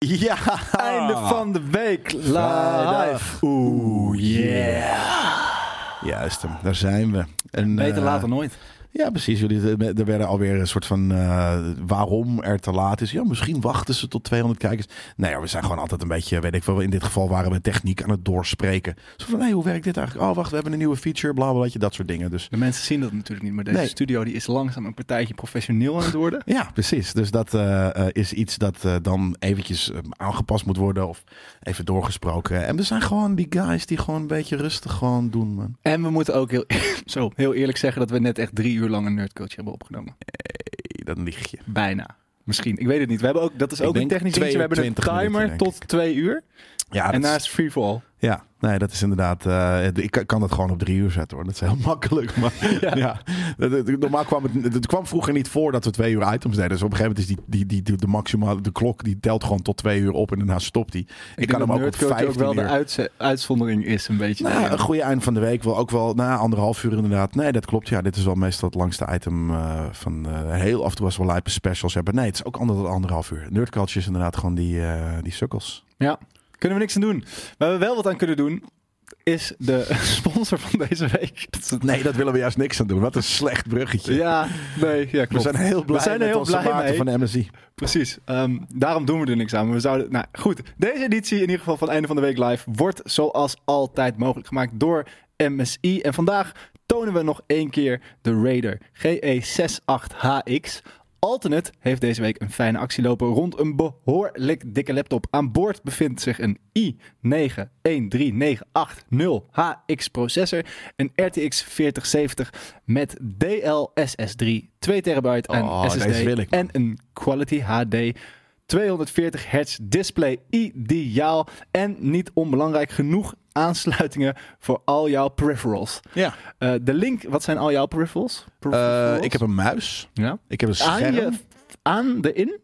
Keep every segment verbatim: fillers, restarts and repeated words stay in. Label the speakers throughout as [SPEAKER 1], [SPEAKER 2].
[SPEAKER 1] Ja!
[SPEAKER 2] Einde van de week live.
[SPEAKER 1] Oeh, yeah. Juist hem, daar zijn we. En,
[SPEAKER 2] Beter
[SPEAKER 1] uh,
[SPEAKER 2] later nooit.
[SPEAKER 1] Ja, precies. Jullie, er werden alweer een soort van uh, waarom er te laat is. Ja, misschien wachten ze tot tweehonderd kijkers. Nee, we zijn gewoon altijd een beetje, weet ik wel. In dit geval waren we techniek aan het doorspreken. Zo van, hé, hey, hoe werkt dit eigenlijk? Oh, wacht, we hebben een nieuwe feature, bla, bla, dat soort dingen. Dus
[SPEAKER 2] de mensen zien dat natuurlijk niet, maar deze nee. studio die is langzaam een partijtje professioneel aan het worden.
[SPEAKER 1] Ja, precies. Dus dat uh, uh, is iets dat uh, dan eventjes uh, aangepast moet worden of even doorgesproken. En we zijn gewoon die guys die gewoon een beetje rustig gewoon doen, man.
[SPEAKER 2] En we moeten ook heel, zo, heel eerlijk zeggen dat we net echt drie uur lang een Nerdculture hebben opgenomen.
[SPEAKER 1] Nee, dan lieg je.
[SPEAKER 2] Bijna. Misschien. Ik weet het niet. We hebben ook, dat is ook een technisch dingetje. We hebben een timer minuten, tot twee uur. Ja, en daarna is free for all.
[SPEAKER 1] Ja, nee, dat is inderdaad... Uh, ik kan dat gewoon op drie uur zetten, hoor. Dat is heel makkelijk. Maar ja. ja normaal kwam het... Het kwam vroeger niet voor dat we twee uur items deden. Dus op een gegeven moment is die, die, die, de maximale... De klok die telt gewoon tot twee uur op en daarna stopt die. Ik, ik kan hem ook op vijftien
[SPEAKER 2] ook wel
[SPEAKER 1] uur.
[SPEAKER 2] De uitze- uitzondering is een beetje...
[SPEAKER 1] Nou, een goede eind van de week wel ook wel... Na anderhalf uur inderdaad. Nee, dat klopt. Ja, dit is wel meestal het langste item uh, van... Uh, heel af en toe was wel lijpe specials hebben. Nee, het is ook ander, anderhalf uur. Nerdculture is inderdaad gewoon die, uh, die sukkels.
[SPEAKER 2] Ja. Kunnen we niks aan doen. Waar we wel wat aan kunnen doen, is de sponsor van deze week.
[SPEAKER 1] Dat is het... Nee, dat willen we juist niks aan doen. Wat een slecht bruggetje.
[SPEAKER 2] Ja, nee, ja, klopt.
[SPEAKER 1] We zijn heel blij we zijn met heel onze blij maten van de M S I.
[SPEAKER 2] Precies. Um, daarom doen we er niks aan. Maar we zouden, nou goed, deze editie in ieder geval van Einde van de Week Live wordt zoals altijd mogelijk gemaakt door M S I. En vandaag tonen we nog één keer de Raider G E zesentachtig H X. Alternate heeft deze week een fijne actie lopen rond een behoorlijk dikke laptop. Aan boord bevindt zich een i negen een drie negen acht nul H X processor, een R T X veertig zeventig met D L S S drie, twee terabyte aan
[SPEAKER 1] oh,
[SPEAKER 2] S S D en een Quality H D tweehonderdveertig hertz display ideaal. En niet onbelangrijk genoeg aansluitingen voor al jouw peripherals.
[SPEAKER 1] Ja.
[SPEAKER 2] Uh, de link, wat zijn al jouw peripherals? peripherals?
[SPEAKER 1] Uh, ik heb een muis.
[SPEAKER 2] Ja.
[SPEAKER 1] Ik heb een scherm.
[SPEAKER 2] Aan, je, aan de in?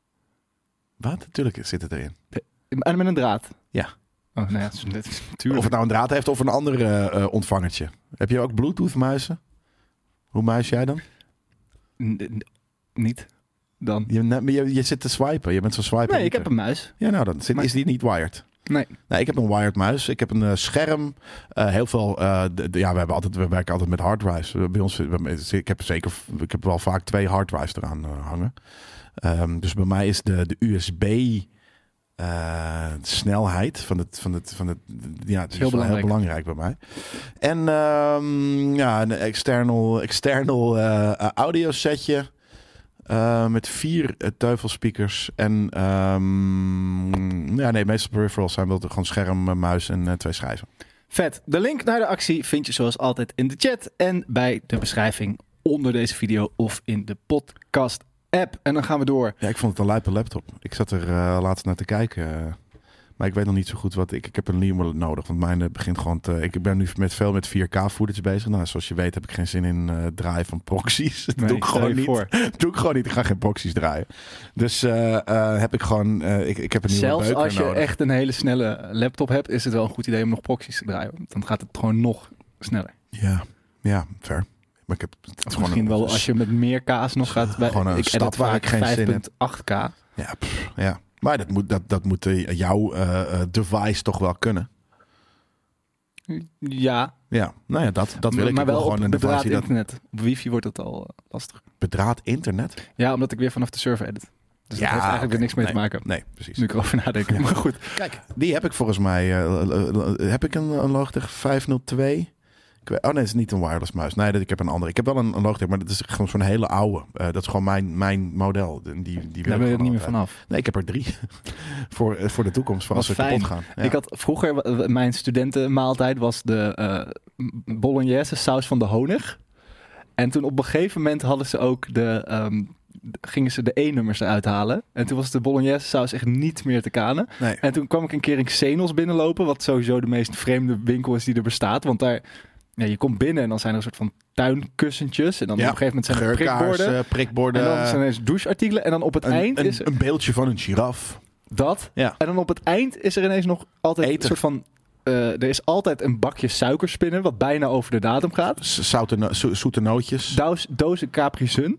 [SPEAKER 1] Wat? Natuurlijk zit het erin.
[SPEAKER 2] De, en met een draad?
[SPEAKER 1] Ja.
[SPEAKER 2] Oh, nou ja, natuurlijk.
[SPEAKER 1] Of het nou een draad heeft of een ander uh, ontvangertje. Heb je ook Bluetooth muizen? Hoe muis jij dan?
[SPEAKER 2] N- n- niet. Dan.
[SPEAKER 1] Je, je, je zit te swipen. Je bent zo swipen.
[SPEAKER 2] Nee, ik heb een muis.
[SPEAKER 1] Ja, nou dan zit, is die niet wired.
[SPEAKER 2] Nee.
[SPEAKER 1] nee. Ik heb een wired muis. Ik heb een uh, scherm. Uh, heel veel. Uh, de, de, ja, we hebben altijd. We werken altijd met harddrives. Bij ons. Ik heb zeker. Ik heb wel vaak twee harddrives eraan uh, hangen. Um, dus bij mij is de, de U S B. Uh, snelheid van het. Van het, van het ja, het is heel, belangrijk. heel belangrijk bij mij. En um, ja, een external, external uh, audio setje. Uh, met vier uh, teufelspeakers. En um, ja, nee, meestal peripherals zijn wel gewoon scherm, uh, muis en uh, twee schijven.
[SPEAKER 2] Vet. De link naar de actie vind je zoals altijd in de chat en bij de beschrijving onder deze video of in de podcast app. En dan gaan we door.
[SPEAKER 1] Ja, ik vond het een lijpe laptop. Ik zat er uh, laatst naar te kijken. Uh, maar ik weet nog niet zo goed wat ik... Ik heb een nieuwe nodig, want mijn uh, begint gewoon te... Ik ben nu met veel met vier K footage bezig. Nou, zoals je weet heb ik geen zin in uh, draaien van proxies. Dat nee, doe ik gewoon niet. Voor. doe ik gewoon niet. Ik ga geen proxies draaien. Dus uh, uh, heb ik gewoon... Uh, ik, ik heb een nieuwe
[SPEAKER 2] Zelfs
[SPEAKER 1] beuker
[SPEAKER 2] als je
[SPEAKER 1] nodig.
[SPEAKER 2] echt een hele snelle laptop hebt, is het wel een goed idee om nog proxies te draaien. Want dan gaat het gewoon nog sneller.
[SPEAKER 1] Ja, ja, fair. Maar ik heb het
[SPEAKER 2] of misschien een, wel als je met meer K's nog gaat. Bij,
[SPEAKER 1] gewoon een
[SPEAKER 2] ik
[SPEAKER 1] stap waar ik geen zin in heb.
[SPEAKER 2] vijf komma acht K.
[SPEAKER 1] Ja, pff, ja. Maar dat moet, dat, dat moet uh, jouw uh, device toch wel kunnen?
[SPEAKER 2] Ja.
[SPEAKER 1] Ja, nou ja, dat, dat wil ik.
[SPEAKER 2] Maar wel
[SPEAKER 1] gewoon
[SPEAKER 2] op
[SPEAKER 1] een
[SPEAKER 2] bedraad
[SPEAKER 1] device
[SPEAKER 2] internet.
[SPEAKER 1] Dat...
[SPEAKER 2] Op wifi wordt het al uh, lastig.
[SPEAKER 1] Bedraad internet?
[SPEAKER 2] Ja, omdat ik weer vanaf de server edit. Dus
[SPEAKER 1] ja,
[SPEAKER 2] dat heeft eigenlijk
[SPEAKER 1] okay.
[SPEAKER 2] er niks mee
[SPEAKER 1] nee,
[SPEAKER 2] te maken.
[SPEAKER 1] Nee, precies.
[SPEAKER 2] Nu ik erover nadenken. Ja. Maar goed.
[SPEAKER 1] Kijk, die heb ik volgens mij. Uh, uh, uh, heb ik een, een Logitech vijfhonderdtwee? Ik weet, oh nee, het is niet een wireless muis. Nee, ik heb een andere. Ik heb wel een, een Logitech, maar dat is gewoon zo'n hele oude. Uh, dat is gewoon mijn, mijn model. Die, die
[SPEAKER 2] Daar ben je er niet meer vanaf.
[SPEAKER 1] Nee, ik heb er drie. voor, uh, voor de toekomst, voor als ze kapot gaan. Ja.
[SPEAKER 2] Ik had vroeger, mijn studentenmaaltijd was de uh, bolognese saus van de honig. En toen op een gegeven moment hadden ze ook de... Um, gingen ze de E-nummers eruit halen. En toen was de bolognese saus echt niet meer te kanen.
[SPEAKER 1] Nee.
[SPEAKER 2] En toen kwam ik een keer in Xenos binnenlopen, wat sowieso de meest vreemde winkel is die er bestaat. Want daar, ja, je komt binnen en dan zijn er een soort van tuinkussentjes. En dan ja. op een gegeven moment zijn er prikborden.
[SPEAKER 1] Uh, prikborden.
[SPEAKER 2] En dan zijn er doucheartikelen. En dan op het
[SPEAKER 1] een,
[SPEAKER 2] eind
[SPEAKER 1] een,
[SPEAKER 2] is...
[SPEAKER 1] Een beeldje van een giraf.
[SPEAKER 2] Dat.
[SPEAKER 1] Ja.
[SPEAKER 2] En dan op het eind is er ineens nog altijd
[SPEAKER 1] Eten.
[SPEAKER 2] een soort van... Uh, er is altijd een bakje suikerspinnen, wat bijna over de datum gaat.
[SPEAKER 1] Zoute no- zo- zoete nootjes.
[SPEAKER 2] Doos, dozen Capri Sun.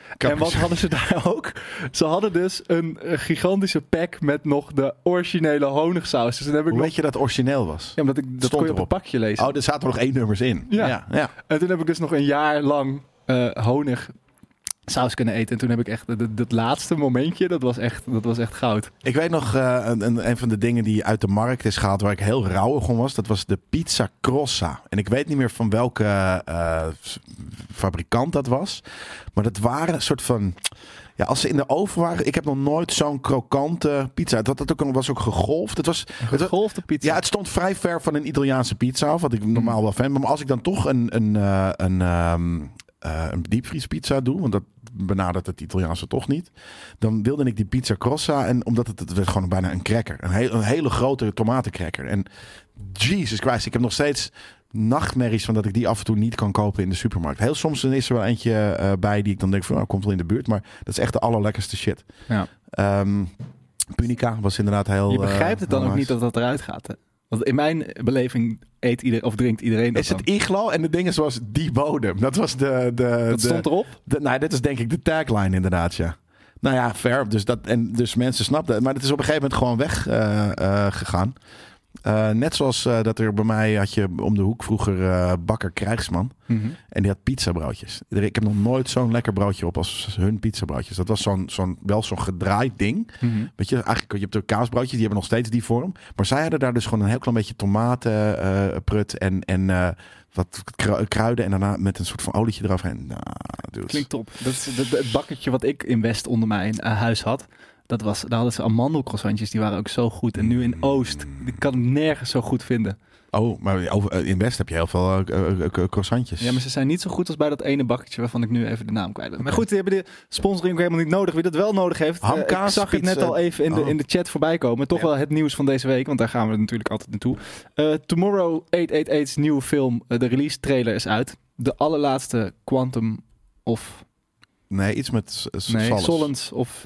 [SPEAKER 2] En wat hadden ze daar ook? Ze hadden dus een, een gigantische pack met nog de originele honigsaus. Dus dan heb ik
[SPEAKER 1] Hoe
[SPEAKER 2] nog...
[SPEAKER 1] weet je dat het origineel was?
[SPEAKER 2] Ja, omdat ik, dat
[SPEAKER 1] Stond
[SPEAKER 2] kon je op
[SPEAKER 1] erop.
[SPEAKER 2] het pakje lezen.
[SPEAKER 1] Oh, er zaten nog één nummers in.
[SPEAKER 2] Ja.
[SPEAKER 1] ja, ja.
[SPEAKER 2] En toen heb ik dus nog een jaar lang uh, honig saus kunnen eten. En toen heb ik echt, dat, dat laatste momentje, dat was echt, dat was echt goud.
[SPEAKER 1] Ik weet nog, uh, een, een van de dingen die uit de markt is gehaald, waar ik heel rauwig om was, dat was de pizza crossa. En ik weet niet meer van welke uh, fabrikant dat was. Maar dat waren een soort van... Ja, als ze in de oven waren... Ik heb nog nooit zo'n krokante pizza. Dat, dat ook, was ook gegolfd. Het was,
[SPEAKER 2] een gegolfde pizza?
[SPEAKER 1] Ja, het stond vrij ver van een Italiaanse pizza af. Wat ik normaal mm. wel fan. Maar als ik dan toch een... een, uh, een um, Uh, een diepvriespizza doe, want dat benadert het Italiaanse toch niet. Dan wilde ik die pizza crossa en omdat het, het werd gewoon bijna een cracker, een, heel, een hele grote tomatencracker. En Jesus Christ, ik heb nog steeds nachtmerries van dat ik die af en toe niet kan kopen in de supermarkt. Heel soms is er wel eentje uh, bij die ik dan denk van, nou, komt wel in de buurt, maar dat is echt de allerlekkerste shit.
[SPEAKER 2] Ja.
[SPEAKER 1] Um, Punica was inderdaad heel.
[SPEAKER 2] Je begrijpt uh, het dan ook
[SPEAKER 1] nice.
[SPEAKER 2] niet dat dat eruit gaat. Hè? Want in mijn beleving eet iedereen of drinkt iedereen dat
[SPEAKER 1] is het
[SPEAKER 2] dan.
[SPEAKER 1] iglo en de dingen zoals die bodem. Dat was de... de
[SPEAKER 2] dat
[SPEAKER 1] de,
[SPEAKER 2] stond erop?
[SPEAKER 1] De, nou, dit is denk ik de tagline inderdaad, ja. Nou ja, fair. Dus, dat, en, dus mensen snapten het. Maar het is op een gegeven moment gewoon weg uh, uh, gegaan. Uh, net zoals uh, dat er bij mij had je om de hoek vroeger uh, bakker Krijgsman.
[SPEAKER 2] Mm-hmm.
[SPEAKER 1] En die had pizzabroodjes. Ik heb nog nooit zo'n lekker broodje op als hun pizzabroodjes. Dat was zo'n, zo'n, wel zo'n gedraaid ding.
[SPEAKER 2] Mm-hmm.
[SPEAKER 1] Weet je, eigenlijk, je hebt de kaasbroodjes, die hebben nog steeds die vorm. Maar zij hadden daar dus gewoon een heel klein beetje tomatenprut uh, en, en uh, wat kruiden. En daarna met een soort van olietje eroverheen. Nou, dude.
[SPEAKER 2] Klinkt top. Dat is dat, het bakkertje wat ik in West onder mijn uh, huis had. Dat was, daar hadden ze amandelcroissantjes, die waren ook zo goed. En nu in Oost, die kan ik nergens zo goed vinden.
[SPEAKER 1] Oh, maar in West heb je heel veel uh, uh, croissantjes.
[SPEAKER 2] Ja, maar ze zijn niet zo goed als bij dat ene bakkertje waarvan ik nu even de naam kwijt ben. Maar goed, die hebben de sponsoring ook helemaal niet nodig. Wie dat wel nodig heeft, uh, ik zag het net al even in de, in de chat voorbij komen. Toch ja. wel het nieuws van deze week, want daar gaan we natuurlijk altijd naartoe. Uh, Tomorrow achthonderdachtentacht's nieuwe film, uh, de release trailer is uit. De allerlaatste Quantum of...
[SPEAKER 1] Nee, iets met uh,
[SPEAKER 2] nee,
[SPEAKER 1] Solace.
[SPEAKER 2] Solens of...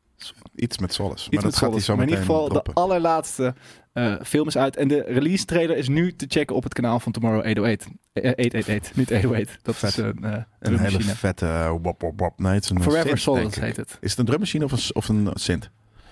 [SPEAKER 1] Iets met Solace.
[SPEAKER 2] Iets
[SPEAKER 1] maar dat
[SPEAKER 2] met
[SPEAKER 1] gaat hij zo
[SPEAKER 2] maar
[SPEAKER 1] meteen
[SPEAKER 2] in ieder geval
[SPEAKER 1] droppen.
[SPEAKER 2] De allerlaatste uh, film is uit. En de release trailer is nu te checken op het kanaal van Tomorrow achthonderdachtenachtig. Uh, achthonderdachtenachtig, niet achthonderdachtenachtig. Dat
[SPEAKER 1] Vet.
[SPEAKER 2] is een, uh,
[SPEAKER 1] een hele vette uh, wop, wop, wop. Nee, het is een
[SPEAKER 2] Forever
[SPEAKER 1] synth,
[SPEAKER 2] Solace heet het.
[SPEAKER 1] Is het een drummachine of een, of een synth?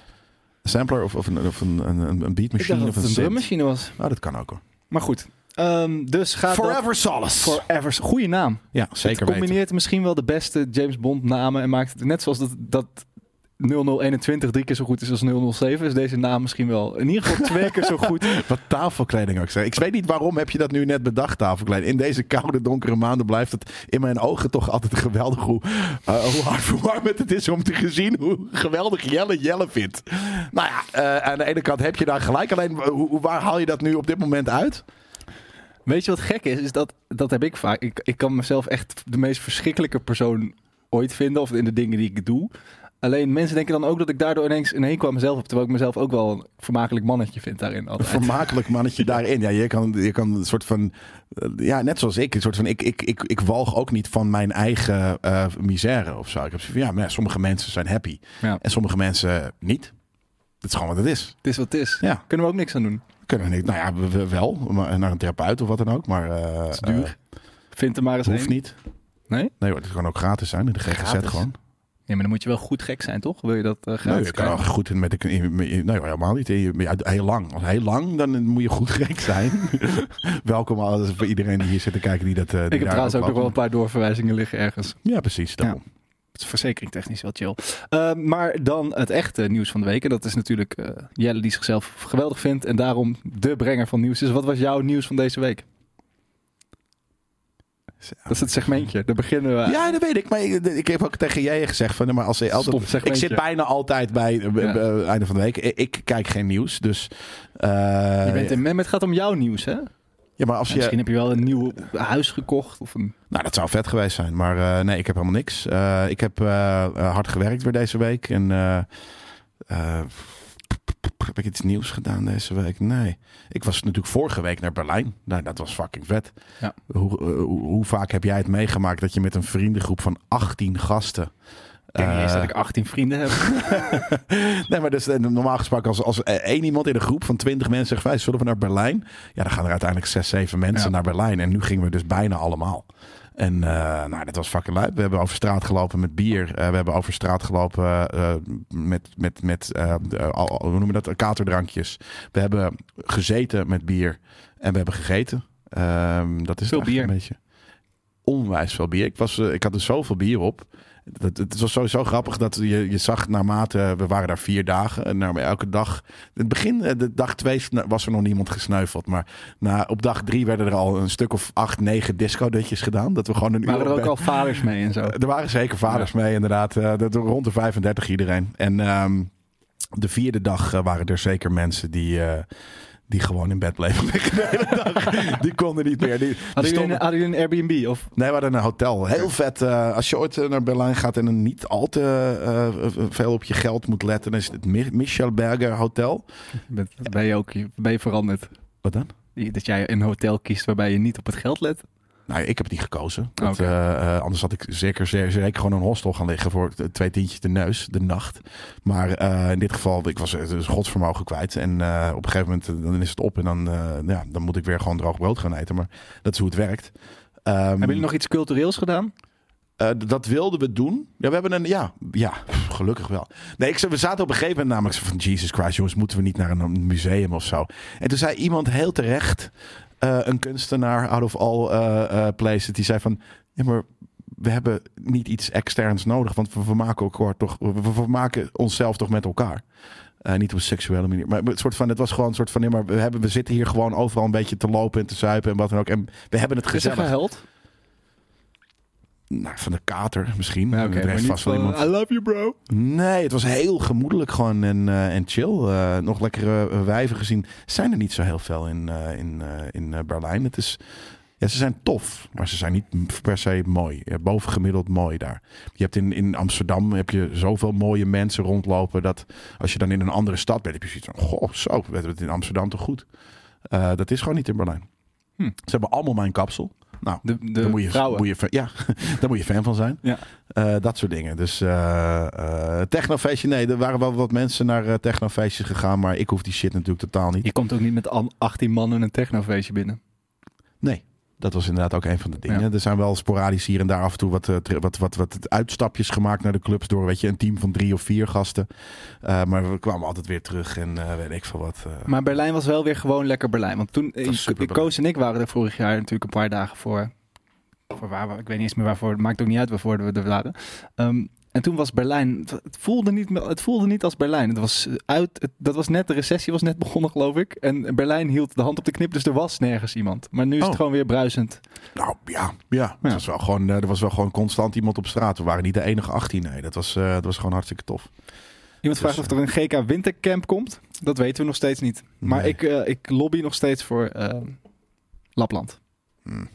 [SPEAKER 1] Een sampler of, of, een, of een, een, een beatmachine
[SPEAKER 2] Ik dacht
[SPEAKER 1] of
[SPEAKER 2] dat
[SPEAKER 1] een
[SPEAKER 2] het een
[SPEAKER 1] synth?
[SPEAKER 2] drummachine was.
[SPEAKER 1] Oh, dat kan ook hoor.
[SPEAKER 2] Maar goed. Um, dus gaat
[SPEAKER 1] Forever
[SPEAKER 2] dat...
[SPEAKER 1] Solace.
[SPEAKER 2] Forever Goeie naam.
[SPEAKER 1] Ja, zeker
[SPEAKER 2] het combineert
[SPEAKER 1] weten.
[SPEAKER 2] misschien wel de beste James Bond namen en maakt het net zoals dat... dat nul nul eenentwintig drie keer zo goed is als nul nul zeven, is deze naam misschien wel in ieder geval twee keer zo goed.
[SPEAKER 1] Wat tafelkleding ook zeg. Ik weet niet waarom heb je dat nu net bedacht, tafelkleding. In deze koude, donkere maanden blijft het in mijn ogen toch altijd geweldig hoe, uh, hoe hard verwarmend het is om te zien hoe geweldig Jelle Jelle vindt. Nou ja, uh, aan de ene kant heb je daar gelijk. Alleen, hoe, waar haal je dat nu op dit moment uit?
[SPEAKER 2] Weet je wat gek is? Is dat, dat heb ik vaak. Ik, ik kan mezelf echt de meest verschrikkelijke persoon ooit vinden, of in de dingen die ik doe. Alleen mensen denken dan ook dat ik daardoor ineens een hekel aan mezelf heb. Terwijl ik mezelf ook wel een vermakelijk mannetje vind daarin. Altijd.
[SPEAKER 1] Een vermakelijk mannetje daarin. Ja, je kan, je kan een soort van... Uh, ja, net zoals ik. Een soort van, ik, ik, ik, ik walg ook niet van mijn eigen uh, misère of zo. Ik heb zoiets van, ja, maar ja, sommige mensen zijn happy. Ja. En sommige mensen niet. Dat is gewoon wat het is.
[SPEAKER 2] Het is wat het is.
[SPEAKER 1] Ja.
[SPEAKER 2] Kunnen we ook niks aan doen.
[SPEAKER 1] Kunnen we niet. Nou ja, we, we wel. Maar naar een therapeut of wat dan ook. Maar uh,
[SPEAKER 2] het is duur. Uh, Vind er maar eens
[SPEAKER 1] hoeft
[SPEAKER 2] een.
[SPEAKER 1] niet.
[SPEAKER 2] Nee?
[SPEAKER 1] Nee hoor, het kan ook gratis zijn. In de G G Z gratis. Gewoon.
[SPEAKER 2] Ja, maar dan moet je wel goed gek zijn, toch? Wil je dat uh, gratis
[SPEAKER 1] nee, je kan wel goed in met de... Nee, helemaal niet. Heel lang. Als heel lang, dan moet je goed gek zijn. Welkom alles voor iedereen die hier zit te kijken. Die dat, die
[SPEAKER 2] ik heb trouwens ook nog wel een paar doorverwijzingen liggen ergens.
[SPEAKER 1] Ja, precies. Ja.
[SPEAKER 2] Het is verzekeringtechnisch wel chill. Uh, maar dan het echte nieuws van de week. En dat is natuurlijk uh, Jelle die zichzelf geweldig vindt. En daarom de brenger van nieuws is. Wat was jouw nieuws van deze week? Dat is het segmentje. Daar beginnen we.
[SPEAKER 1] Ja, dat weet ik. Maar ik, ik heb ook tegen jij gezegd van, maar als je altijd, ik zit bijna altijd bij het ja. uh, einde van de week. Ik, ik kijk geen nieuws, dus. Uh,
[SPEAKER 2] je bent in mem, het gaat om jouw nieuws, hè?
[SPEAKER 1] Ja, maar als je...
[SPEAKER 2] Misschien heb je wel een nieuw huis gekocht of een.
[SPEAKER 1] Nou, dat zou vet geweest zijn, maar uh, nee, ik heb helemaal niks. Uh, ik heb uh, hard gewerkt weer deze week en. Uh, uh, Heb ik iets nieuws gedaan deze week? Nee. Ik was natuurlijk vorige week naar Berlijn. Nou, dat was fucking vet.
[SPEAKER 2] Ja.
[SPEAKER 1] Hoe, uh, hoe, hoe vaak heb jij het meegemaakt dat je met een vriendengroep van achttien gasten...
[SPEAKER 2] Ik denk niet eens dat ik achttien vrienden heb.
[SPEAKER 1] Nee, maar dus normaal gesproken als, als één iemand in een groep van twintig mensen zegt... wij zullen we naar Berlijn? Ja, dan gaan er uiteindelijk zes, zeven mensen ja. naar Berlijn. En nu gingen we dus bijna allemaal. En uh, nou, dat was fucking lijp. We hebben over straat gelopen met bier. Uh, we hebben over straat gelopen uh, met, met, met uh, uh, al, hoe noemen we dat? Katerdrankjes. We hebben gezeten met bier. En we hebben gegeten. Uh, dat is
[SPEAKER 2] veel bier.
[SPEAKER 1] Een beetje onwijs veel bier. Ik, was, uh, ik had er zoveel bier op. Het, het was sowieso grappig dat je, je zag naarmate, we waren daar vier dagen. En nou, elke dag, in het begin, de dag twee was er nog niemand gesneuveld. Maar na, op dag drie werden er al een stuk of acht, negen disco-dutjes gedaan. Dat we gewoon een
[SPEAKER 2] waren
[SPEAKER 1] uur
[SPEAKER 2] er ook
[SPEAKER 1] bij...
[SPEAKER 2] al vaders mee en zo?
[SPEAKER 1] Er waren zeker vaders ja. mee, inderdaad. Uh, dat, rond de vijfendertig iedereen. En um, de vierde dag uh, waren er zeker mensen die... Uh, Die gewoon in bed bleven liggen de hele dag. Die konden niet meer. Die, die
[SPEAKER 2] hadden, jullie een, hadden jullie een Airbnb? Of?
[SPEAKER 1] Nee, we hadden een hotel. Heel vet. Uh, als je ooit naar Berlijn gaat en niet al te uh, veel op je geld moet letten, dan is het het Michel Berger Hotel.
[SPEAKER 2] Ben, ben je ook ben je veranderd?
[SPEAKER 1] Wat dan?
[SPEAKER 2] Dat jij een hotel kiest waarbij je niet op het geld let?
[SPEAKER 1] Nou, ik heb het niet gekozen. Dat,
[SPEAKER 2] okay.
[SPEAKER 1] uh, uh, anders had ik zeker, zeker, zeker gewoon een hostel gaan liggen voor twee tientjes de neus, de nacht. Maar uh, in dit geval, ik was dus godsvermogen kwijt. En uh, op een gegeven moment uh, dan is het op en dan, uh, ja, dan moet ik weer gewoon droog brood gaan eten. Maar dat is hoe het werkt. Um,
[SPEAKER 2] Hebben jullie nog iets cultureels gedaan?
[SPEAKER 1] Uh, dat wilden we doen. Ja, we hebben een. Ja, ja gelukkig wel. Nee, ik, we zaten op een gegeven moment namelijk zo van Jesus Christ, jongens, moeten we niet naar een museum of zo? En toen zei iemand heel terecht. Uh, een kunstenaar out of all uh, uh, places. Die zei van, ja, maar we hebben niet iets externs nodig. Want we vermaken elkaar toch, we vermaken onszelf toch met elkaar. Uh, niet op een seksuele manier. Maar het, soort van, het was gewoon een soort van, nee, maar we, hebben, we zitten hier gewoon overal een beetje te lopen en te zuipen en wat dan ook. En we hebben het gezellig.
[SPEAKER 2] Is er gehuild?
[SPEAKER 1] Nou, van de kater misschien.
[SPEAKER 2] Ja, okay, maar vast wel iemand... I love you, bro.
[SPEAKER 1] Nee, het was heel gemoedelijk gewoon en, uh, en chill. Uh, nog lekkere uh, wijven gezien. Zijn er niet zo heel veel in, uh, in, uh, in uh, Berlijn. Het is, ja, ze zijn tof, maar ze zijn niet per se mooi. Ja, bovengemiddeld mooi daar. Je hebt in, in Amsterdam heb je zoveel mooie mensen rondlopen dat als je dan in een andere stad bent, heb je zoiets van, goh, zo, we hebben het in Amsterdam toch goed. Uh, dat is gewoon niet in Berlijn. Hm. Ze hebben allemaal mijn kapsel. Nou,
[SPEAKER 2] de, de
[SPEAKER 1] daar moet je,
[SPEAKER 2] vrouwen.
[SPEAKER 1] Moet je, ja, daar moet je fan van zijn.
[SPEAKER 2] Ja.
[SPEAKER 1] Uh, dat soort dingen. Dus uh, uh, technofeestje, nee, er waren wel wat mensen naar uh, technofeestjes gegaan, maar ik hoef die shit natuurlijk totaal niet.
[SPEAKER 2] Je komt ook niet met achttien man in een technofeestje binnen.
[SPEAKER 1] Nee, dat was inderdaad ook een van de dingen.
[SPEAKER 2] Ja.
[SPEAKER 1] Er zijn wel sporadisch hier en daar af en toe wat, uh, wat, wat, wat uitstapjes gemaakt naar de clubs door, weet je, een team van drie of vier gasten. Uh, maar we kwamen altijd weer terug en uh, weet ik veel wat. Uh,
[SPEAKER 2] maar Berlijn was wel weer gewoon lekker Berlijn. Want toen, ik, Koos en ik waren er vorig jaar natuurlijk een paar dagen voor. Voor waar, ik weet niet eens meer waarvoor. Het maakt ook niet uit waarvoor we er waren. Um, en toen was Berlijn. Het voelde niet, het voelde niet als Berlijn. Het was uit. Het, dat was net de recessie was net begonnen, geloof ik. En Berlijn hield de hand op de knip, dus er was nergens iemand. Maar nu is oh. het gewoon weer bruisend.
[SPEAKER 1] Nou ja, ja. ja. Het was wel gewoon, er was wel gewoon constant iemand op straat. We waren niet de enige achttien. Nee, dat was, uh, dat was gewoon hartstikke tof.
[SPEAKER 2] Iemand vraagt dus, of er een G K Wintercamp komt. Dat weten we nog steeds niet. Maar nee. ik, uh, ik lobby nog steeds voor uh, Lapland. Hmm.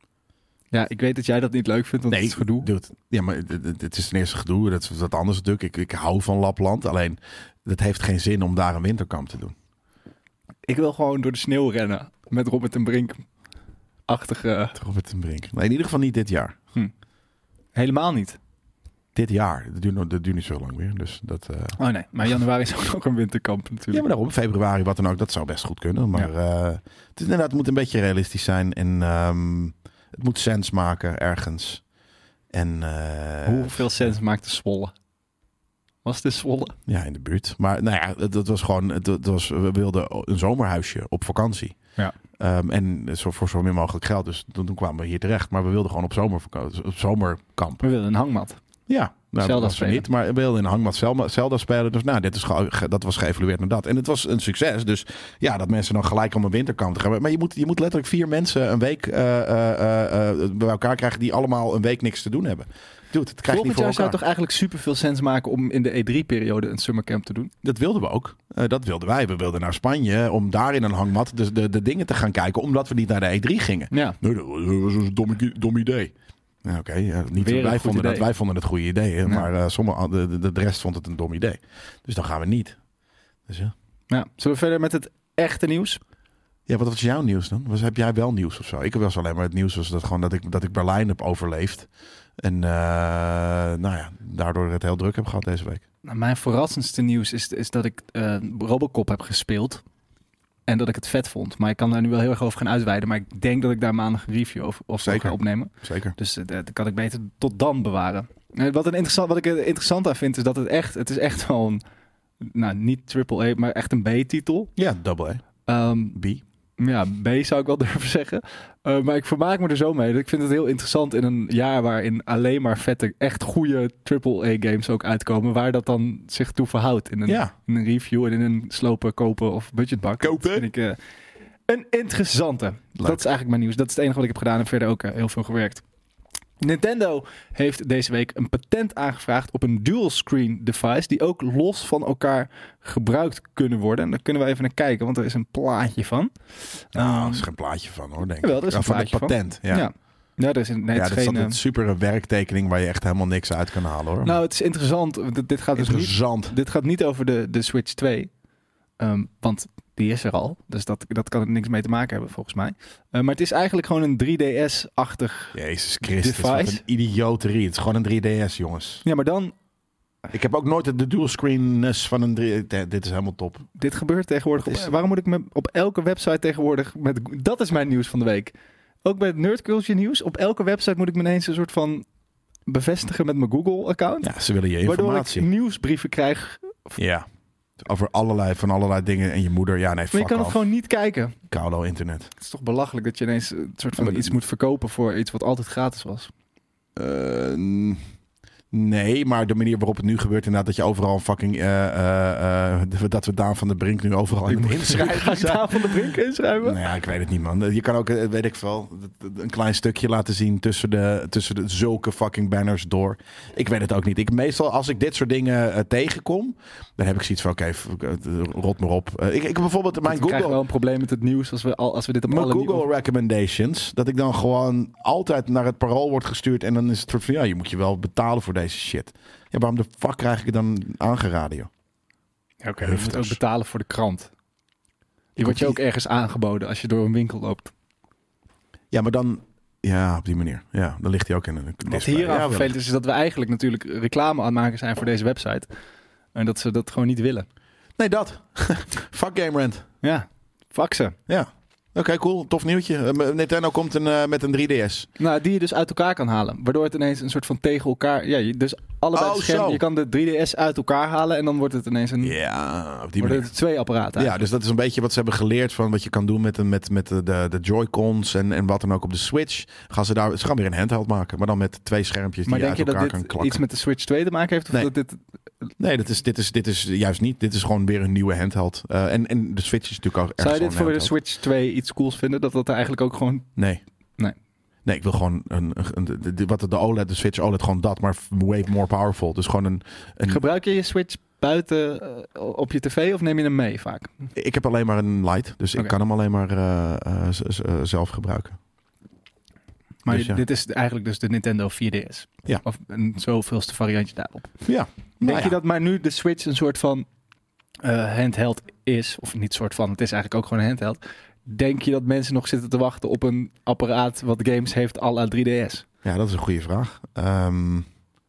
[SPEAKER 2] Ja, ik weet dat jij dat niet leuk vindt, want nee, het is gedoe.
[SPEAKER 1] Dude, ja, maar het, het is ten eerste gedoe. Dat is wat anders natuurlijk. Ik, ik hou van Lapland. Alleen, het heeft geen zin om daar een winterkamp te doen.
[SPEAKER 2] Ik wil gewoon door de sneeuw rennen. Met Robert en Brink-achtige...
[SPEAKER 1] Robert en Brink. Nee, in ieder geval niet dit jaar.
[SPEAKER 2] Hm. Helemaal niet?
[SPEAKER 1] Dit jaar. Dat duurt, dat duurt niet zo lang meer. Dus dat, uh...
[SPEAKER 2] Oh nee, maar januari is ook een winterkamp natuurlijk.
[SPEAKER 1] Ja, maar daarom. Februari, wat dan ook. Dat zou best goed kunnen. Maar ja. uh, het, is inderdaad, het moet een beetje realistisch zijn. En... Um, het moet sens maken ergens. En, uh,
[SPEAKER 2] hoeveel sens maakte Zwolle? Was het Zwolle?
[SPEAKER 1] Ja, in de buurt. Maar nou ja, het, het was gewoon... Het, het was, we wilden een zomerhuisje op vakantie.
[SPEAKER 2] Ja.
[SPEAKER 1] Um, en zo, voor zo min mogelijk geld. Dus toen, toen kwamen we hier terecht. Maar we wilden gewoon op, zomervakantie, op zomerkamp.
[SPEAKER 2] We wilden een hangmat.
[SPEAKER 1] Ja. Nou,
[SPEAKER 2] Zelda
[SPEAKER 1] dat was niet, maar we wilden in een hangmat Zelda, Zelda spelen. Dus nou, dit is ge, dat was geëvalueerd naar dat. En het was een succes. Dus ja, dat mensen dan gelijk om een winterkamp te gaan. Maar je moet, je moet letterlijk vier mensen een week uh, uh, uh, bij elkaar krijgen die allemaal een week niks te doen hebben. Dude, het krijgt niet voor
[SPEAKER 2] jaar
[SPEAKER 1] elkaar.
[SPEAKER 2] Zou het toch eigenlijk super veel sens maken om in de E drie periode een summercamp te doen?
[SPEAKER 1] Dat wilden we ook. Uh, dat wilden wij. We wilden naar Spanje om daar in een hangmat de, de, de dingen te gaan kijken. Omdat we niet naar de E drie gingen.
[SPEAKER 2] Ja.
[SPEAKER 1] Nee, dat was een dom, dom idee. Ja, Oké, okay. ja, niet wij vonden dat wij vonden het een goede idee, hè? Ja. Maar uh, sommige, de, de, de rest vond het een dom idee. Dus dan gaan we niet. Dus ja.
[SPEAKER 2] Ja. Zullen we verder met het echte nieuws?
[SPEAKER 1] Ja, wat was jouw nieuws dan? Was, heb jij wel nieuws of zo? Ik heb wel eens alleen maar het nieuws was dat gewoon dat ik dat ik Berlijn heb overleefd en uh, nou ja, daardoor het heel druk heb gehad deze week.
[SPEAKER 2] Nou, mijn verrassendste nieuws is, is dat ik uh, Robocop heb gespeeld. En dat ik het vet vond. Maar ik kan daar nu wel heel erg over gaan uitweiden. Maar ik denk dat ik daar maandag een review over of zo ga opnemen.
[SPEAKER 1] Zeker.
[SPEAKER 2] Dus uh, dat kan ik beter tot dan bewaren. Uh, wat, een interessant, wat ik er interessant aan vind is dat het echt... Het is echt wel een... Nou, niet triple A, maar echt een B-titel.
[SPEAKER 1] Ja, double A.
[SPEAKER 2] Um,
[SPEAKER 1] B.
[SPEAKER 2] Ja, B zou ik wel durven zeggen. Uh, maar ik vermaak me er zo mee. Ik vind het heel interessant in een jaar waarin alleen maar vette, echt goede triple A games ook uitkomen. Waar dat dan zich toe verhoudt. In een,
[SPEAKER 1] ja.
[SPEAKER 2] in een review en in een slopen, kopen of budgetbak.
[SPEAKER 1] Kopen.
[SPEAKER 2] Dat vind ik uh, een interessante. Leuk. Dat is eigenlijk mijn nieuws. Dat is het enige wat ik heb gedaan en verder ook uh, heel veel gewerkt. Nintendo heeft deze week een patent aangevraagd op een dual-screen device die ook los van elkaar gebruikt kunnen worden. En daar kunnen we even naar kijken, want er is een plaatje van.
[SPEAKER 1] Nou,
[SPEAKER 2] um,
[SPEAKER 1] er is geen plaatje van hoor, denk ik.
[SPEAKER 2] Jawel, er is een
[SPEAKER 1] ja, van het
[SPEAKER 2] plaatje
[SPEAKER 1] patent.
[SPEAKER 2] van.
[SPEAKER 1] Ja.
[SPEAKER 2] Ja. Ja, er is een, nee,
[SPEAKER 1] ja,
[SPEAKER 2] het is
[SPEAKER 1] dat
[SPEAKER 2] geen,
[SPEAKER 1] is een super werktekening waar je echt helemaal niks uit kan halen hoor.
[SPEAKER 2] Nou, het is interessant. Dit, dit gaat
[SPEAKER 1] interessant.
[SPEAKER 2] Dus niet, dit gaat niet over de, de Switch twee. Um, want die is er al. Dus dat, dat kan er niks mee te maken hebben, volgens mij. Uh, maar het is eigenlijk gewoon een drie D S-achtig
[SPEAKER 1] Jezus Christus,
[SPEAKER 2] device.
[SPEAKER 1] wat een idioterie. Het is gewoon een drie D S, jongens.
[SPEAKER 2] Ja, maar dan...
[SPEAKER 1] Ik heb ook nooit de dual-screenness van een drie... Dit is helemaal top.
[SPEAKER 2] Dit gebeurt tegenwoordig.
[SPEAKER 1] Is...
[SPEAKER 2] Op, waarom moet ik me op elke website tegenwoordig... Met, dat is mijn nieuws van de week. Ook bij het Nerd Culture nieuws. Op elke website moet ik me ineens een soort van bevestigen met mijn Google-account.
[SPEAKER 1] Ja, ze willen je informatie.
[SPEAKER 2] Waardoor ik nieuwsbrieven krijg.
[SPEAKER 1] Ja. Over allerlei, van allerlei dingen en je moeder. Ja, nee, fuck
[SPEAKER 2] Maar je kan
[SPEAKER 1] off.
[SPEAKER 2] het gewoon niet kijken.
[SPEAKER 1] Koulo internet.
[SPEAKER 2] Het is toch belachelijk dat je ineens een soort van
[SPEAKER 1] ja,
[SPEAKER 2] iets moet verkopen voor iets wat altijd gratis was.
[SPEAKER 1] Uh, nee, maar de manier waarop het nu gebeurt inderdaad dat je overal een fucking... Uh, uh, uh, dat we Daan van der Brink nu overal in inschrijven.
[SPEAKER 2] Ga ik Daan van der Brink inschrijven?
[SPEAKER 1] Nou ja, ik weet het niet, man. Je kan ook, weet ik veel, een klein stukje laten zien tussen de, tussen de zulke fucking banners door. Ik weet het ook niet. Ik, meestal, als ik dit soort dingen uh, tegenkom, dan heb ik zoiets van, oké, okay, rot maar op. Uh, ik, ik bijvoorbeeld mijn
[SPEAKER 2] ik
[SPEAKER 1] Google...
[SPEAKER 2] krijg wel een probleem met het nieuws als we, al, als we dit op
[SPEAKER 1] mijn
[SPEAKER 2] alle
[SPEAKER 1] Google
[SPEAKER 2] nieuws...
[SPEAKER 1] recommendations, dat ik dan gewoon altijd naar het parool word gestuurd en dan is het van, ja, je moet je wel betalen voor deze shit. Ja, waarom de fuck krijg ik het dan aangeraden, joh?
[SPEAKER 2] Ja, oké, okay, je moet ook betalen voor de krant. Die wordt je ook ergens aangeboden als je door een winkel loopt.
[SPEAKER 1] Ja, maar dan... Ja, op die manier. Ja, dan ligt hij ook in een display.
[SPEAKER 2] Wat hier aan
[SPEAKER 1] ja,
[SPEAKER 2] vervelend is, is dat we eigenlijk natuurlijk reclame aan het maken zijn voor deze website. En dat ze dat gewoon niet willen.
[SPEAKER 1] Nee, dat. Fuck Game Rant.
[SPEAKER 2] Ja, fuck ze.
[SPEAKER 1] Ja. Oké, okay, cool. Tof nieuwtje. Uh, Nintendo komt een, uh, met een drie D S.
[SPEAKER 2] Nou, die je dus uit elkaar kan halen. Waardoor het ineens een soort van tegen elkaar... Ja, je, dus allebei
[SPEAKER 1] oh,
[SPEAKER 2] scherm, je kan de drie D S uit elkaar halen en dan wordt het ineens een...
[SPEAKER 1] Ja, op die
[SPEAKER 2] worden
[SPEAKER 1] manier.
[SPEAKER 2] het twee apparaten.
[SPEAKER 1] Ja, dus dat is een beetje wat ze hebben geleerd van wat je kan doen met, met, met de, de, de Joy-Cons en, en wat dan ook op de Switch. Gaan ze daar, ze gaan weer een handheld maken, maar dan met twee schermpjes
[SPEAKER 2] maar
[SPEAKER 1] die je uit elkaar kan klakken.
[SPEAKER 2] Maar denk je dat dit iets met de Switch twee te maken heeft? Of
[SPEAKER 1] nee.
[SPEAKER 2] dat dit...
[SPEAKER 1] Nee, dat is, dit, is, dit is juist niet. Dit is gewoon weer een nieuwe handheld. Uh, en, en de Switch is natuurlijk ook echt.
[SPEAKER 2] Zou je dit voor handheld. De Switch twee iets cools vinden? Dat dat er eigenlijk ook gewoon...
[SPEAKER 1] Nee.
[SPEAKER 2] Nee.
[SPEAKER 1] Nee, ik wil gewoon een, een, een, de, de, wat de O L E D, de Switch O L E D, gewoon dat, maar way more powerful. Dus gewoon een... een...
[SPEAKER 2] Gebruik je je Switch buiten uh, op je tv of neem je hem mee vaak?
[SPEAKER 1] Ik heb alleen maar een Lite, dus okay. ik kan hem alleen maar uh, uh, z- z- zelf gebruiken.
[SPEAKER 2] Maar
[SPEAKER 1] dus, ja.
[SPEAKER 2] dit is eigenlijk dus de Nintendo vier D S.
[SPEAKER 1] Ja.
[SPEAKER 2] Of een zoveelste variantje daarop.
[SPEAKER 1] Ja.
[SPEAKER 2] Denk
[SPEAKER 1] nou
[SPEAKER 2] je
[SPEAKER 1] ja.
[SPEAKER 2] dat maar nu de Switch een soort van uh, handheld is? Of niet soort van, het is eigenlijk ook gewoon een handheld. Denk je dat mensen nog zitten te wachten op een apparaat wat games heeft à la drie D S?
[SPEAKER 1] Ja, dat is een goede vraag. Um,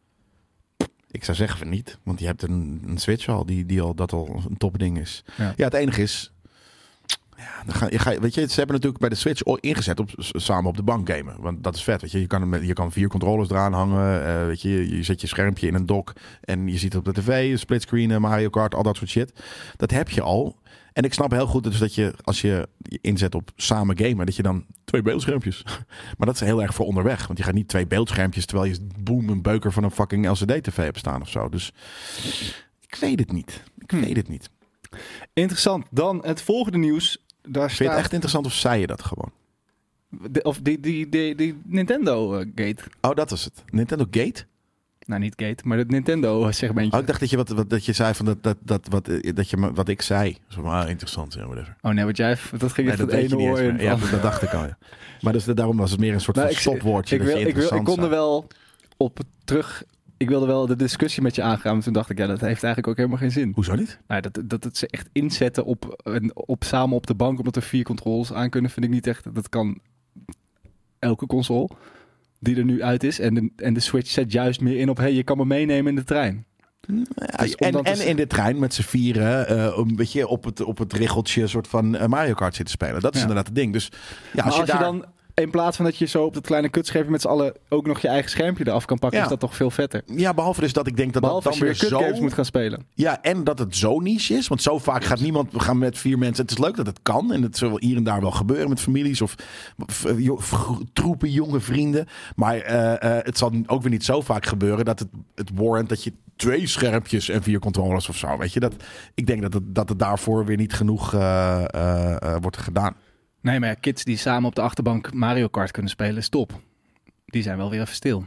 [SPEAKER 1] ik zou zeggen van niet. Want je hebt een, een Switch al, die, die al dat al een topding is. Ja, ja het enige is... Ja, dan ga, je ga, weet je, ze hebben natuurlijk bij de Switch ingezet op samen op de bank gamen. Want dat is vet, weet je. Je kan, je kan vier controllers eraan hangen. Uh, weet je, je, je zet je schermpje in een dock en je ziet het op de tv, splitscreen, Mario Kart, al dat soort shit. Dat heb je al. En ik snap heel goed dus dat je, als je je inzet op samen gamen, dat je dan twee beeldschermpjes. Maar dat is heel erg voor onderweg. Want je gaat niet twee beeldschermpjes terwijl je boem een beuker van een fucking L C D-tv hebt staan of zo. Dus ik weet het niet. Ik weet het niet.
[SPEAKER 2] Interessant. Dan het volgende nieuws. Daar
[SPEAKER 1] Vind je
[SPEAKER 2] staat...
[SPEAKER 1] het echt interessant of zei je dat gewoon?
[SPEAKER 2] De, of die, die, die, die Nintendo uh, Gate.
[SPEAKER 1] Oh, dat was het. Nintendo Gate?
[SPEAKER 2] Nou, niet Gate, maar het Nintendo segmentje.
[SPEAKER 1] Oh, ik dacht dat je wat, wat dat je zei van dat dat dat wat dat je wat ik zei. Zo van, ah, interessant, ja, whatever.
[SPEAKER 2] Oh nee, wat jij dat ging
[SPEAKER 1] nee,
[SPEAKER 2] echt
[SPEAKER 1] dat
[SPEAKER 2] het ene oor in.
[SPEAKER 1] Ja, dat, dat dacht ik al. Ja. Maar dus daarom was het meer een soort nou, van stopwoordje.
[SPEAKER 2] Ik,
[SPEAKER 1] dat
[SPEAKER 2] wil,
[SPEAKER 1] je
[SPEAKER 2] ik, wil, ik kon
[SPEAKER 1] zou.
[SPEAKER 2] er wel op terug. Ik wilde wel de discussie met je aangaan. Maar toen dacht ik, ja, dat heeft eigenlijk ook helemaal geen zin.
[SPEAKER 1] Hoezo niet?
[SPEAKER 2] Nou, dat, dat het ze echt inzetten op, op samen op de bank, omdat er vier controls aan kunnen, vind ik niet echt. Dat kan elke console die er nu uit is. En de, en de Switch zet juist meer in op, hey, je kan me meenemen in de trein.
[SPEAKER 1] Ja,
[SPEAKER 2] Dus om
[SPEAKER 1] en,
[SPEAKER 2] dan te
[SPEAKER 1] en
[SPEAKER 2] z-
[SPEAKER 1] in de trein met z'n vieren uh, een beetje op het, op het richeltje soort van uh, Mario Kart zitten spelen. Dat is
[SPEAKER 2] Ja.
[SPEAKER 1] inderdaad het ding. Dus ja,
[SPEAKER 2] Maar
[SPEAKER 1] als je, daar...
[SPEAKER 2] dan, in plaats van dat je zo op dat kleine kutschermpje met z'n allen ook nog je eigen schermpje eraf kan pakken,
[SPEAKER 1] Ja.
[SPEAKER 2] is dat toch veel vetter.
[SPEAKER 1] Ja, behalve dus dat ik denk dat
[SPEAKER 2] Behalve
[SPEAKER 1] dat
[SPEAKER 2] als
[SPEAKER 1] dan
[SPEAKER 2] je weer
[SPEAKER 1] weer
[SPEAKER 2] kutgames
[SPEAKER 1] zo...
[SPEAKER 2] moet gaan spelen.
[SPEAKER 1] Ja, en dat het zo niche is. Want zo vaak gaat niemand... We gaan met vier mensen... Het is leuk dat het kan. En het zal hier en daar wel gebeuren met families. Of, of, uh, of troepen jonge vrienden. Maar uh, uh, het zal ook weer niet zo vaak gebeuren... dat het, het warrant dat je twee schermpjes en vier controllers of zo... Weet je, dat, ik denk dat het, dat het daarvoor weer niet genoeg uh, uh, uh, wordt gedaan.
[SPEAKER 2] Nee, maar ja, kids die samen op de achterbank Mario Kart kunnen spelen, is top. Die zijn wel weer even stil.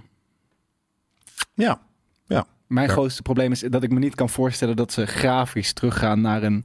[SPEAKER 1] Ja, ja.
[SPEAKER 2] Mijn
[SPEAKER 1] Ja.
[SPEAKER 2] grootste probleem is dat ik me niet kan voorstellen dat ze grafisch teruggaan naar een,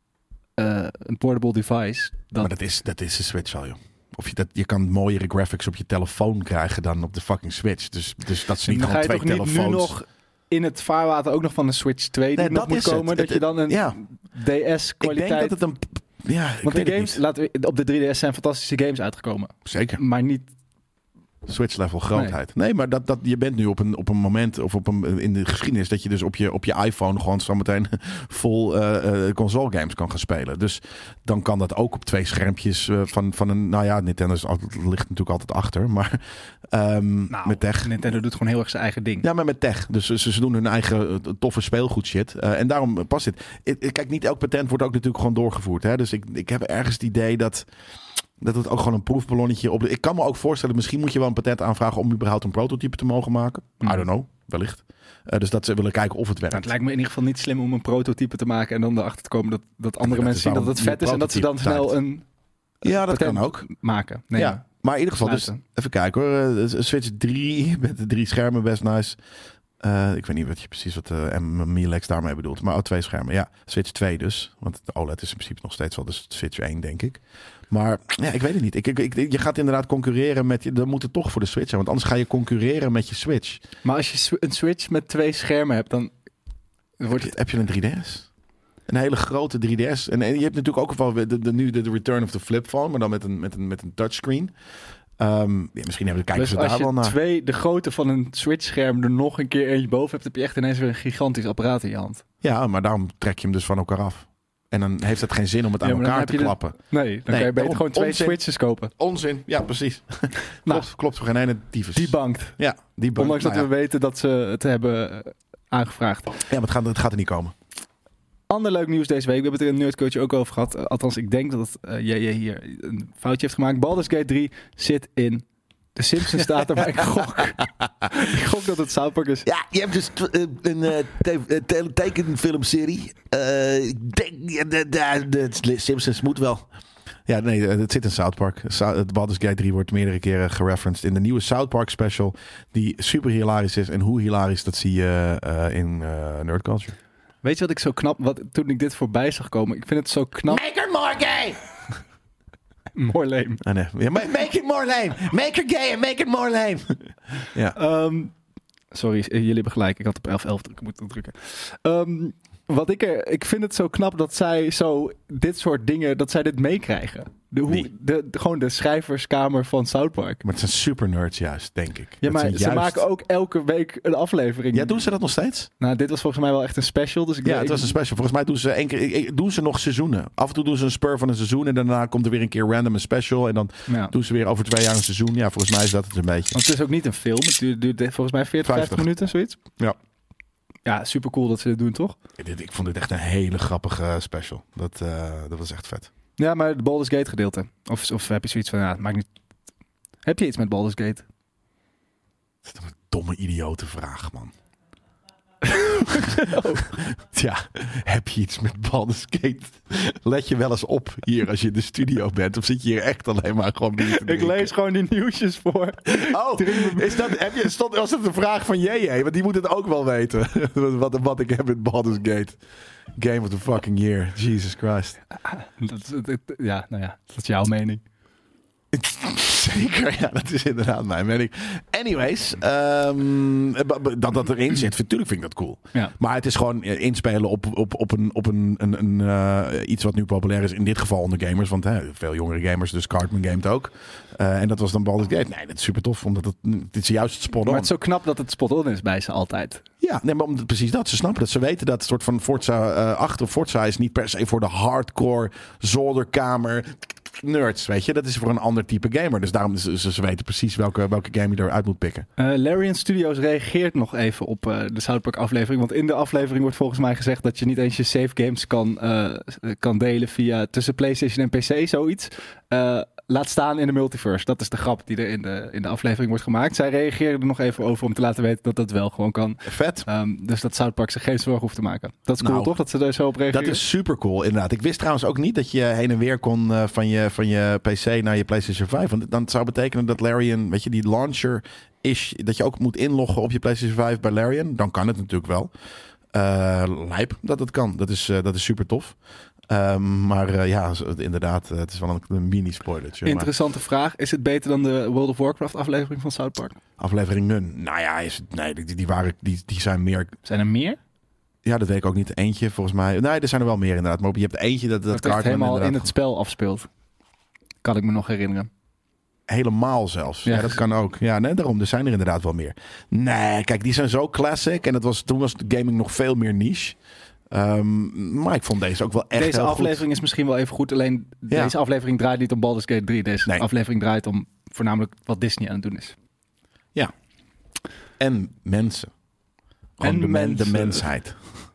[SPEAKER 2] uh, een portable device. Dat...
[SPEAKER 1] Maar dat is, dat is de Switch al, joh. Of je, dat, je kan mooiere graphics op je telefoon krijgen dan op de fucking Switch. Dus, dus dat is niet
[SPEAKER 2] dan
[SPEAKER 1] gewoon
[SPEAKER 2] ga je
[SPEAKER 1] twee
[SPEAKER 2] toch
[SPEAKER 1] telefoons.
[SPEAKER 2] niet nu nog in het vaarwater ook nog van de Switch twee die
[SPEAKER 1] Nee,
[SPEAKER 2] nog
[SPEAKER 1] dat
[SPEAKER 2] moet
[SPEAKER 1] is het.
[SPEAKER 2] komen.
[SPEAKER 1] Het-
[SPEAKER 2] Dat je
[SPEAKER 1] het-
[SPEAKER 2] dan een
[SPEAKER 1] ja.
[SPEAKER 2] D S-kwaliteit...
[SPEAKER 1] Ik denk dat het een... Ja, ik
[SPEAKER 2] Want
[SPEAKER 1] weet
[SPEAKER 2] de
[SPEAKER 1] het
[SPEAKER 2] games,
[SPEAKER 1] niet.
[SPEAKER 2] laten we, op de drie D S zijn fantastische games uitgekomen.
[SPEAKER 1] Zeker.
[SPEAKER 2] Maar niet...
[SPEAKER 1] Switch-level grootheid. Nee, nee maar dat, dat, je bent nu op een, op een moment... of op een, in de geschiedenis... dat je dus op je, op je iPhone... gewoon zometeen vol uh, uh, console games kan gaan spelen. Dus dan kan dat ook op twee schermpjes... Uh, van, van een... Nou ja, Nintendo is altijd, ligt natuurlijk altijd achter. Maar um,
[SPEAKER 2] Nou,
[SPEAKER 1] met tech...
[SPEAKER 2] Nintendo doet gewoon heel erg zijn eigen ding.
[SPEAKER 1] Ja, maar met tech. Dus ze, ze doen hun eigen uh, toffe speelgoed shit. Uh, en daarom past dit. Ik, ik- kijk, niet elk patent wordt ook natuurlijk gewoon doorgevoerd. Hè? Dus ik, ik heb ergens het idee dat... Dat het ook gewoon een proefballonnetje op de... Ik kan me ook voorstellen, misschien moet je wel een patent aanvragen om überhaupt een prototype te mogen maken.
[SPEAKER 2] Hmm.
[SPEAKER 1] I don't know, wellicht. Uh, dus dat ze willen kijken of het werkt.
[SPEAKER 2] Nou, het lijkt me in ieder geval niet slim om een prototype te maken en dan erachter te komen dat, dat andere
[SPEAKER 1] dat
[SPEAKER 2] mensen
[SPEAKER 1] is
[SPEAKER 2] zien dat het
[SPEAKER 1] waarom
[SPEAKER 2] vet is en dat ze dan
[SPEAKER 1] prototype
[SPEAKER 2] snel een
[SPEAKER 1] Ja, dat
[SPEAKER 2] patent
[SPEAKER 1] kan ook.
[SPEAKER 2] maken. Nee,
[SPEAKER 1] Ja, maar in ieder geval, dus
[SPEAKER 2] Sluiten.
[SPEAKER 1] even kijken hoor. Uh, Switch drie met de drie schermen, best nice. Uh, ik weet niet wat je precies wat uh, M Milex daarmee bedoelt. Maar oh, twee schermen. Ja, Switch twee dus. Want de O L E D is in principe nog steeds wel de Switch één, denk ik. Maar ja, ik weet het niet. Ik, ik, ik, je gaat inderdaad concurreren met je. Dan moet het toch voor de Switch zijn. Want anders ga je concurreren met je Switch.
[SPEAKER 2] Maar als je sw- een Switch met twee schermen hebt, dan wordt het...
[SPEAKER 1] Heb je een drie D S? Een hele grote drie D S. En, en je hebt natuurlijk ook wel de, de, de, nu de, de Return of the Flip Phone. Maar dan met een, met een, met een touchscreen. Um, ja, misschien hebben de kijkers
[SPEAKER 2] Dus
[SPEAKER 1] er
[SPEAKER 2] als
[SPEAKER 1] daar wel
[SPEAKER 2] je
[SPEAKER 1] naar.
[SPEAKER 2] twee, de grootte van een Switch-scherm er nog een keer eentje boven hebt, heb je echt ineens weer een gigantisch apparaat in je hand.
[SPEAKER 1] Ja, maar daarom trek je hem dus van elkaar af. En dan heeft het geen zin om het aan
[SPEAKER 2] Ja, maar dan
[SPEAKER 1] elkaar
[SPEAKER 2] heb
[SPEAKER 1] te
[SPEAKER 2] je de-
[SPEAKER 1] klappen.
[SPEAKER 2] Nee, dan
[SPEAKER 1] Nee,
[SPEAKER 2] kan je beter
[SPEAKER 1] daarom.
[SPEAKER 2] gewoon twee
[SPEAKER 1] Onzin.
[SPEAKER 2] Switches kopen.
[SPEAKER 1] Onzin. Ja, precies.
[SPEAKER 2] Nou.
[SPEAKER 1] klopt, klopt voor geen ene tyfus.
[SPEAKER 2] Die bankt.
[SPEAKER 1] Ja, die bank.
[SPEAKER 2] Ondanks dat
[SPEAKER 1] Nou
[SPEAKER 2] we weten dat ze het hebben eh, aangevraagd.
[SPEAKER 1] ja. ja, maar het gaat, het gaat er niet komen.
[SPEAKER 2] Ander leuk nieuws deze week. We hebben het er in Nerdcoach ook over gehad. Uh, althans, ik denk dat uh, jij hier een foutje heeft gemaakt. Baldur's Gate drie zit in The Simpsons staat er, maar ik gok. ik gok dat het South Park is.
[SPEAKER 1] Ja, je hebt dus t- uh, een uh, te- uh, te- tekenfilmserie. Uh, ik denk, ja, de, de, de Simpsons moet wel. Ja, nee, het zit in South Park. Sa- Het Baldur's Gate drie wordt meerdere keren gereferenced in de nieuwe South Park special. Die super hilarisch is. En hoe hilarisch, dat zie je uh, in uh, Nerd Culture.
[SPEAKER 2] Weet je wat ik zo knap... Wat, toen ik dit voorbij zag komen... Ik vind het zo knap...
[SPEAKER 1] Make her more gay!
[SPEAKER 2] More lame.
[SPEAKER 1] Ah, nee. Ja, ma- make it more lame! Make her gay and make it more lame! ja.
[SPEAKER 2] Um, sorry, jullie hebben gelijk. Ik had op elf elf druk moeten drukken. Um, wat ik er... Ik vind het zo knap dat zij zo... Dit soort dingen... Dat zij dit meekrijgen. De, hoe,
[SPEAKER 1] Wie?
[SPEAKER 2] de, de, gewoon de schrijverskamer van South Park.
[SPEAKER 1] Maar het zijn super nerds juist, denk ik.
[SPEAKER 2] Ja,
[SPEAKER 1] Dat
[SPEAKER 2] maar
[SPEAKER 1] zijn
[SPEAKER 2] ze
[SPEAKER 1] juist-
[SPEAKER 2] maken ook elke week een aflevering.
[SPEAKER 1] Ja, doen ze dat nog steeds?
[SPEAKER 2] Nou, dit was volgens mij wel echt een special. Dus ik
[SPEAKER 1] Ja,
[SPEAKER 2] ik-
[SPEAKER 1] het was een special. Volgens mij doen ze één keer, doen ze nog seizoenen. Af en toe doen ze een spur van een seizoen en daarna komt er weer een keer random een special en dan
[SPEAKER 2] Ja.
[SPEAKER 1] doen ze weer over twee jaar een seizoen. Ja, volgens mij is dat het een beetje.
[SPEAKER 2] Want het is ook niet een film. Het duurt, duurt volgens mij veertig, vijftig
[SPEAKER 1] vijftig
[SPEAKER 2] minuten, zoiets.
[SPEAKER 1] Ja.
[SPEAKER 2] Ja, super cool dat ze dit doen, toch?
[SPEAKER 1] Dit, ik vond dit echt een hele grappige special. Dat, uh, dat was echt vet.
[SPEAKER 2] Ja, maar de Baldur's Gate gedeelte. Of, of heb je zoiets van, ja, het maakt niet... Heb je iets met Baldur's Gate?
[SPEAKER 1] Dat is een domme idiote vraag, man. oh. Ja, heb je iets met Baldur's Gate? Let je wel eens op hier als je in de studio bent? Of zit je hier echt alleen maar gewoon bier te
[SPEAKER 2] Ik
[SPEAKER 1] drinken?
[SPEAKER 2] lees gewoon die nieuwsjes voor.
[SPEAKER 1] Oh, is dat, heb je, stond, was het een vraag van J J? Want die moet het ook wel weten. wat, wat ik heb met Baldur's Gate. Game of the fucking year. Jesus Christ.
[SPEAKER 2] Dat, is- dat- ja, nou ja, dat is jouw mening.
[SPEAKER 1] Zeker, ja, dat is inderdaad mijn mening. Anyways, um, dat dat erin zit, natuurlijk vind ik dat cool.
[SPEAKER 2] Ja.
[SPEAKER 1] Maar het is gewoon inspelen op, op, op, een, op een, een, een, uh, iets wat nu populair is. In dit geval onder gamers, want hè, veel jongere gamers, dus Cartman gamet ook. Uh, en dat was dan Baldur's Gate. Nee, dat is super tof, omdat het, het is juist het spot on.
[SPEAKER 2] Maar het is zo knap dat het spot on is bij ze altijd.
[SPEAKER 1] Ja, nee, maar omdat, precies dat. Ze snappen dat. Ze weten dat het soort van Forza uh, achter Forza is niet per se voor de hardcore zolderkamer nerds, weet je. Dat is voor een ander type gamer. Dus daarom ze, ze weten precies welke, welke game je eruit moet pikken.
[SPEAKER 2] Uh, Larian Studios reageert nog even op uh, de South Park aflevering. Want in de aflevering wordt volgens mij gezegd dat je niet eens je save games kan, uh, kan delen via tussen PlayStation en P C, zoiets. Uh, Laat staan in de multiverse. Dat is de grap die er in de, in de aflevering wordt gemaakt. Zij reageerden er nog even over om te laten weten dat dat wel gewoon kan.
[SPEAKER 1] Vet.
[SPEAKER 2] Um, dus dat South Park zich geen zorgen hoeft te maken. Dat is cool,
[SPEAKER 1] nou,
[SPEAKER 2] toch? Dat ze er zo op reageren.
[SPEAKER 1] Dat is super cool, inderdaad. Ik wist trouwens ook niet dat je heen en weer kon uh, van, je, van je P C naar je PlayStation vijf. Want dan zou betekenen dat Larian, weet je, die launcher is, dat je ook moet inloggen op je PlayStation vijf bij Larian. Dan kan het natuurlijk wel. Uh, lijp dat het kan. Dat is, uh, dat is super tof. Um, maar uh, ja, inderdaad, het is wel een, een mini-spoilertje.
[SPEAKER 2] Interessante maar. vraag. Is het beter dan de World of Warcraft aflevering van South Park?
[SPEAKER 1] Afleveringen? Nou ja, is het, nee, die, die, waren, die, die zijn meer...
[SPEAKER 2] Zijn er meer?
[SPEAKER 1] Ja, dat weet ik ook niet. Eentje volgens mij. Nee, er zijn er wel meer inderdaad. Maar je hebt eentje dat... Dat,
[SPEAKER 2] dat echt helemaal in het spel afspeelt. Kan ik me nog herinneren.
[SPEAKER 1] Helemaal zelfs. Ja, ja, dat kan ook. Ja, nee, daarom. Er zijn er inderdaad wel meer. Nee, kijk, die zijn zo classic. En dat was, toen was de gaming nog veel meer niche. Um, maar ik vond deze ook wel echt
[SPEAKER 2] Deze
[SPEAKER 1] heel
[SPEAKER 2] aflevering
[SPEAKER 1] goed.
[SPEAKER 2] is misschien wel even goed. Alleen
[SPEAKER 1] ja.
[SPEAKER 2] deze aflevering draait niet om Baldur's Gate drie. Deze
[SPEAKER 1] nee.
[SPEAKER 2] aflevering draait om voornamelijk wat Disney aan het doen is.
[SPEAKER 1] Ja. En mensen. Gewoon
[SPEAKER 2] en
[SPEAKER 1] de, men,
[SPEAKER 2] mensen.
[SPEAKER 1] de mensheid.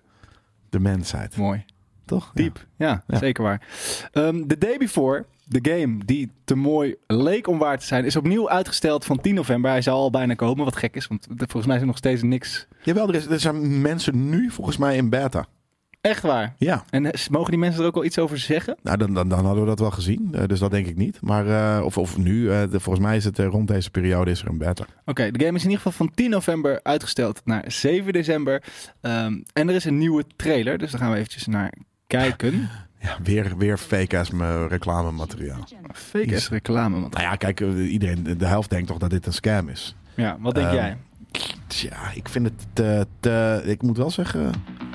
[SPEAKER 1] De mensheid.
[SPEAKER 2] Mooi.
[SPEAKER 1] Toch?
[SPEAKER 2] Diep. Ja, ja,
[SPEAKER 1] ja.
[SPEAKER 2] zeker waar. Um, The Day Before, de game die te mooi leek om waar te zijn, is opnieuw uitgesteld van tien november. Hij zou al bijna komen, wat gek is, want volgens mij is er nog steeds niks.
[SPEAKER 1] Jawel, er, is, er zijn mensen nu volgens mij in beta.
[SPEAKER 2] Echt waar?
[SPEAKER 1] Ja.
[SPEAKER 2] En mogen die mensen er ook al iets over zeggen?
[SPEAKER 1] Nou, dan, dan, dan hadden we dat wel gezien. Uh, dus dat denk ik niet. Maar, uh, of, of nu, uh, de, volgens mij is het uh, rond deze periode is er een beta.
[SPEAKER 2] Oké, okay, de game is in ieder geval van tien november uitgesteld naar zeven december. Um, en er is een nieuwe trailer, dus daar gaan we eventjes naar kijken.
[SPEAKER 1] Ja, weer, weer fake-ass reclamemateriaal.
[SPEAKER 2] Fake-ass reclamemateriaal.
[SPEAKER 1] Nou ja, kijk, uh, iedereen, de helft denkt toch dat dit een scam is.
[SPEAKER 2] Ja, wat denk um, jij?
[SPEAKER 1] Tja, ik vind het te, te... Ik moet wel zeggen...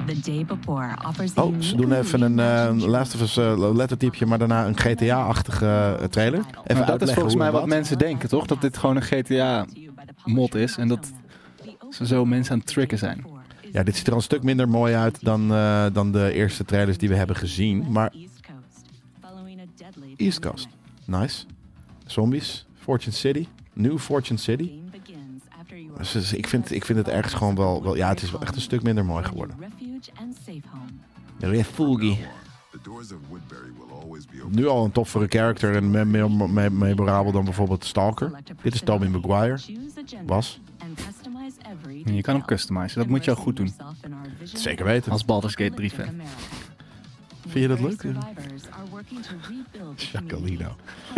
[SPEAKER 1] Oh, ze doen even een uh, Last of Us uh, lettertypje, maar daarna een G T A-achtige uh, trailer. Even
[SPEAKER 2] maar dat is volgens mij wat mensen denken, toch? Dat dit gewoon een G T A-mod is en dat ze zo mensen aan het tricken zijn.
[SPEAKER 1] Ja, dit ziet er al een stuk minder mooi uit dan, uh, dan de eerste trailers die we hebben gezien. Maar... East Coast. Nice. Zombies. Fortune City. New Fortune City. Dus ik vind, ik vind het ergens gewoon wel, wel... Ja, het is wel echt een stuk minder mooi geworden. Refugi. Nu al een toffere character en meer me, me, me, memorabel dan bijvoorbeeld Stalker. Dit is Tobey Maguire. Was.
[SPEAKER 2] Je kan hem customizen. Dat moet je ook goed doen.
[SPEAKER 1] Zeker weten.
[SPEAKER 2] Als Baldur's Gate drie fan.
[SPEAKER 1] Vind je dat leuk? Chacolino.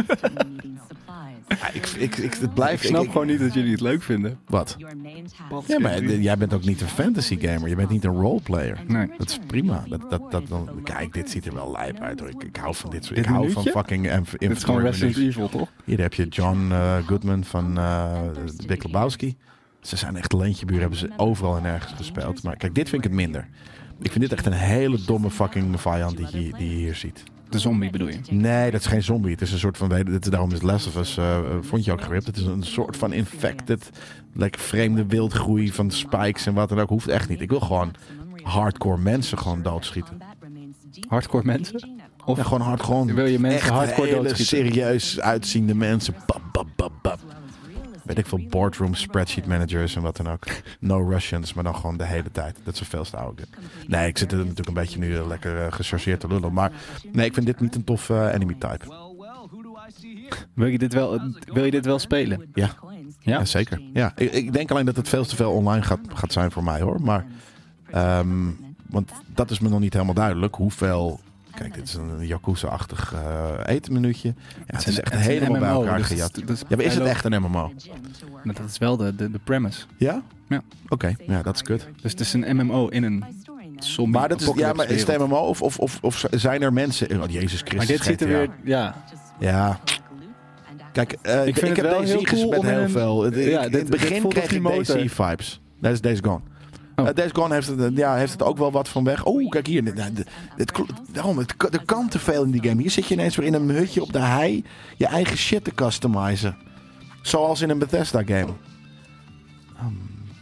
[SPEAKER 1] Ja, ik, ik, ik, het blijft,
[SPEAKER 2] ik snap
[SPEAKER 1] ik,
[SPEAKER 2] gewoon niet dat jullie het leuk vinden.
[SPEAKER 1] Wat? Ja, maar jij bent ook niet een fantasy gamer. Je bent niet een roleplayer.
[SPEAKER 2] Nee.
[SPEAKER 1] Dat is prima. Dat, dat, dat, dan, kijk, dit ziet er wel lijp uit hoor. Ik, ik hou van dit soort.
[SPEAKER 2] Dit
[SPEAKER 1] ik hou
[SPEAKER 2] minuutje?
[SPEAKER 1] van fucking... Inf-
[SPEAKER 2] dit is gewoon Resident Evil, toch?
[SPEAKER 1] Hier heb je John uh, Goodman van uh, Big Lebowski. Ze zijn echt leentjeburen. Hebben ze overal en ergens gespeeld. Maar kijk, dit vind ik het minder. Ik vind dit echt een hele domme fucking vijand die je, die je hier ziet.
[SPEAKER 2] De zombie bedoel je?
[SPEAKER 1] Nee, dat is geen zombie. Het is een soort van... Dit is, daarom is Last of Us, uh, vond je ook geript. Het is een soort van infected, like, vreemde wildgroei van spikes en wat dan ook. Hoeft echt niet. Ik wil gewoon hardcore mensen gewoon doodschieten.
[SPEAKER 2] Hardcore mensen?
[SPEAKER 1] Of ja, gewoon hard, gewoon
[SPEAKER 2] wil je mensen
[SPEAKER 1] echt
[SPEAKER 2] hardcore
[SPEAKER 1] hele
[SPEAKER 2] doodschieten?
[SPEAKER 1] serieus uitziende mensen. Bap, bap, bap, bap. Weet ik veel, boardroom spreadsheet managers en wat dan ook. No Russians, maar dan gewoon de hele tijd. Dat is een veel te oude. Nee, ik zit er natuurlijk een beetje nu lekker uh, gechargeerd te lullen. Maar nee, ik vind dit niet een tof uh, enemy type.
[SPEAKER 2] Wil je dit wel, wil je dit wel spelen?
[SPEAKER 1] Ja,
[SPEAKER 2] ja?
[SPEAKER 1] ja zeker. Ja. Ik, ik denk alleen dat het veel te veel online gaat, gaat zijn voor mij hoor. Maar, um, want dat is me nog niet helemaal duidelijk. Hoeveel... Kijk, dit is een Yakuza-achtig uh, etenmenuutje. Ja, het, het is echt het helemaal bij elkaar dus gejat. Dus, dus ja, maar is het echt een M M O?
[SPEAKER 2] Dat is wel de, de, de premise.
[SPEAKER 1] Ja?
[SPEAKER 2] Ja.
[SPEAKER 1] Oké, okay. Ja, dat is kut.
[SPEAKER 2] Dus het is een M M O in een zombie.
[SPEAKER 1] Maar dat is, ja, maar is het M M O of, of, of, of zijn er mensen... Oh, Jezus Christus.
[SPEAKER 2] Maar dit ziet er weer... Ja.
[SPEAKER 1] Ja. Kijk, uh, ik,
[SPEAKER 2] vind
[SPEAKER 1] ik
[SPEAKER 2] het
[SPEAKER 1] heb
[SPEAKER 2] wel
[SPEAKER 1] Daisy
[SPEAKER 2] heel cool
[SPEAKER 1] gespeeld
[SPEAKER 2] om
[SPEAKER 1] met heel
[SPEAKER 2] in een-
[SPEAKER 1] veel. Het-
[SPEAKER 2] Ja,
[SPEAKER 1] in
[SPEAKER 2] dit-
[SPEAKER 1] het
[SPEAKER 2] dit
[SPEAKER 1] begin
[SPEAKER 2] voelt
[SPEAKER 1] kreeg
[SPEAKER 2] als
[SPEAKER 1] ik
[SPEAKER 2] die motor.
[SPEAKER 1] Daisy-vibes. Dat is Days Gone.
[SPEAKER 2] Oh.
[SPEAKER 1] Uh, Days Gone heeft het, ja, heeft het ook wel wat van weg. Oh, kijk hier. Het, het, het, daarom, het, er kan te veel in die game. Hier zit je ineens weer in een hutje op de hei je eigen shit te customizen. Zoals in een Bethesda game. Um,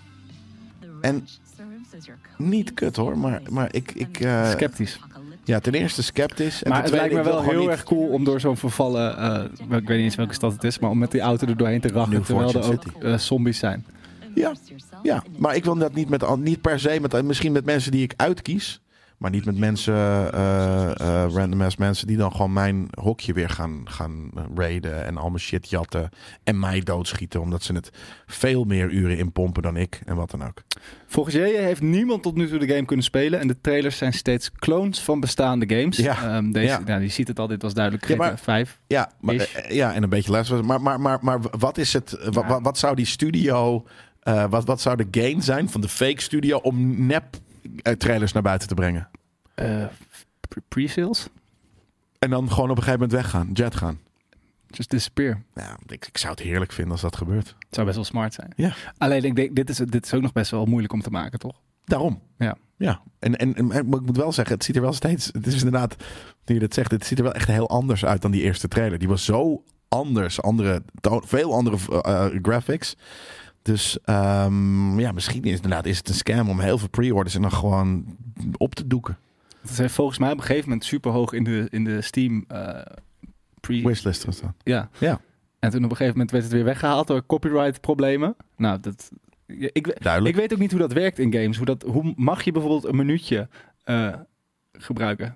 [SPEAKER 1] en niet kut hoor, maar, maar ik... ik uh,
[SPEAKER 2] Sceptisch.
[SPEAKER 1] Ja, ten eerste sceptisch. En
[SPEAKER 2] Maar
[SPEAKER 1] ten
[SPEAKER 2] het
[SPEAKER 1] tweede,
[SPEAKER 2] lijkt me
[SPEAKER 1] ik wil
[SPEAKER 2] wel
[SPEAKER 1] gewoon
[SPEAKER 2] heel
[SPEAKER 1] niet-
[SPEAKER 2] erg cool om door zo'n vervallen... Uh, ik weet niet eens welke stad het is, maar om met die auto er doorheen te rachen.
[SPEAKER 1] New
[SPEAKER 2] Terwijl er
[SPEAKER 1] Fortune
[SPEAKER 2] ook uh, zombies zijn.
[SPEAKER 1] Ja, ja, maar ik wil dat niet, met, niet per se met, misschien met mensen die ik uitkies. Maar niet met mensen, uh, uh, random ass mensen die dan gewoon mijn hokje weer gaan, gaan raiden en al mijn shit jatten en mij doodschieten. Omdat ze het veel meer uren inpompen dan ik en wat dan ook.
[SPEAKER 2] Volgens J J heeft niemand tot nu toe de game kunnen spelen. En de trailers zijn steeds clones van bestaande games.
[SPEAKER 1] Ja.
[SPEAKER 2] Um, deze,
[SPEAKER 1] Ja.
[SPEAKER 2] Nou, je ziet het al, dit was duidelijk
[SPEAKER 1] Ja,
[SPEAKER 2] G T A
[SPEAKER 1] maar-
[SPEAKER 2] vijf.
[SPEAKER 1] Ja, maar,
[SPEAKER 2] Ish.
[SPEAKER 1] uh, ja en een beetje les. Maar, maar, maar, maar wat is het? Wat, wat, wat zou die studio, uh, wat, wat zou de gain zijn van de fake studio om nep uh, trailers naar buiten te brengen?
[SPEAKER 2] Uh, pre- Pre-sales?
[SPEAKER 1] En dan gewoon op een gegeven moment weggaan, jet gaan.
[SPEAKER 2] Just disappear.
[SPEAKER 1] Ja, ik, ik zou het heerlijk vinden als dat gebeurt.
[SPEAKER 2] Het zou best wel smart zijn.
[SPEAKER 1] Ja.
[SPEAKER 2] Alleen, ik denk, dit is, dit is ook nog best wel moeilijk om te maken, toch?
[SPEAKER 1] Daarom.
[SPEAKER 2] Ja.
[SPEAKER 1] Ja. En, en, en maar ik moet wel zeggen, het ziet er wel steeds... Het is inderdaad, toen je dat zegt, het ziet er wel echt heel anders uit dan die eerste trailer. Die was zo anders. Andere, toon- veel andere uh, graphics. Dus um, ja, misschien is, inderdaad, is het een scam om heel veel pre-orders en dan gewoon op te doeken.
[SPEAKER 2] Het is volgens mij op een gegeven moment super hoog in de, in de Steam uh, pre...
[SPEAKER 1] Wishlist was dat.
[SPEAKER 2] Ja.
[SPEAKER 1] Ja.
[SPEAKER 2] En toen op een gegeven moment werd het weer weggehaald door copyright problemen. Nou, dat... Ik,
[SPEAKER 1] Duidelijk.
[SPEAKER 2] ik weet ook niet hoe dat werkt in games. Hoe, dat, hoe mag je bijvoorbeeld een minuutje uh, gebruiken?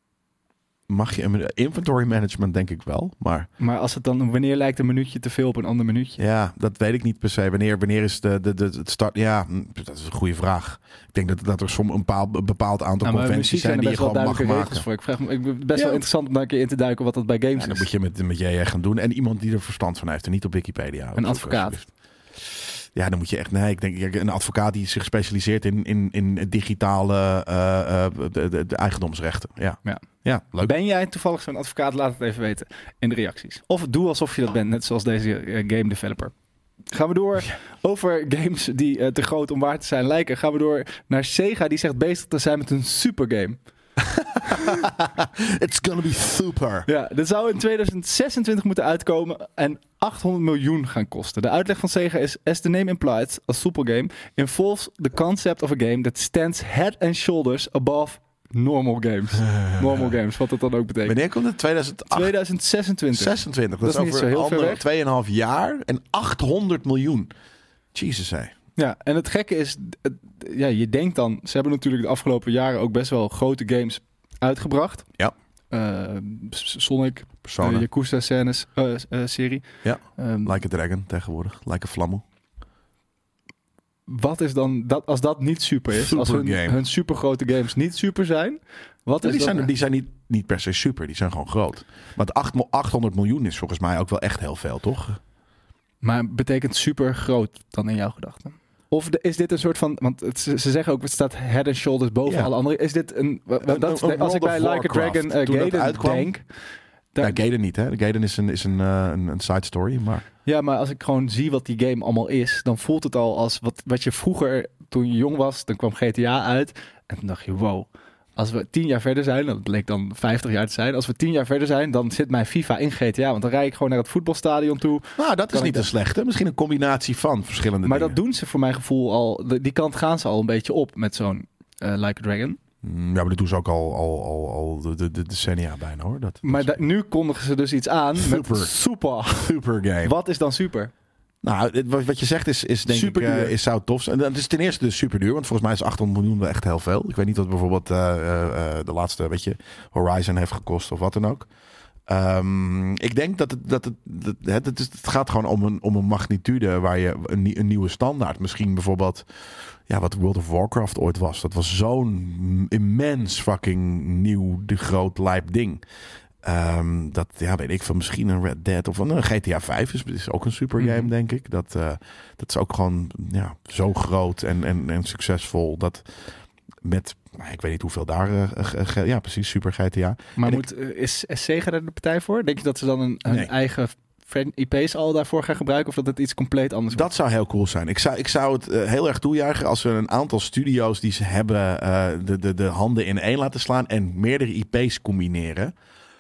[SPEAKER 1] Mag je een inventory management denk ik wel, maar...
[SPEAKER 2] Maar als het dan, wanneer lijkt een minuutje te veel op een ander minuutje?
[SPEAKER 1] Ja, dat weet ik niet per se. Wanneer, wanneer is de, de, de, het start... Ja, dat is een goede vraag. Ik denk dat, dat er soms een bepaald, een bepaald aantal
[SPEAKER 2] Nou, maar
[SPEAKER 1] conventies zijn die je gewoon mag maken.
[SPEAKER 2] Voor. Ik vraag me, ik ben best
[SPEAKER 1] Ja.
[SPEAKER 2] wel interessant om daar een keer in te duiken wat dat bij games
[SPEAKER 1] Ja, dan
[SPEAKER 2] is.
[SPEAKER 1] moet je met, met J J gaan doen. En iemand die er verstand van heeft en niet op Wikipedia.
[SPEAKER 2] Een
[SPEAKER 1] opzoeken,
[SPEAKER 2] advocaat.
[SPEAKER 1] alsjeblieft. Ja, dan moet je echt... Nee, ik denk een advocaat die zich specialiseert in, in, in digitale uh, uh, de, de, de eigendomsrechten. Ja,
[SPEAKER 2] Ja.
[SPEAKER 1] ja leuk.
[SPEAKER 2] Ben jij toevallig zo'n advocaat? Laat het even weten in de reacties. Of doe alsof je dat bent, net zoals deze uh, game developer. Gaan we door over games die uh, te groot om waar te zijn lijken. Gaan we door naar Sega, die zegt bezig te zijn met een supergame.
[SPEAKER 1] It's gonna be super.
[SPEAKER 2] Ja, dit zou in tweeduizend zesentwintig moeten uitkomen en achthonderd miljoen gaan kosten. De uitleg van Sega is, as the name implies, a super game involves the concept of a game that stands head and shoulders above normal games. Normal games, wat dat dan ook betekent.
[SPEAKER 1] Wanneer komt het? tweeduizend acht?
[SPEAKER 2] tweeduizend zesentwintig.
[SPEAKER 1] zesentwintig.
[SPEAKER 2] Dat is niet
[SPEAKER 1] over
[SPEAKER 2] zo heel ver
[SPEAKER 1] ander-
[SPEAKER 2] weg.
[SPEAKER 1] tweeënhalf jaar en achthonderd miljoen. Jesus, hé.
[SPEAKER 2] Ja, en het gekke is, het- ja, je denkt dan, ze hebben natuurlijk de afgelopen jaren ook best wel grote games uitgebracht.
[SPEAKER 1] Ja.
[SPEAKER 2] Uh, Sonic,
[SPEAKER 1] Persona.
[SPEAKER 2] uh, Yakuza scènes, uh, uh, serie.
[SPEAKER 1] Ja.
[SPEAKER 2] Um,
[SPEAKER 1] Like a Dragon tegenwoordig. Like a Flammo.
[SPEAKER 2] Wat is dan, dat, als dat niet super is, als hun,
[SPEAKER 1] Supergame.
[SPEAKER 2] hun supergrote games niet super zijn, wat is
[SPEAKER 1] Die
[SPEAKER 2] dan...
[SPEAKER 1] zijn, die zijn niet, niet per se super. Die zijn gewoon groot. Maar het acht- achthonderd miljoen is volgens mij ook wel echt heel veel, toch?
[SPEAKER 2] Maar betekent super groot dan in jouw gedachten? Of de, is dit een soort van, want het, ze ze zeggen ook, het staat head and shoulders boven
[SPEAKER 1] Ja.
[SPEAKER 2] alle andere. Is dit een, wa- wa-
[SPEAKER 1] Een-
[SPEAKER 2] dat,
[SPEAKER 1] een
[SPEAKER 2] als ik
[SPEAKER 1] World
[SPEAKER 2] bij
[SPEAKER 1] of
[SPEAKER 2] Like a
[SPEAKER 1] Warcraft,
[SPEAKER 2] Dragon uh,
[SPEAKER 1] toen dat
[SPEAKER 2] Gaiden
[SPEAKER 1] uitkwam.
[SPEAKER 2] denk... daar-
[SPEAKER 1] Ja, Gaiden niet, hè? Gaiden is een, is een, uh, een, een side story, maar...
[SPEAKER 2] Ja, maar als ik gewoon zie wat die game allemaal is, dan voelt het al als wat, wat je vroeger, toen je jong was, dan kwam G T A uit. En toen dacht je, wow, als we tien jaar verder zijn, dat bleek dan vijftig jaar te zijn. Als we tien jaar verder zijn, dan zit mijn FIFA in G T A. Want dan rijd ik gewoon naar het voetbalstadion toe.
[SPEAKER 1] Nou, dat is
[SPEAKER 2] Kan
[SPEAKER 1] niet
[SPEAKER 2] ik
[SPEAKER 1] te slecht, hè? Misschien een combinatie van verschillende
[SPEAKER 2] Maar
[SPEAKER 1] dingen.
[SPEAKER 2] dat doen ze voor mijn gevoel al, de- die kant gaan ze al een beetje op met zo'n uh, Like a Dragon.
[SPEAKER 1] Mm, Ja, maar dat doen ze ook al, al, al, al de, de, de decennia bijna, hoor. Dat,
[SPEAKER 2] Maar
[SPEAKER 1] dat
[SPEAKER 2] da- nu kondigen ze dus iets aan
[SPEAKER 1] Super.
[SPEAKER 2] met super.
[SPEAKER 1] super game.
[SPEAKER 2] Wat is dan super?
[SPEAKER 1] Nou, het- wat, wat je zegt is, is denk
[SPEAKER 2] Super
[SPEAKER 1] ik, uh,
[SPEAKER 2] duur.
[SPEAKER 1] is zou tof zijn. En het is ten eerste dus super duur, want volgens mij is achthonderd miljoen wel echt heel veel. Ik weet niet wat bijvoorbeeld uh, uh, uh, de laatste, weet je, Horizon heeft gekost of wat dan ook. Um, ik denk dat het, dat het, dat het, het, is, het gaat gewoon om een, om een magnitude waar je een, nie- een nieuwe standaard. Misschien bijvoorbeeld, ja, wat World of Warcraft ooit was. Dat was zo'n immens fucking nieuw, de groot lijp ding. Um, dat, ja, weet ik van misschien een Red Dead of een G T A vijf is, is ook een super game,
[SPEAKER 2] Mhm.
[SPEAKER 1] denk ik. Dat, uh, dat is ook gewoon ja, zo groot en, en, en succesvol. Dat met, nou, ik weet niet hoeveel daar, uh, uh, ja precies, super G T A.
[SPEAKER 2] Maar
[SPEAKER 1] En
[SPEAKER 2] moet, uh, is, is Sega er de partij voor? Denk je dat ze dan een, een
[SPEAKER 1] Nee.
[SPEAKER 2] eigen I P's al daarvoor gaan gebruiken of dat het iets compleet anders
[SPEAKER 1] Dat zou heel cool zijn. Ik zou, ik zou het uh, heel erg toejuichen als we een aantal studio's die ze hebben uh, de, de, de handen in één laten slaan en meerdere I P's combineren.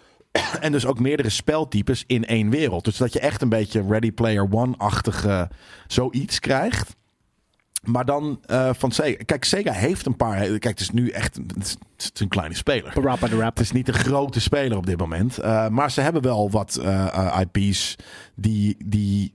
[SPEAKER 1] En dus ook meerdere speltypes in één wereld. Dus dat je echt een beetje Ready Player One-achtige zoiets krijgt. Maar dan uh, van Sega. Kijk, Sega heeft een paar. Kijk, het is nu echt. Het is, het is een kleine speler.
[SPEAKER 2] Parappa de rap.
[SPEAKER 1] Het is niet een grote speler op dit moment. Uh, maar ze hebben wel wat uh, uh, I P's die, die,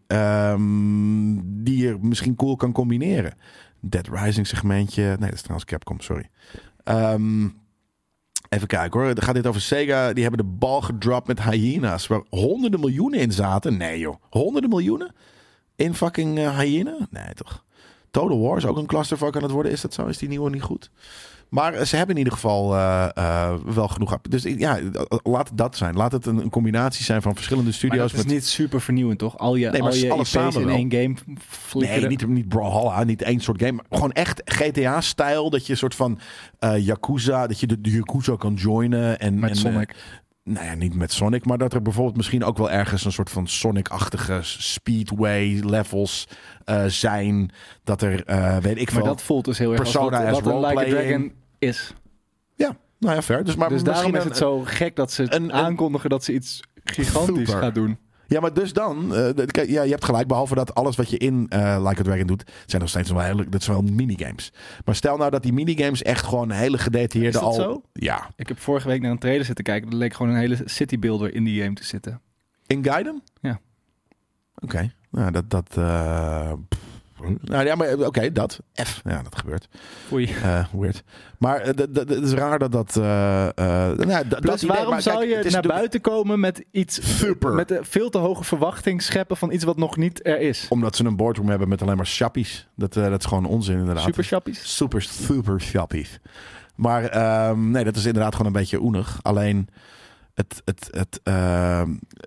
[SPEAKER 1] um, die je misschien cool kan combineren. Dead Rising segmentje. Nee, dat is trouwens Capcom, sorry. Um, even kijken hoor. Dan gaat dit over Sega. Die hebben de bal gedropt met Hyena's. Waar honderden miljoenen in zaten. Nee joh. Honderden miljoenen? In fucking uh, Hyena? Nee toch. Total War is ook een clusterfuck aan het worden. Is dat zo? Is die nieuwe niet goed? Maar ze hebben in ieder geval uh, uh, wel genoeg. Dus ja, laat het dat zijn. Laat het een, een combinatie zijn van verschillende studio's.
[SPEAKER 2] Maar dat is
[SPEAKER 1] met...
[SPEAKER 2] niet super vernieuwend, toch? Al je,
[SPEAKER 1] nee,
[SPEAKER 2] al je
[SPEAKER 1] alles
[SPEAKER 2] I P's in
[SPEAKER 1] wel.
[SPEAKER 2] één game flikkeren.
[SPEAKER 1] Nee, niet, niet Brawlhalla, niet één soort game. Maar gewoon echt G T A-stijl. Dat je een soort van uh, Yakuza, dat je de, de Yakuza kan joinen. En,
[SPEAKER 2] met
[SPEAKER 1] en,
[SPEAKER 2] Sonic.
[SPEAKER 1] Uh, nou ja, niet met Sonic, maar dat er bijvoorbeeld misschien ook wel ergens een soort van Sonic-achtige speedway levels uh, zijn. Dat er, uh, weet ik veel...
[SPEAKER 2] Maar dat voelt dus heel erg
[SPEAKER 1] Persona
[SPEAKER 2] als wat, wat een Like a Dragon is.
[SPEAKER 1] Ja, nou ja, fair. Dus, maar
[SPEAKER 2] dus daarom is
[SPEAKER 1] een,
[SPEAKER 2] het zo gek dat ze een, een, aankondigen dat ze iets gigantisch
[SPEAKER 1] super.
[SPEAKER 2] gaan doen.
[SPEAKER 1] Ja, maar dus dan... Uh, kijk, ja, je hebt gelijk. Behalve dat alles wat je in uh, Like a Dragon doet... zijn nog steeds wel hele... Dat zijn wel minigames. Maar stel nou dat die minigames echt gewoon een hele gedetailleerde...
[SPEAKER 2] Is dat
[SPEAKER 1] al...
[SPEAKER 2] zo?
[SPEAKER 1] Ja.
[SPEAKER 2] Ik heb vorige week naar een trailer zitten kijken. Er leek gewoon een hele citybuilder in die game te zitten.
[SPEAKER 1] In Gaiden?
[SPEAKER 2] Ja.
[SPEAKER 1] Oké. Okay. Nou, dat... dat uh, nou ja, maar oké, okay, dat. F. Ja, dat gebeurt.
[SPEAKER 2] Oei.
[SPEAKER 1] Uh, weird. Maar uh, het is raar dat dat... Uh, uh, nou,
[SPEAKER 2] Plus,
[SPEAKER 1] dat
[SPEAKER 2] waarom
[SPEAKER 1] maar,
[SPEAKER 2] zou
[SPEAKER 1] kijk,
[SPEAKER 2] je naar
[SPEAKER 1] de...
[SPEAKER 2] buiten komen met iets...
[SPEAKER 1] Super.
[SPEAKER 2] Met een veel te hoge verwachting scheppen van iets wat nog niet er is?
[SPEAKER 1] Omdat ze een boardroom hebben met alleen maar shappies. Dat, uh, dat is gewoon onzin inderdaad.
[SPEAKER 2] Super shappies?
[SPEAKER 1] Super, super shappies. Maar um, nee, dat is inderdaad gewoon een beetje oenig. Alleen... Het, het, het, uh,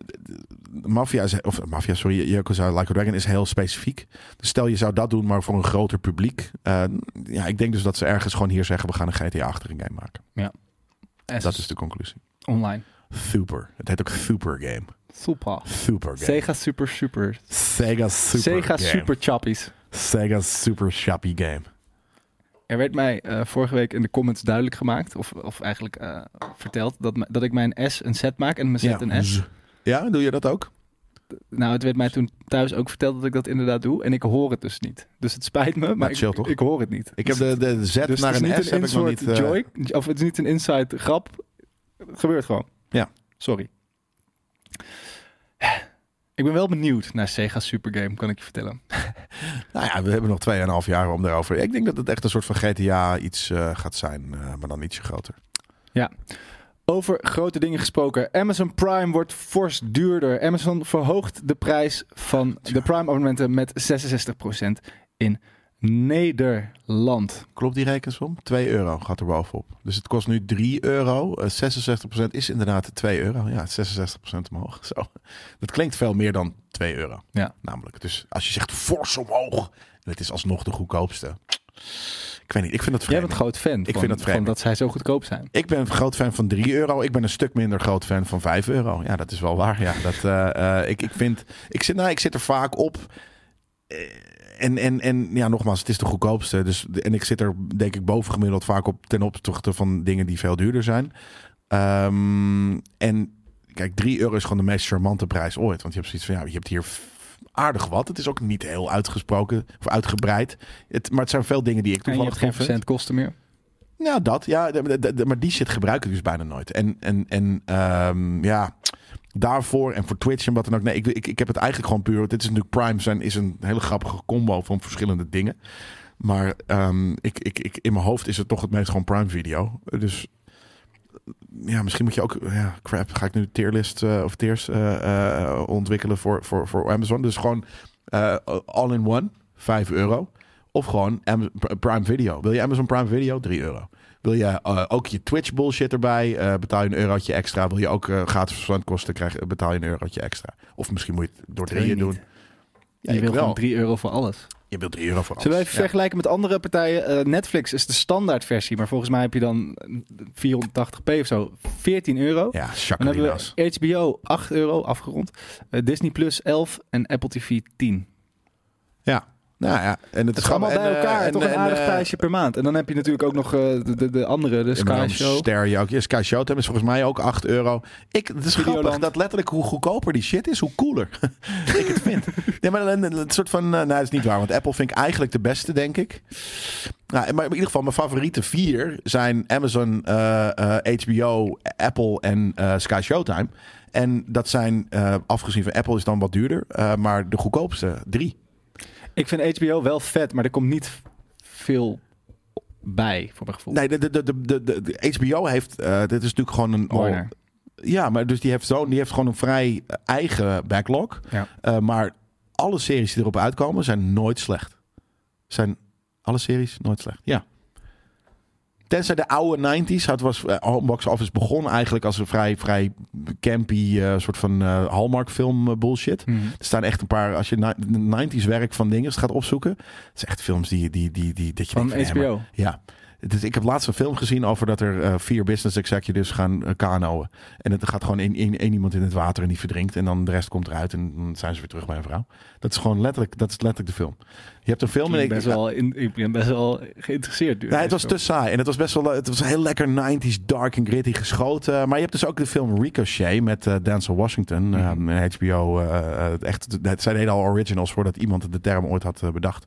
[SPEAKER 1] Mafia, is, of Mafia, sorry, Yakuza Like a Dragon is heel specifiek. Dus stel je zou dat doen, maar voor een groter publiek. Uh, ja, ik denk dus dat ze ergens gewoon hier zeggen, we gaan een G T A-achtige game maken.
[SPEAKER 2] Ja.
[SPEAKER 1] S. Dat is de conclusie.
[SPEAKER 2] Online.
[SPEAKER 1] Super. Het heet ook Super Game.
[SPEAKER 2] Super.
[SPEAKER 1] Super Game.
[SPEAKER 2] Sega Super Super.
[SPEAKER 1] Sega Super
[SPEAKER 2] Sega
[SPEAKER 1] game.
[SPEAKER 2] Super Choppies.
[SPEAKER 1] Sega Super Shoppy Game.
[SPEAKER 2] Er werd mij uh, vorige week in de comments duidelijk gemaakt, of, of eigenlijk uh, verteld, dat, dat ik mijn S een Z maak en mijn Z
[SPEAKER 1] ja.
[SPEAKER 2] een S.
[SPEAKER 1] Ja, doe je dat ook?
[SPEAKER 2] Nou, het werd mij toen thuis ook verteld dat ik dat inderdaad doe. En ik hoor het dus niet. Dus het spijt me, maar
[SPEAKER 1] chill,
[SPEAKER 2] ik,
[SPEAKER 1] toch?
[SPEAKER 2] ik hoor het niet.
[SPEAKER 1] Ik heb de, de Z
[SPEAKER 2] dus
[SPEAKER 1] naar
[SPEAKER 2] het is
[SPEAKER 1] een
[SPEAKER 2] niet
[SPEAKER 1] S
[SPEAKER 2] een
[SPEAKER 1] heb ik nog niet... Uh...
[SPEAKER 2] joy, of het is niet een inside grap. Het gebeurt gewoon.
[SPEAKER 1] Ja.
[SPEAKER 2] Sorry. Ik ben wel benieuwd naar Sega Super Game, kan ik je vertellen.
[SPEAKER 1] Nou ja, we hebben nog twee en een half jaar om daarover. Ik denk dat het echt een soort van G T A iets uh, gaat zijn, uh, maar dan ietsje groter.
[SPEAKER 2] Ja. Over grote dingen gesproken. Amazon Prime wordt fors duurder. Amazon verhoogt de prijs van de Prime-abonnementen met zesenzestig procent in Nederland.
[SPEAKER 1] Klopt die rekensom? twee euro gaat er bovenop. Dus het kost nu drie euro. Uh, zesenzestig procent is inderdaad twee euro. Ja, zesenzestig procent omhoog. Zo. Dat klinkt veel meer dan twee euro.
[SPEAKER 2] Ja.
[SPEAKER 1] Namelijk. Dus als je zegt fors omhoog. En het is alsnog de goedkoopste. Ik weet niet, ik vind het vreemd.
[SPEAKER 2] Jij bent groot fan
[SPEAKER 1] ik
[SPEAKER 2] van,
[SPEAKER 1] vind het vreemd.
[SPEAKER 2] van dat zij zo goedkoop zijn.
[SPEAKER 1] Ik ben een groot fan van drie euro. Ik ben een stuk minder groot fan van vijf euro. Ja, dat is wel waar. Ja, dat, uh, uh, ik, ik vind... Ik zit, nou, ik zit er vaak op... Uh, En, en, en ja, nogmaals, het is de goedkoopste. Dus, en ik zit er denk ik bovengemiddeld vaak op ten opzichte van dingen die veel duurder zijn. Um, en kijk, drie euro is gewoon de meest charmante prijs ooit. Want je hebt zoiets van, ja, je hebt hier aardig wat. Het is ook niet heel uitgesproken of uitgebreid. Het, maar het zijn veel dingen die ik toevallig
[SPEAKER 2] vind. En je hebt geen verzendkosten meer?
[SPEAKER 1] Ja, dat. Ja, de, de, de, maar die shit gebruik ik dus bijna nooit. En, en, en um, ja... Daarvoor en voor Twitch en wat dan ook. Nee, ik, ik, ik heb het eigenlijk gewoon puur... Dit is natuurlijk Prime zijn is een hele grappige combo van verschillende dingen. Maar um, ik, ik, ik, in mijn hoofd is het toch het meest gewoon Prime Video. Dus ja, misschien moet je ook... Ja, crap, ga ik nu tierlist uh, of tiers uh, uh, ontwikkelen voor, voor, voor Amazon. Dus gewoon uh, all in one, vijf euro. Of gewoon Amazon, Prime Video. Wil je Amazon Prime Video? drie euro. Wil je uh, ook je Twitch bullshit erbij, uh, betaal je een eurotje extra. Wil je ook uh, gratis verzendkosten, krijg, betaal je een eurotje extra. Of misschien moet je het door drieën doen. Ja,
[SPEAKER 2] je wil
[SPEAKER 1] wel.
[SPEAKER 2] gewoon drie euro voor alles.
[SPEAKER 1] Je wilt drie euro voor alles.
[SPEAKER 2] Zullen we even
[SPEAKER 1] Ja.
[SPEAKER 2] vergelijken met andere partijen? Uh, Netflix is de standaardversie, maar volgens mij heb je dan vierhonderdtachtig p of zo, veertien euro.
[SPEAKER 1] Ja,
[SPEAKER 2] Dan
[SPEAKER 1] chakalina's.
[SPEAKER 2] hebben we H B O acht euro afgerond, uh, Disney Plus elf en Apple T V tien.
[SPEAKER 1] Ja. Nou ja, en het,
[SPEAKER 2] Het is allemaal
[SPEAKER 1] en,
[SPEAKER 2] bij elkaar,
[SPEAKER 1] uh, en,
[SPEAKER 2] toch een
[SPEAKER 1] en,
[SPEAKER 2] aardig
[SPEAKER 1] uh,
[SPEAKER 2] prijsje per maand. En dan heb je natuurlijk ook nog uh, de, de, de andere, de
[SPEAKER 1] Ja, maar
[SPEAKER 2] Sky
[SPEAKER 1] dan
[SPEAKER 2] Show.
[SPEAKER 1] Stereo ook. Ja, Sky Showtime is volgens mij ook acht euro. Ik, het is
[SPEAKER 2] Videoland.
[SPEAKER 1] grappig dat letterlijk hoe goedkoper die shit is, hoe cooler ik het vind. Nee, maar een, een soort van... Uh, nou, dat is niet waar, want Apple vind ik eigenlijk de beste, denk ik. Nou, maar in ieder geval, mijn favoriete vier zijn Amazon, uh, uh, H B O, Apple en uh, Sky Showtime. En dat zijn, uh, afgezien van Apple is dan wat duurder, uh, maar de goedkoopste drie.
[SPEAKER 2] Ik vind H B O wel vet, maar er komt niet veel bij, voor mijn gevoel.
[SPEAKER 1] Nee, de, de, de, de, de, de H B O heeft... Uh, dit is natuurlijk gewoon een...
[SPEAKER 2] Warner.
[SPEAKER 1] Ja, maar dus die heeft, zo, die heeft gewoon een vrij eigen backlog.
[SPEAKER 2] Ja.
[SPEAKER 1] Uh, maar alle series die erop uitkomen zijn nooit slecht. Zijn alle series nooit slecht, ja. Tenzij de oude negentig. Het was, uh, Box Office begon eigenlijk als een vrij, vrij campy uh, soort van uh, Hallmark film uh, bullshit.
[SPEAKER 2] Mm-hmm.
[SPEAKER 1] Er staan echt een paar, als je na- de negentig werk van dingen gaat opzoeken. Het zijn echt films die, die, die, die dat je
[SPEAKER 2] Van
[SPEAKER 1] denkt
[SPEAKER 2] H B O.
[SPEAKER 1] ja, maar- ja. Dus ik heb laatst een film gezien over dat er uh, vier business executives gaan uh, kanoën. En het gaat gewoon één, één, één iemand in het water en die verdrinkt. En dan de rest komt eruit en dan zijn ze weer terug bij een vrouw. Dat is gewoon letterlijk, dat is letterlijk de film. Je hebt een film en
[SPEAKER 2] Ik
[SPEAKER 1] ik...
[SPEAKER 2] ben best wel, in, ik ben best wel geïnteresseerd.
[SPEAKER 1] Nee, het was te saai. En het was best wel... Het was heel lekker negentig dark en gritty geschoten. Maar je hebt dus ook de film Ricochet met uh, Denzel Washington. Mm-hmm. Uh, H B O. Uh, echt, het zijn hele al originals voordat iemand de term ooit had uh, bedacht.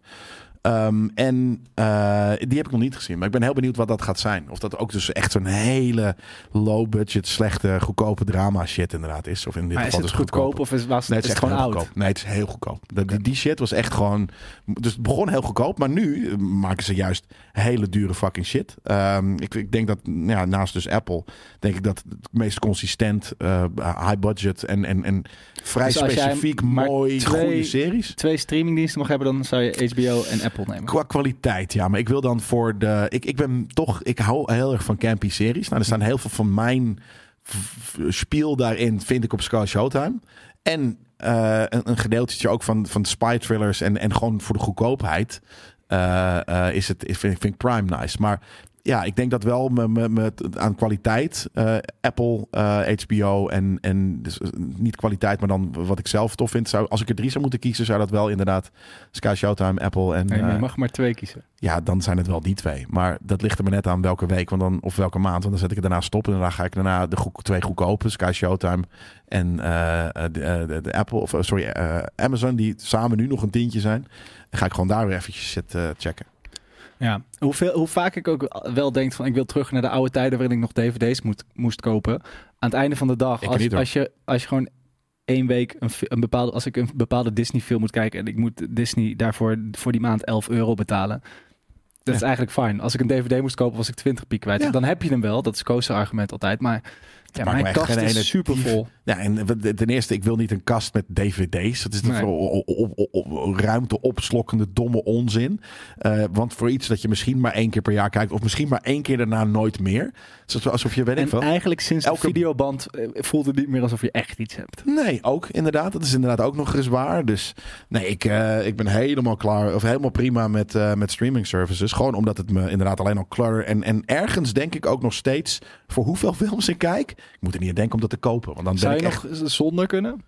[SPEAKER 1] Um, en uh, die heb ik nog niet gezien. Maar ik ben heel benieuwd wat dat gaat zijn. Of dat ook dus echt zo'n hele low budget, slechte, goedkope drama shit inderdaad is. Of in dit
[SPEAKER 2] maar
[SPEAKER 1] geval
[SPEAKER 2] is het
[SPEAKER 1] dus
[SPEAKER 2] goedkoop of is, was,
[SPEAKER 1] Nee, het
[SPEAKER 2] is
[SPEAKER 1] is,
[SPEAKER 2] het
[SPEAKER 1] echt
[SPEAKER 2] gewoon
[SPEAKER 1] heel
[SPEAKER 2] oud?
[SPEAKER 1] goedkoop. Nee, het is heel goedkoop. De, die, die shit was echt gewoon... Dus het begon heel goedkoop, maar nu maken ze juist hele dure fucking shit. Um, ik, ik denk dat, ja, naast dus Apple, denk ik dat het meest consistent, uh, high budget en, en, en vrij
[SPEAKER 2] Dus als jij
[SPEAKER 1] specifiek,
[SPEAKER 2] maar
[SPEAKER 1] mooi,
[SPEAKER 2] twee-
[SPEAKER 1] goede series.
[SPEAKER 2] Twee streamingdiensten mag hebben, dan zou je H B O en Apple nemen.
[SPEAKER 1] Qua kwaliteit, ja. Maar ik wil dan voor de... Ik, ik ben toch... Ik hou heel erg van campy series. Nou, er staan heel veel van mijn v- v- spiel daarin, vind ik op Sky Showtime. En uh, een, een gedeeltje ook van, van spy thrillers en, en gewoon voor de goedkoopheid uh, uh, is het, is, vind, ik- vind ik Prime nice. Maar ja, ik denk dat wel me, me, me, aan kwaliteit uh, Apple, uh, H B O en, en dus niet kwaliteit, maar dan wat ik zelf tof vind. Zou, als ik er drie zou moeten kiezen, zou dat wel inderdaad Sky Showtime, Apple en...
[SPEAKER 2] Nee, maar je
[SPEAKER 1] uh,
[SPEAKER 2] mag maar twee kiezen.
[SPEAKER 1] ja, dan zijn het wel die twee. Maar dat ligt er maar net aan welke week want dan, of welke maand. Want dan zet ik het daarna stop. En daarna ga ik daarna de goed, twee goedkope, Sky Showtime en uh, de, de, de Apple, of sorry, uh, Amazon, die samen nu nog een tientje zijn. Dan ga ik gewoon daar weer eventjes zitten checken.
[SPEAKER 2] Ja, hoeveel, hoe vaak ik ook wel denk van ik wil terug naar de oude tijden waarin ik nog D V D's moet, moest kopen. Aan het einde van de dag,
[SPEAKER 1] Ik
[SPEAKER 2] als,
[SPEAKER 1] niet, hoor.
[SPEAKER 2] als, je, als je gewoon één week een, fi- een bepaalde, als ik een bepaalde Disney film moet kijken en ik moet Disney daarvoor voor die maand elf euro betalen. Dat is
[SPEAKER 1] Ja.
[SPEAKER 2] eigenlijk fijn. Als ik een D V D moest kopen, was ik twintig piek kwijt.
[SPEAKER 1] Ja.
[SPEAKER 2] Dan heb je hem wel. Dat is Koos' argument altijd. Maar ja,
[SPEAKER 1] maakt me
[SPEAKER 2] mijn
[SPEAKER 1] echt
[SPEAKER 2] kast
[SPEAKER 1] geen ene
[SPEAKER 2] is super vol.
[SPEAKER 1] Ja, en ten eerste, ik wil niet een kast met D V D's. Dat is
[SPEAKER 2] Nee.
[SPEAKER 1] nee. o- o- o- o- ruimte opslokkende domme onzin. Uh, want voor iets dat je misschien maar één keer per jaar kijkt, of misschien maar één keer daarna nooit meer. Het is alsof je, weet ik
[SPEAKER 2] En
[SPEAKER 1] veel.
[SPEAKER 2] eigenlijk sinds
[SPEAKER 1] Elke-
[SPEAKER 2] de videoband eh, voelt het niet meer alsof je echt iets hebt.
[SPEAKER 1] Nee, ook inderdaad. Dat is inderdaad ook nog eens waar. Dus nee, ik, uh, ik ben helemaal klaar. Of helemaal prima met, uh, met streaming services. Gewoon omdat het me inderdaad alleen al clutter. En, en ergens denk ik ook nog steeds voor hoeveel films ik kijk. Ik moet er niet aan denken om dat te kopen. Want dan
[SPEAKER 2] Zou
[SPEAKER 1] ben
[SPEAKER 2] je
[SPEAKER 1] ik echt...
[SPEAKER 2] nog zonder kunnen?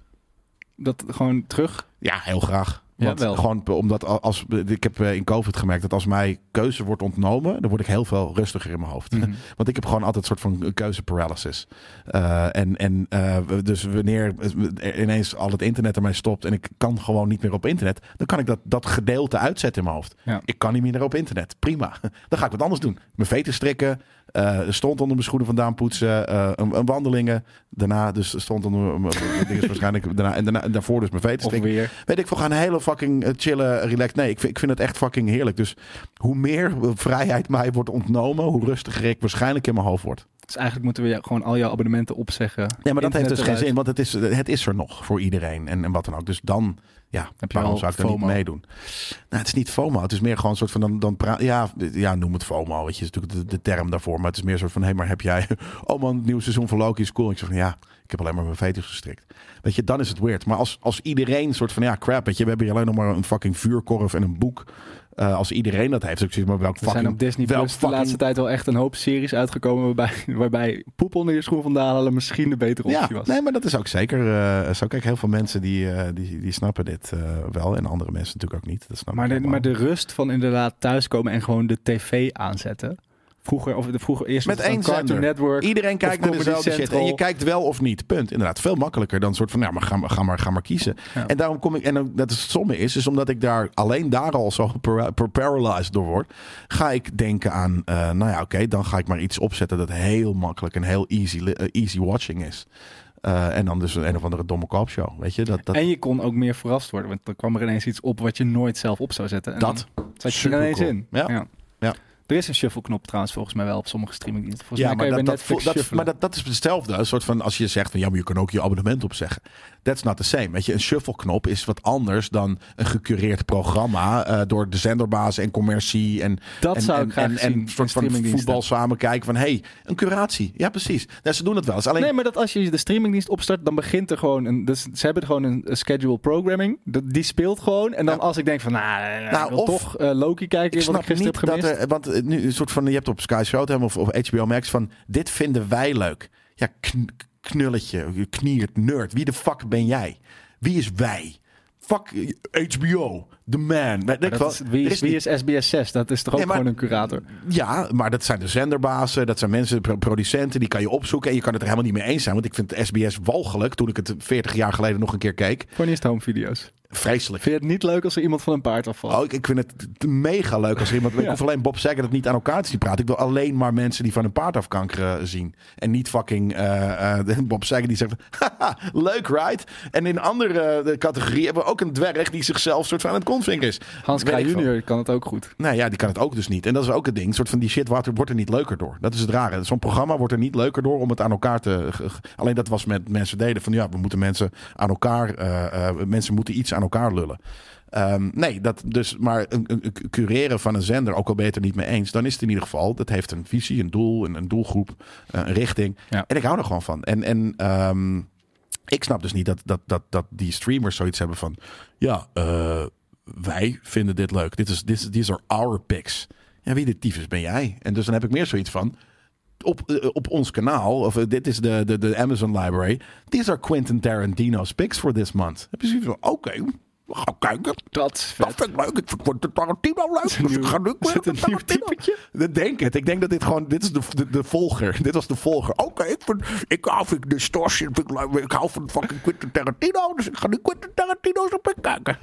[SPEAKER 2] Dat gewoon terug?
[SPEAKER 1] Ja, heel graag.
[SPEAKER 2] Ja,
[SPEAKER 1] Want
[SPEAKER 2] wel.
[SPEAKER 1] Gewoon omdat als ik heb uh, in COVID gemerkt dat als mij keuze wordt ontnomen, dan word ik heel veel rustiger in mijn hoofd.
[SPEAKER 2] Mm-hmm.
[SPEAKER 1] Want ik heb gewoon altijd een soort van keuzeparalysis. Uh, en en uh, dus wanneer ineens al het internet ermee stopt en ik kan gewoon niet meer op internet, dan kan ik dat, dat gedeelte uitzetten in mijn hoofd.
[SPEAKER 2] Ja.
[SPEAKER 1] Ik kan niet meer op internet. Prima. Dan ga ik wat anders doen. Mijn veten strikken, uh, stond onder mijn schoenen vandaan poetsen, uh, een, een wandelingen. Daarna dus stond onder mijn dingen waarschijnlijk daarna en daarna en daarvoor dus mijn veten
[SPEAKER 2] Of
[SPEAKER 1] strikken.
[SPEAKER 2] weer.
[SPEAKER 1] Weet ik, we gaan een hele fucking uh, chillen, relaxed. Nee, ik vind, ik vind het echt fucking heerlijk. Dus hoe meer vrijheid mij wordt ontnomen, hoe rustiger ik waarschijnlijk in mijn hoofd word.
[SPEAKER 2] Dus eigenlijk moeten we ja, gewoon al jouw abonnementen opzeggen.
[SPEAKER 1] Ja, maar dat heeft dus geen
[SPEAKER 2] eruit.
[SPEAKER 1] zin, want het is, het is er nog voor iedereen en, en wat dan ook. Dus dan, ja,
[SPEAKER 2] Heb je
[SPEAKER 1] waarom
[SPEAKER 2] wel
[SPEAKER 1] zou ik er niet
[SPEAKER 2] FOMO?
[SPEAKER 1] meedoen? Nou, het is niet FOMO, het is meer gewoon een soort van, dan, dan pra- ja, ja, noem het FOMO, weet je, is natuurlijk de, de term daarvoor. Maar het is meer een soort van, hé, hey, maar heb jij, oh man, het nieuwe seizoen van Loki is cool. Ik zeg van, ja, ik heb alleen maar mijn veters gestrikt. Weet je, dan is het weird. Maar als, als iedereen een soort van, ja, crap, weet je, we hebben hier alleen nog maar een fucking vuurkorf en een boek. Uh, als iedereen dat heeft, ik zeg maar welk
[SPEAKER 2] Er zijn
[SPEAKER 1] fucking...
[SPEAKER 2] op Disney
[SPEAKER 1] welk
[SPEAKER 2] Plus de
[SPEAKER 1] fucking-
[SPEAKER 2] laatste tijd wel echt een hoop series uitgekomen waarbij, waarbij poep onder je schoen vandaan halen misschien de betere
[SPEAKER 1] Ja,
[SPEAKER 2] optie was.
[SPEAKER 1] nee, maar dat is ook zeker uh, zo. Kijk, heel veel mensen die, uh, die, die snappen dit uh, wel. En andere mensen natuurlijk ook niet. Dat snap
[SPEAKER 2] Maar
[SPEAKER 1] ik
[SPEAKER 2] de,
[SPEAKER 1] allemaal.
[SPEAKER 2] maar de rust van inderdaad thuiskomen en gewoon de tv aanzetten. Vroeger, of de vroeger eerst
[SPEAKER 1] Met
[SPEAKER 2] was het
[SPEAKER 1] één
[SPEAKER 2] dan Cartoon
[SPEAKER 1] zender.
[SPEAKER 2] Network.
[SPEAKER 1] Iedereen kijkt naar
[SPEAKER 2] Comedy
[SPEAKER 1] dezelfde shit.
[SPEAKER 2] Central.
[SPEAKER 1] En je kijkt wel of niet. Punt. Inderdaad, veel makkelijker dan een soort van, ja, maar ga, maar- ga, maar, ga maar kiezen.
[SPEAKER 2] Ja.
[SPEAKER 1] En daarom kom ik, en ook, dat is het stomme is, is omdat ik daar alleen daar al zo par- par- paralyzed door word, ga ik denken aan, uh, nou ja, oké, okay, dan ga ik maar iets opzetten dat heel makkelijk en heel easy, li- uh, easy watching is. Uh, en dan dus een, een of andere domme koopshow, weet je? Dat, dat,
[SPEAKER 2] En je kon ook meer verrast worden, want dan kwam er ineens iets op wat je nooit zelf op zou zetten. En
[SPEAKER 1] dat,
[SPEAKER 2] dan zat je er ineens
[SPEAKER 1] supercool.
[SPEAKER 2] in.
[SPEAKER 1] Ja.
[SPEAKER 2] Ja.
[SPEAKER 1] Ja.
[SPEAKER 2] Er is een shuffle-knop trouwens volgens mij wel op sommige streamingdiensten. Volgens
[SPEAKER 1] Ja,
[SPEAKER 2] mij
[SPEAKER 1] maar
[SPEAKER 2] kan je
[SPEAKER 1] dat,
[SPEAKER 2] bij
[SPEAKER 1] dat,
[SPEAKER 2] Netflix
[SPEAKER 1] dat,
[SPEAKER 2] shuffelen.
[SPEAKER 1] maar dat, dat is hetzelfde. Een soort van, als je zegt van ja, maar je kan ook je abonnement opzeggen. That's not the same. Weet je, een shuffle-knop is wat anders dan een gecureerd programma uh, door de zenderbaas en commercie en
[SPEAKER 2] Dat
[SPEAKER 1] en,
[SPEAKER 2] zou
[SPEAKER 1] en,
[SPEAKER 2] ik graag
[SPEAKER 1] en,
[SPEAKER 2] zien
[SPEAKER 1] en
[SPEAKER 2] in
[SPEAKER 1] een soort van
[SPEAKER 2] streamingdiensten.
[SPEAKER 1] voetbal samen kijken van hey, een curatie. Ja, precies. Nou, ze doen het wel. Het is alleen
[SPEAKER 2] Nee, maar dat als je de streamingdienst opstart, dan begint er gewoon een. Dus ze hebben gewoon een, een schedule programming. Dat, die speelt gewoon. En dan
[SPEAKER 1] Ja.
[SPEAKER 2] als ik denk van, nou, nou,
[SPEAKER 1] Nou,
[SPEAKER 2] ik wil
[SPEAKER 1] of-
[SPEAKER 2] toch uh, Loki kijken,
[SPEAKER 1] ik
[SPEAKER 2] wat ik
[SPEAKER 1] snap
[SPEAKER 2] gisteren
[SPEAKER 1] niet
[SPEAKER 2] heb gemist.
[SPEAKER 1] dat er, want uh, nu een soort van, je hebt op Sky Showtime of, of H B O Max van dit vinden wij leuk. Ja, kn- knulletje, kniert, nerd. Wie de fuck ben jij? Wie is wij? Fuck H B O, The Man. Weet ik
[SPEAKER 2] Dat
[SPEAKER 1] wel.
[SPEAKER 2] is, wie,
[SPEAKER 1] Er
[SPEAKER 2] is, wie is S B S zes? Dat is toch ook
[SPEAKER 1] Nee, maar-
[SPEAKER 2] gewoon een curator?
[SPEAKER 1] Ja, maar dat zijn de zenderbazen, dat zijn mensen, pro- producenten, die kan je opzoeken en je kan het er helemaal niet mee eens zijn. Want ik vind S B S walgelijk, toen ik het veertig jaar geleden nog een keer keek.
[SPEAKER 2] Funniest home video's.
[SPEAKER 1] Vreselijk.
[SPEAKER 2] Vind je het niet leuk als er iemand van een paard afvalt?
[SPEAKER 1] Oh, ik, ik vind het t- mega leuk als er iemand... Ik
[SPEAKER 2] Ja.
[SPEAKER 1] hoef alleen Bob Saget het niet aan elkaar te zien praten. Ik wil alleen maar mensen die van een paard afkankeren zien. En niet fucking uh, uh, Bob Saget die zegt... Haha, leuk, right? En in andere uh, categorie hebben we ook een dwerg die zichzelf soort van aan het kontvinken is.
[SPEAKER 2] Hans
[SPEAKER 1] Weet
[SPEAKER 2] Kraaij
[SPEAKER 1] ik veel.
[SPEAKER 2] junior kan het ook goed.
[SPEAKER 1] Nou ja, die kan het ook dus niet. En dat is ook het ding. Een soort van die shit wordt er, wordt er niet leuker door. Dat is het rare. Zo'n programma wordt er niet leuker door om het aan elkaar te... ge- ge- Alleen dat was met mensen deden. Van ja, we moeten mensen aan elkaar... Uh, uh, mensen moeten iets aan elkaar lullen. Um, nee, dat dus maar een, een, een cureren van een zender, ook al ben je het er niet mee eens, dan is het in ieder geval, dat heeft een visie, een doel, een, een doelgroep, uh, een richting.
[SPEAKER 2] Ja.
[SPEAKER 1] En ik hou er gewoon van. En, en um, ik snap dus niet dat, dat, dat, dat die streamers zoiets hebben van, ja, uh, wij vinden dit leuk. Dit is, dit is, these are our picks. Ja, wie de tyfus ben jij? En dus dan heb ik meer zoiets van, op, uh, op ons kanaal, of uh, dit is de, de, de Amazon library, these are Quentin Tarantino's picks for this month. Heb je zoiets van, oké. Okay. We gaan kijken.
[SPEAKER 2] Dat is vet.
[SPEAKER 1] Dat vind ik leuk. Ik vind de Tarantino leuk.
[SPEAKER 2] Is een
[SPEAKER 1] Dus ik
[SPEAKER 2] nieuw-
[SPEAKER 1] ga nu
[SPEAKER 2] is het een nieuw typetje?
[SPEAKER 1] Dat denk het. Ik denk dat dit gewoon... Dit is de, de, de volger. Dit was de volger. Oké, okay, ik vind... Ik hou van distortion. Vind ik, leuk. Ik hou van fucking Quentin Tarantino. Dus ik ga nu Quentin Tarantino's op kijken.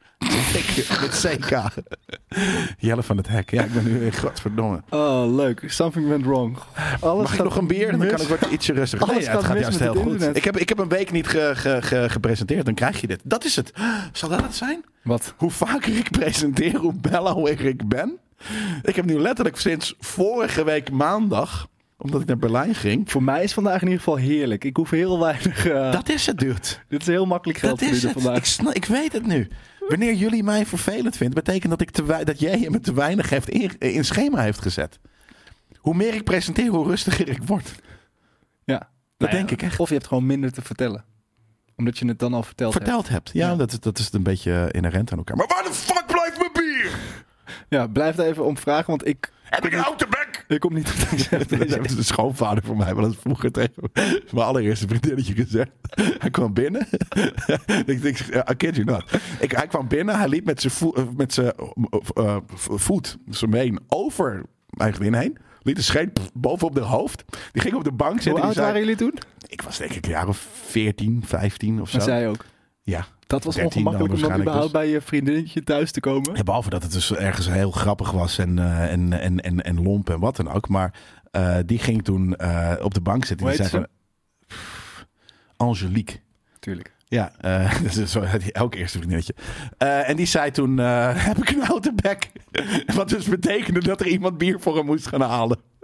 [SPEAKER 1] Met C K. Jelle van het Hek. Ja, ik ben nu weer godverdomme.
[SPEAKER 2] Oh, leuk. Something went wrong. Alles
[SPEAKER 1] Mag ik
[SPEAKER 2] gaat
[SPEAKER 1] nog een bier? Dan
[SPEAKER 2] mis.
[SPEAKER 1] kan ik wat ietsje rustiger.
[SPEAKER 2] Alles
[SPEAKER 1] Nee, ja, het
[SPEAKER 2] gaat
[SPEAKER 1] gaat
[SPEAKER 2] mis
[SPEAKER 1] juist
[SPEAKER 2] met
[SPEAKER 1] heel
[SPEAKER 2] het
[SPEAKER 1] goed.
[SPEAKER 2] internet.
[SPEAKER 1] Ik heb, ik heb een week niet ge, ge, ge, gepresenteerd. Dan krijg je dit. Dat is het. Zal dat het zijn?
[SPEAKER 2] Wat?
[SPEAKER 1] Hoe vaker ik presenteer, hoe bellower ik ben. Ik heb nu letterlijk sinds vorige week maandag, omdat ik naar Berlijn ging.
[SPEAKER 2] Voor mij is vandaag in ieder geval heerlijk. Ik hoef heel weinig... Uh,
[SPEAKER 1] Dat is het, dude.
[SPEAKER 2] dit is heel makkelijk geld
[SPEAKER 1] Dat is
[SPEAKER 2] verdienen
[SPEAKER 1] het.
[SPEAKER 2] vandaag.
[SPEAKER 1] Ik, sna- ik weet het nu. Wanneer jullie mij vervelend vinden, betekent dat, ik te wei- dat jij me te weinig heeft in, in schema heeft gezet. Hoe meer ik presenteer, hoe rustiger ik word.
[SPEAKER 2] Ja.
[SPEAKER 1] Dat
[SPEAKER 2] Nou ja,
[SPEAKER 1] denk ik echt.
[SPEAKER 2] Of je hebt gewoon minder te vertellen. Omdat je het dan al verteld hebt.
[SPEAKER 1] Verteld hebt. Ja,
[SPEAKER 2] Ja.
[SPEAKER 1] Dat, is, dat is een beetje inherent aan elkaar. Maar waar de fuck blijft mijn bier?
[SPEAKER 2] Ja, blijf daar even om vragen, want ik...
[SPEAKER 1] Heb ik een houten bek?
[SPEAKER 2] Ik kom niet op deze.
[SPEAKER 1] Dat is de schoonvader voor mij. Want dat is vroeger tegen mijn allereerste vriendinnetje gezegd. Hij kwam binnen. ik denk, I kid you not. Ik, hij kwam binnen. Hij liep met zijn vo- met zijn uh, voet, zijn been over mijn vriendin heen. Liet de scheet boven op de hoofd. Die ging op de bank zitten.
[SPEAKER 2] Hoe
[SPEAKER 1] Die
[SPEAKER 2] oud
[SPEAKER 1] zei-
[SPEAKER 2] waren jullie toen?
[SPEAKER 1] Ik was denk ik een jaar of veertien, vijftien of zo.
[SPEAKER 2] Maar zij ook.
[SPEAKER 1] Ja.
[SPEAKER 2] Dat was
[SPEAKER 1] dertien dan
[SPEAKER 2] ongemakkelijk om dan
[SPEAKER 1] waarschijnlijk
[SPEAKER 2] überhaupt bij je vriendinnetje thuis te komen.
[SPEAKER 1] Ja, behalve dat het dus ergens heel grappig was en, uh, en, en, en, en lomp en wat dan ook. Maar uh, die ging toen uh, op de bank zitten.
[SPEAKER 2] Hoe
[SPEAKER 1] Die
[SPEAKER 2] heet
[SPEAKER 1] zei van, Angelique.
[SPEAKER 2] Tuurlijk.
[SPEAKER 1] Ja, uh, dat is zo, elk eerste vriendinnetje. Uh, en die zei toen, uh, heb ik een houten bek? Wat dus betekende dat er iemand bier voor hem moest gaan halen.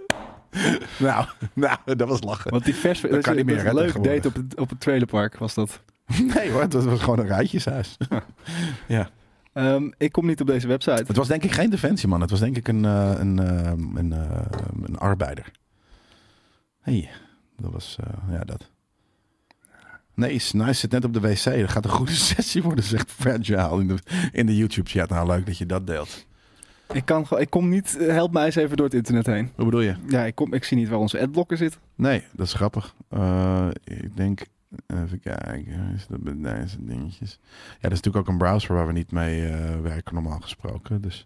[SPEAKER 1] nou, nou, dat was lachen.
[SPEAKER 2] Want die vers... Dat
[SPEAKER 1] kan
[SPEAKER 2] is,
[SPEAKER 1] niet meer,
[SPEAKER 2] dat is
[SPEAKER 1] hè,
[SPEAKER 2] een leuk
[SPEAKER 1] tegenwoordig.
[SPEAKER 2] date op het, op het trailerpark was dat.
[SPEAKER 1] Nee hoor, dat was gewoon een rijtjeshuis. ja.
[SPEAKER 2] Um, ik kom niet op deze website.
[SPEAKER 1] Het was denk ik geen defensie, man. Het was denk ik een, uh, een, uh, een, uh, een arbeider. Hé, hey, dat was, uh, ja, dat. Nee, Nice zit net op de wc. Dat gaat een goede sessie worden, zegt Fragile in de, in de YouTube-chat. Nou, leuk dat je dat deelt.
[SPEAKER 2] Ik, kan, gewoon- ik kom niet... Help mij eens even door het internet heen.
[SPEAKER 1] Wat bedoel je?
[SPEAKER 2] Ja, ik, kom, ik zie niet waar onze adblocker zit.
[SPEAKER 1] Nee, dat is grappig. Uh, ik denk... Even kijken. Is dat bij deze dingetjes? Ja, dat is natuurlijk ook een browser waar we niet mee uh, werken normaal gesproken. Dus...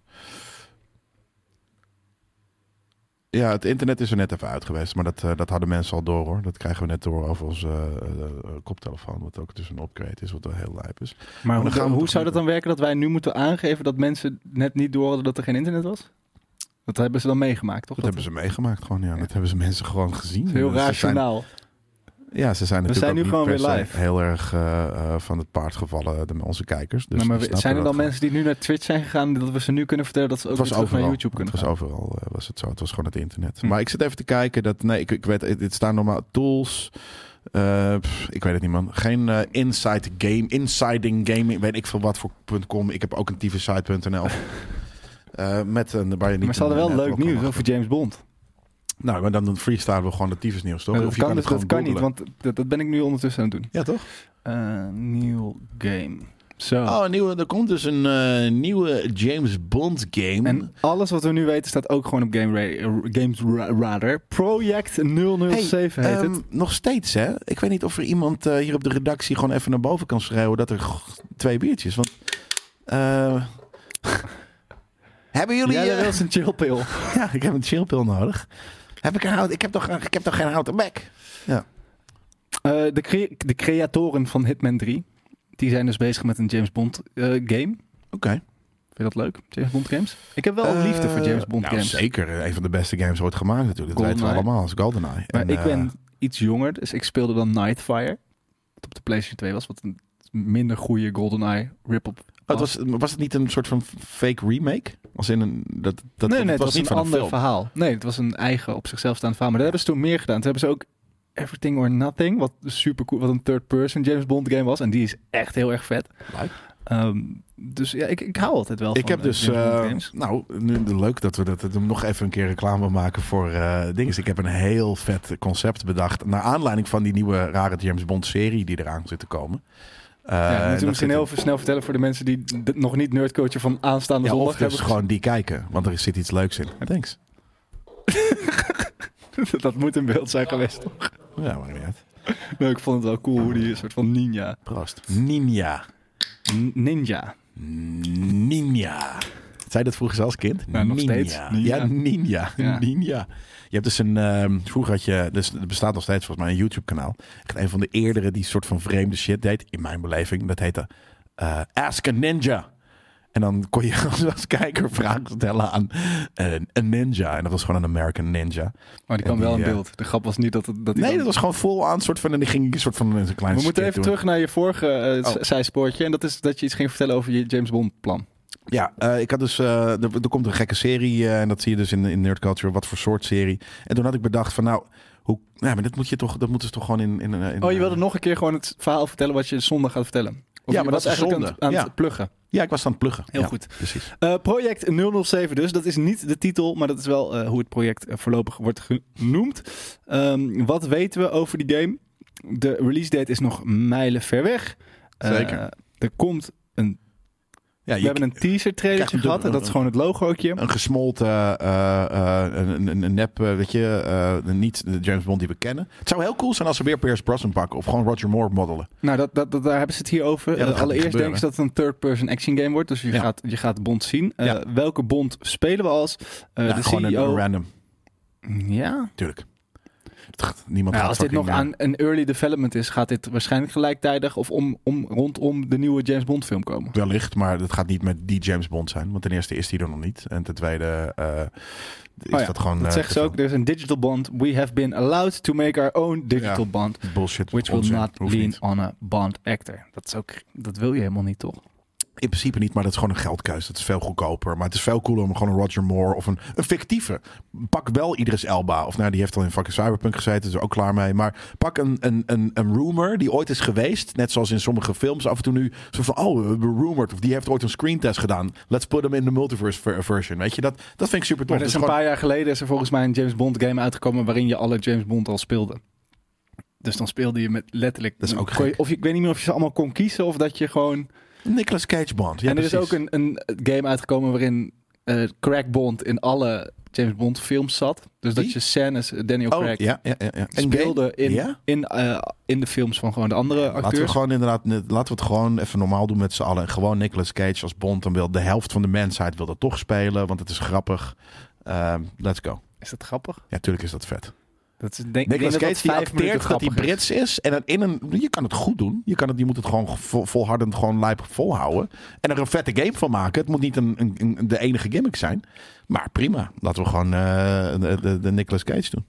[SPEAKER 1] Ja, het internet is er net even uit geweest. Maar dat, uh, dat hadden mensen al door hoor. Dat krijgen we net door over onze uh, uh, koptelefoon. Wat ook dus een upgrade is, wat wel heel lijp is.
[SPEAKER 2] Maar,
[SPEAKER 1] Maar
[SPEAKER 2] hoe,
[SPEAKER 1] dan gaan we
[SPEAKER 2] hoe
[SPEAKER 1] toch
[SPEAKER 2] zou
[SPEAKER 1] niet-
[SPEAKER 2] dat dan werken dat wij nu moeten aangeven dat mensen net niet door hadden dat er geen internet was? Dat hebben ze dan meegemaakt, toch?
[SPEAKER 1] Dat hebben ze meegemaakt gewoon, ja.
[SPEAKER 2] Ja.
[SPEAKER 1] Dat hebben ze mensen gewoon gezien.
[SPEAKER 2] Dat is heel
[SPEAKER 1] Ze zijn-
[SPEAKER 2] rationaal.
[SPEAKER 1] Ja, ze zijn
[SPEAKER 2] We
[SPEAKER 1] natuurlijk
[SPEAKER 2] zijn
[SPEAKER 1] ook
[SPEAKER 2] nu
[SPEAKER 1] niet
[SPEAKER 2] gewoon
[SPEAKER 1] per
[SPEAKER 2] weer
[SPEAKER 1] se
[SPEAKER 2] live.
[SPEAKER 1] heel erg uh, uh, van het paard gevallen, de, onze kijkers. Dus
[SPEAKER 2] Nou, maar
[SPEAKER 1] die
[SPEAKER 2] we-
[SPEAKER 1] snappen
[SPEAKER 2] zijn er
[SPEAKER 1] dat
[SPEAKER 2] dan
[SPEAKER 1] gewoon.
[SPEAKER 2] mensen die nu naar Twitch zijn gegaan, dat we ze nu kunnen vertellen dat ze ook
[SPEAKER 1] Het was
[SPEAKER 2] weer terug
[SPEAKER 1] overal.
[SPEAKER 2] naar YouTube kunnen
[SPEAKER 1] Het was
[SPEAKER 2] gaan?
[SPEAKER 1] overal, uh, was het zo. Het was gewoon het internet.
[SPEAKER 2] Hm.
[SPEAKER 1] Maar ik zit even te kijken. Dat, nee, ik, ik weet, dit staan normaal tools. Uh, pff, ik weet het niet, man. Geen uh, inside game, insiding gaming, weet ik veel wat voor .com. Ik heb ook een tvsite punt n l. uh, met een, waar je niet
[SPEAKER 2] Maar ze hadden wel
[SPEAKER 1] een
[SPEAKER 2] leuk
[SPEAKER 1] netblok
[SPEAKER 2] nieuws
[SPEAKER 1] kan
[SPEAKER 2] over James Bond.
[SPEAKER 1] Nou, maar dan freestylen we gewoon de tyfus nieuws, toch?
[SPEAKER 2] Ja, dat
[SPEAKER 1] Of je
[SPEAKER 2] kan,
[SPEAKER 1] kan
[SPEAKER 2] dus,
[SPEAKER 1] het
[SPEAKER 2] dat
[SPEAKER 1] gewoon
[SPEAKER 2] kan niet,
[SPEAKER 1] googlen.
[SPEAKER 2] want dat, dat ben ik nu ondertussen aan het doen.
[SPEAKER 1] Ja, toch?
[SPEAKER 2] Uh, nieuw game. Zo.
[SPEAKER 1] Oh, nieuwe, er komt dus een uh, nieuwe James Bond game.
[SPEAKER 2] En alles wat we nu weten staat ook gewoon op Game Ra- Games Ra- Radar. Project nul nul zeven
[SPEAKER 1] Hey,
[SPEAKER 2] heet
[SPEAKER 1] um,
[SPEAKER 2] het.
[SPEAKER 1] Nog steeds, hè? Ik weet niet of er iemand uh, hier op de redactie gewoon even naar boven kan schreeuwen dat er g- twee biertjes. Want. Uh, hebben jullie.
[SPEAKER 2] Ja, dat
[SPEAKER 1] uh,
[SPEAKER 2] was een chillpil.
[SPEAKER 1] ja, ik heb een chillpil nodig. Heb ik een hout? Ik heb toch, ik heb toch geen houten bek? Ja.
[SPEAKER 2] Uh, de, cre- de creatoren van Hitman drie, die zijn dus bezig met een James Bond uh, game.
[SPEAKER 1] Oké. Okay.
[SPEAKER 2] Vind je dat leuk, James Bond games? Ik heb wel een
[SPEAKER 1] Uh,
[SPEAKER 2] liefde voor James Bond
[SPEAKER 1] nou,
[SPEAKER 2] games.
[SPEAKER 1] Zeker. Een van de beste games ooit gemaakt natuurlijk. Dat weten we
[SPEAKER 2] GoldenEye.
[SPEAKER 1] allemaal als GoldenEye.
[SPEAKER 2] Maar
[SPEAKER 1] En,
[SPEAKER 2] ik
[SPEAKER 1] uh,
[SPEAKER 2] ben iets jonger, dus ik speelde dan Nightfire. Wat op de PlayStation twee was, wat een minder goede GoldenEye rip-op
[SPEAKER 1] Oh, het was, was het niet een soort van fake remake? Als in een, dat, dat,
[SPEAKER 2] nee, nee,
[SPEAKER 1] het
[SPEAKER 2] het was,
[SPEAKER 1] niet
[SPEAKER 2] een
[SPEAKER 1] van
[SPEAKER 2] ander
[SPEAKER 1] een film.
[SPEAKER 2] verhaal. Nee, het was een eigen op zichzelf staand verhaal. Maar daar hebben ze toen meer gedaan. Toen hebben ze ook Everything or Nothing, wat super cool, wat een third-person James Bond game was. En die is echt heel erg vet.
[SPEAKER 1] Like.
[SPEAKER 2] Um, dus ja, ik, ik hou altijd wel
[SPEAKER 1] Ik
[SPEAKER 2] van
[SPEAKER 1] heb
[SPEAKER 2] uh,
[SPEAKER 1] dus,
[SPEAKER 2] James Bond
[SPEAKER 1] uh,
[SPEAKER 2] games.
[SPEAKER 1] nou, nu, leuk dat we dat, dat we nog even een keer reclame maken voor uh, dingen. Ik heb een heel vet concept bedacht. Naar aanleiding van die nieuwe rare James Bond serie die eraan zit te komen. Uh,
[SPEAKER 2] Ja, moeten we
[SPEAKER 1] dat
[SPEAKER 2] misschien
[SPEAKER 1] zit-
[SPEAKER 2] heel even snel vertellen voor de mensen die d- nog niet Nerdculture van aanstaande
[SPEAKER 1] ja,
[SPEAKER 2] zondag
[SPEAKER 1] of dus
[SPEAKER 2] hebben
[SPEAKER 1] gewoon die kijken, want er zit iets leuks in. Thanks.
[SPEAKER 2] gezien. Dat moet in beeld zijn geweest, toch?
[SPEAKER 1] Ja, maar niet uit.
[SPEAKER 2] Nou, ik vond het wel cool hoe die een soort van ninja.
[SPEAKER 1] Proost. Ninja.
[SPEAKER 2] N- ninja.
[SPEAKER 1] Ninja. Zei je dat vroeger zelfs kind?
[SPEAKER 2] Nou, nog
[SPEAKER 1] Ninja.
[SPEAKER 2] steeds. Ninja.
[SPEAKER 1] Ja, ninja.
[SPEAKER 2] Ja.
[SPEAKER 1] Ninja. Je hebt dus een... Um, vroeger had je... Dus er bestaat nog steeds volgens mij een YouTube kanaal. Echt een van de eerdere die soort van vreemde shit deed. In mijn beleving. Dat heette uh, Ask a Ninja. En dan kon je als, als kijker vragen stellen aan uh, een ninja. En dat was gewoon een American ninja.
[SPEAKER 2] Maar die kwam
[SPEAKER 1] En die,
[SPEAKER 2] wel in
[SPEAKER 1] uh,
[SPEAKER 2] beeld. De grap was niet dat het... Dat die
[SPEAKER 1] Nee,
[SPEAKER 2] dan-
[SPEAKER 1] dat was gewoon vol aan soort van... En die ging een soort van een kleine
[SPEAKER 2] We moeten
[SPEAKER 1] skit
[SPEAKER 2] even
[SPEAKER 1] doen.
[SPEAKER 2] terug naar je vorige uh,
[SPEAKER 1] Oh.
[SPEAKER 2] zijspoortje. En dat is dat je iets ging vertellen over je James Bond plan.
[SPEAKER 1] Ja, uh, ik had dus, uh, er, er komt een gekke serie uh, en dat zie je dus in, in Nerd Culture, wat voor soort serie. En toen had ik bedacht van nou, hoe, nou maar dat moet je toch, dat moeten ze toch gewoon in... in, in
[SPEAKER 2] Oh, je wilde nog een keer gewoon het verhaal vertellen wat je zondag gaat vertellen. Of
[SPEAKER 1] Ja,
[SPEAKER 2] je
[SPEAKER 1] maar
[SPEAKER 2] was
[SPEAKER 1] dat is
[SPEAKER 2] eigenlijk
[SPEAKER 1] zonde.
[SPEAKER 2] aan, het- aan
[SPEAKER 1] Ja.
[SPEAKER 2] het pluggen.
[SPEAKER 1] Ja, ik was aan het pluggen.
[SPEAKER 2] Heel
[SPEAKER 1] Ja,
[SPEAKER 2] goed.
[SPEAKER 1] Precies.
[SPEAKER 2] Uh, project nul nul zeven dus. Dat is niet de titel, maar dat is wel uh, hoe het project uh, voorlopig wordt genoemd. Um, wat weten we over die game? De release date is nog mijlen ver weg. Uh,
[SPEAKER 1] Zeker.
[SPEAKER 2] Er komt een...
[SPEAKER 1] Ja,
[SPEAKER 2] We
[SPEAKER 1] je
[SPEAKER 2] hebben een teaser trailertje
[SPEAKER 1] krijgt een
[SPEAKER 2] gehad. En dat is
[SPEAKER 1] dubbel-
[SPEAKER 2] gewoon het logootje.
[SPEAKER 1] een gesmolten, uh, uh, een, een, een nep, uh, weet je, uh, niet de James Bond die we kennen. Het zou heel cool zijn als ze weer Pierce Brosnan pakken of gewoon Roger Moore modellen.
[SPEAKER 2] Nou, dat, dat, dat, daar hebben ze het hier over.
[SPEAKER 1] Ja, dat
[SPEAKER 2] Uh,
[SPEAKER 1] gaat
[SPEAKER 2] allereerst
[SPEAKER 1] niet
[SPEAKER 2] denk ik dat het een third-person action game wordt. Dus je,
[SPEAKER 1] Ja.
[SPEAKER 2] gaat, je gaat Bond zien. Uh,
[SPEAKER 1] Ja.
[SPEAKER 2] Welke Bond spelen we als? Uh,
[SPEAKER 1] Ja,
[SPEAKER 2] de
[SPEAKER 1] gewoon
[SPEAKER 2] C E O.
[SPEAKER 1] een random,
[SPEAKER 2] Ja.
[SPEAKER 1] tuurlijk. Niemand
[SPEAKER 2] Ja,
[SPEAKER 1] gaat
[SPEAKER 2] als dit nog
[SPEAKER 1] fucking, uh,
[SPEAKER 2] aan een early development is, gaat dit waarschijnlijk gelijktijdig of om, om, rondom de nieuwe James Bond film komen.
[SPEAKER 1] wellicht, maar het gaat niet met die James Bond zijn. Want ten eerste is die er nog niet. En ten tweede uh, is
[SPEAKER 2] Oh ja,
[SPEAKER 1] dat gewoon...
[SPEAKER 2] Dat
[SPEAKER 1] uh,
[SPEAKER 2] zegt ze
[SPEAKER 1] te
[SPEAKER 2] ook. Er is een digital bond. We have been allowed to make our own digital
[SPEAKER 1] Ja.
[SPEAKER 2] bond.
[SPEAKER 1] veel bullshit.
[SPEAKER 2] Which will
[SPEAKER 1] onzin.
[SPEAKER 2] not
[SPEAKER 1] Hoeft
[SPEAKER 2] lean
[SPEAKER 1] niet.
[SPEAKER 2] on a bond actor. Dat is ook, dat wil je helemaal niet, toch?
[SPEAKER 1] In principe niet, maar dat is gewoon een geldkeuze. Dat is veel goedkoper. Maar het is veel cooler om gewoon een Roger Moore of een, een fictieve. Pak wel Idris Elba. Of nou, die heeft al in fucking Cyberpunk gezeten. Is er ook klaar mee. Maar pak een, een, een, een rumor die ooit is geweest. Net zoals in sommige films af en toe nu. Zo van, oh, rumored. Of die heeft ooit een screentest gedaan. Let's put hem in de multiverse ver- version. Weet je, dat, dat vind ik super tof.
[SPEAKER 2] Maar er is
[SPEAKER 1] dus
[SPEAKER 2] een
[SPEAKER 1] gewoon...
[SPEAKER 2] paar jaar geleden is er volgens mij een James Bond game uitgekomen waarin je alle James Bond al speelde. Dus dan speelde je met letterlijk...
[SPEAKER 1] Dat is ook
[SPEAKER 2] kon je,
[SPEAKER 1] gek.
[SPEAKER 2] of je, ik weet niet meer of je ze allemaal kon kiezen of dat je gewoon...
[SPEAKER 1] Nicolas Cage Bond. Ja,
[SPEAKER 2] en er is
[SPEAKER 1] precies.
[SPEAKER 2] ook een, een game uitgekomen waarin uh, Craig Bond in alle James Bond films zat. Dus
[SPEAKER 1] Wie?
[SPEAKER 2] dat je scènes, Daniel
[SPEAKER 1] Oh,
[SPEAKER 2] Craig,
[SPEAKER 1] ja, ja, ja, ja. En
[SPEAKER 2] speelde
[SPEAKER 1] game?
[SPEAKER 2] in,
[SPEAKER 1] Ja?
[SPEAKER 2] in, uh, in de films van gewoon de andere acteurs.
[SPEAKER 1] Laten we gewoon inderdaad, laten we het gewoon even normaal doen met z'n allen. Gewoon Nicolas Cage als Bond. Dan wil de helft van de mensheid wil dat toch spelen, want het is grappig. Um, let's go.
[SPEAKER 2] Is dat grappig?
[SPEAKER 1] Ja, tuurlijk is dat vet.
[SPEAKER 2] Dat is, denk,
[SPEAKER 1] Nicolas
[SPEAKER 2] ik denk
[SPEAKER 1] Cage
[SPEAKER 2] dat
[SPEAKER 1] die
[SPEAKER 2] dat vijf minuten
[SPEAKER 1] acteert dat hij
[SPEAKER 2] grappig
[SPEAKER 1] Brits is. En dan in een, je kan het goed doen. Je, kan het, je moet het gewoon vol, volhardend gewoon lijp volhouden. En er een vette game van maken. Het moet niet een, een, een, de enige gimmick zijn. Maar prima. Laten we gewoon uh, de, de, de Nicolas Cage doen.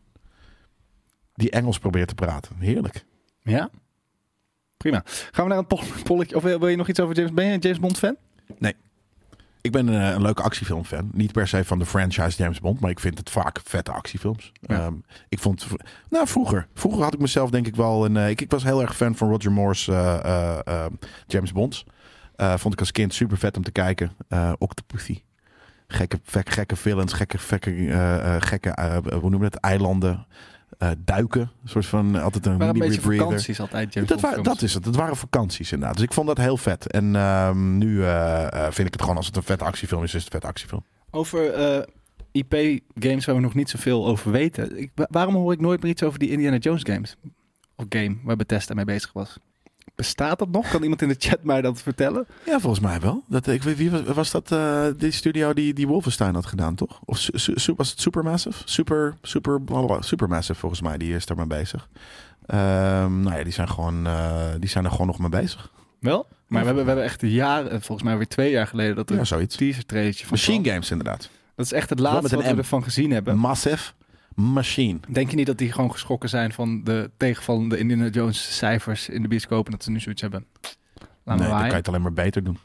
[SPEAKER 1] Die Engels probeert te praten. Heerlijk.
[SPEAKER 2] Ja? Prima. Gaan we naar een poll- polletje. Of wil wil je nog iets over James... Ben je een James Bond fan?
[SPEAKER 1] Nee. Ik ben een, een leuke actiefilmfan. Niet per se van de franchise James Bond, maar ik vind het vaak vette actiefilms.
[SPEAKER 2] Ja.
[SPEAKER 1] Um, ik vond, nou vroeger, vroeger had ik mezelf denk ik wel een. Uh, ik, ik was heel erg fan van Roger Moore's uh, uh, uh, James Bonds. Uh, vond ik als kind super vet om te kijken. Uh, Octopussy, gekke, gekke, gekke villains, gekke, gekke, uh, uh, gekke, uh, hoe noem je het, eilanden. Uh, duiken, een soort van altijd een
[SPEAKER 2] Het waren een beetje
[SPEAKER 1] rebreather.
[SPEAKER 2] vakanties altijd, James
[SPEAKER 1] Dat,
[SPEAKER 2] Bond
[SPEAKER 1] wa-
[SPEAKER 2] films.
[SPEAKER 1] dat is het. Het waren vakanties inderdaad. Dus ik vond dat heel vet. En uh, nu uh, uh, vind ik het gewoon als het een vette actiefilm is, is het een vette actiefilm.
[SPEAKER 2] Over uh, I P-games waar we nog niet zoveel over weten. Ik, wa- waarom hoor ik nooit meer iets over die Indiana Jones games? Of game waar Bethesda mee bezig was. Bestaat dat nog? Kan iemand in de chat mij dat vertellen?
[SPEAKER 1] Ja, volgens mij wel. Dat, ik weet wie was, was dat uh, die studio die, die Wolfenstein had gedaan, toch? Of su, su, was het Supermassive? Super, super, blablabla. Supermassive volgens mij, die is daar mee bezig. Um, nou ja, die zijn gewoon, uh, die zijn er gewoon nog mee bezig.
[SPEAKER 2] Wel? Maar we hebben, we hebben echt jaren, volgens mij weer twee jaar geleden, dat er
[SPEAKER 1] Ja,
[SPEAKER 2] een
[SPEAKER 1] zoiets.
[SPEAKER 2] teaser trailertje van
[SPEAKER 1] Machine
[SPEAKER 2] kwam.
[SPEAKER 1] Games inderdaad.
[SPEAKER 2] Dat is echt het
[SPEAKER 1] Wel
[SPEAKER 2] laatste
[SPEAKER 1] met
[SPEAKER 2] wat
[SPEAKER 1] een
[SPEAKER 2] we
[SPEAKER 1] M.
[SPEAKER 2] ervan gezien hebben.
[SPEAKER 1] Massive Machine.
[SPEAKER 2] Denk je niet dat die gewoon geschrokken zijn van de tegenvallende Indiana Jones cijfers in de bioscoop en dat ze nu zoiets hebben? Laat
[SPEAKER 1] Nee,
[SPEAKER 2] maar
[SPEAKER 1] dan kan
[SPEAKER 2] waaien.
[SPEAKER 1] je het alleen maar beter doen.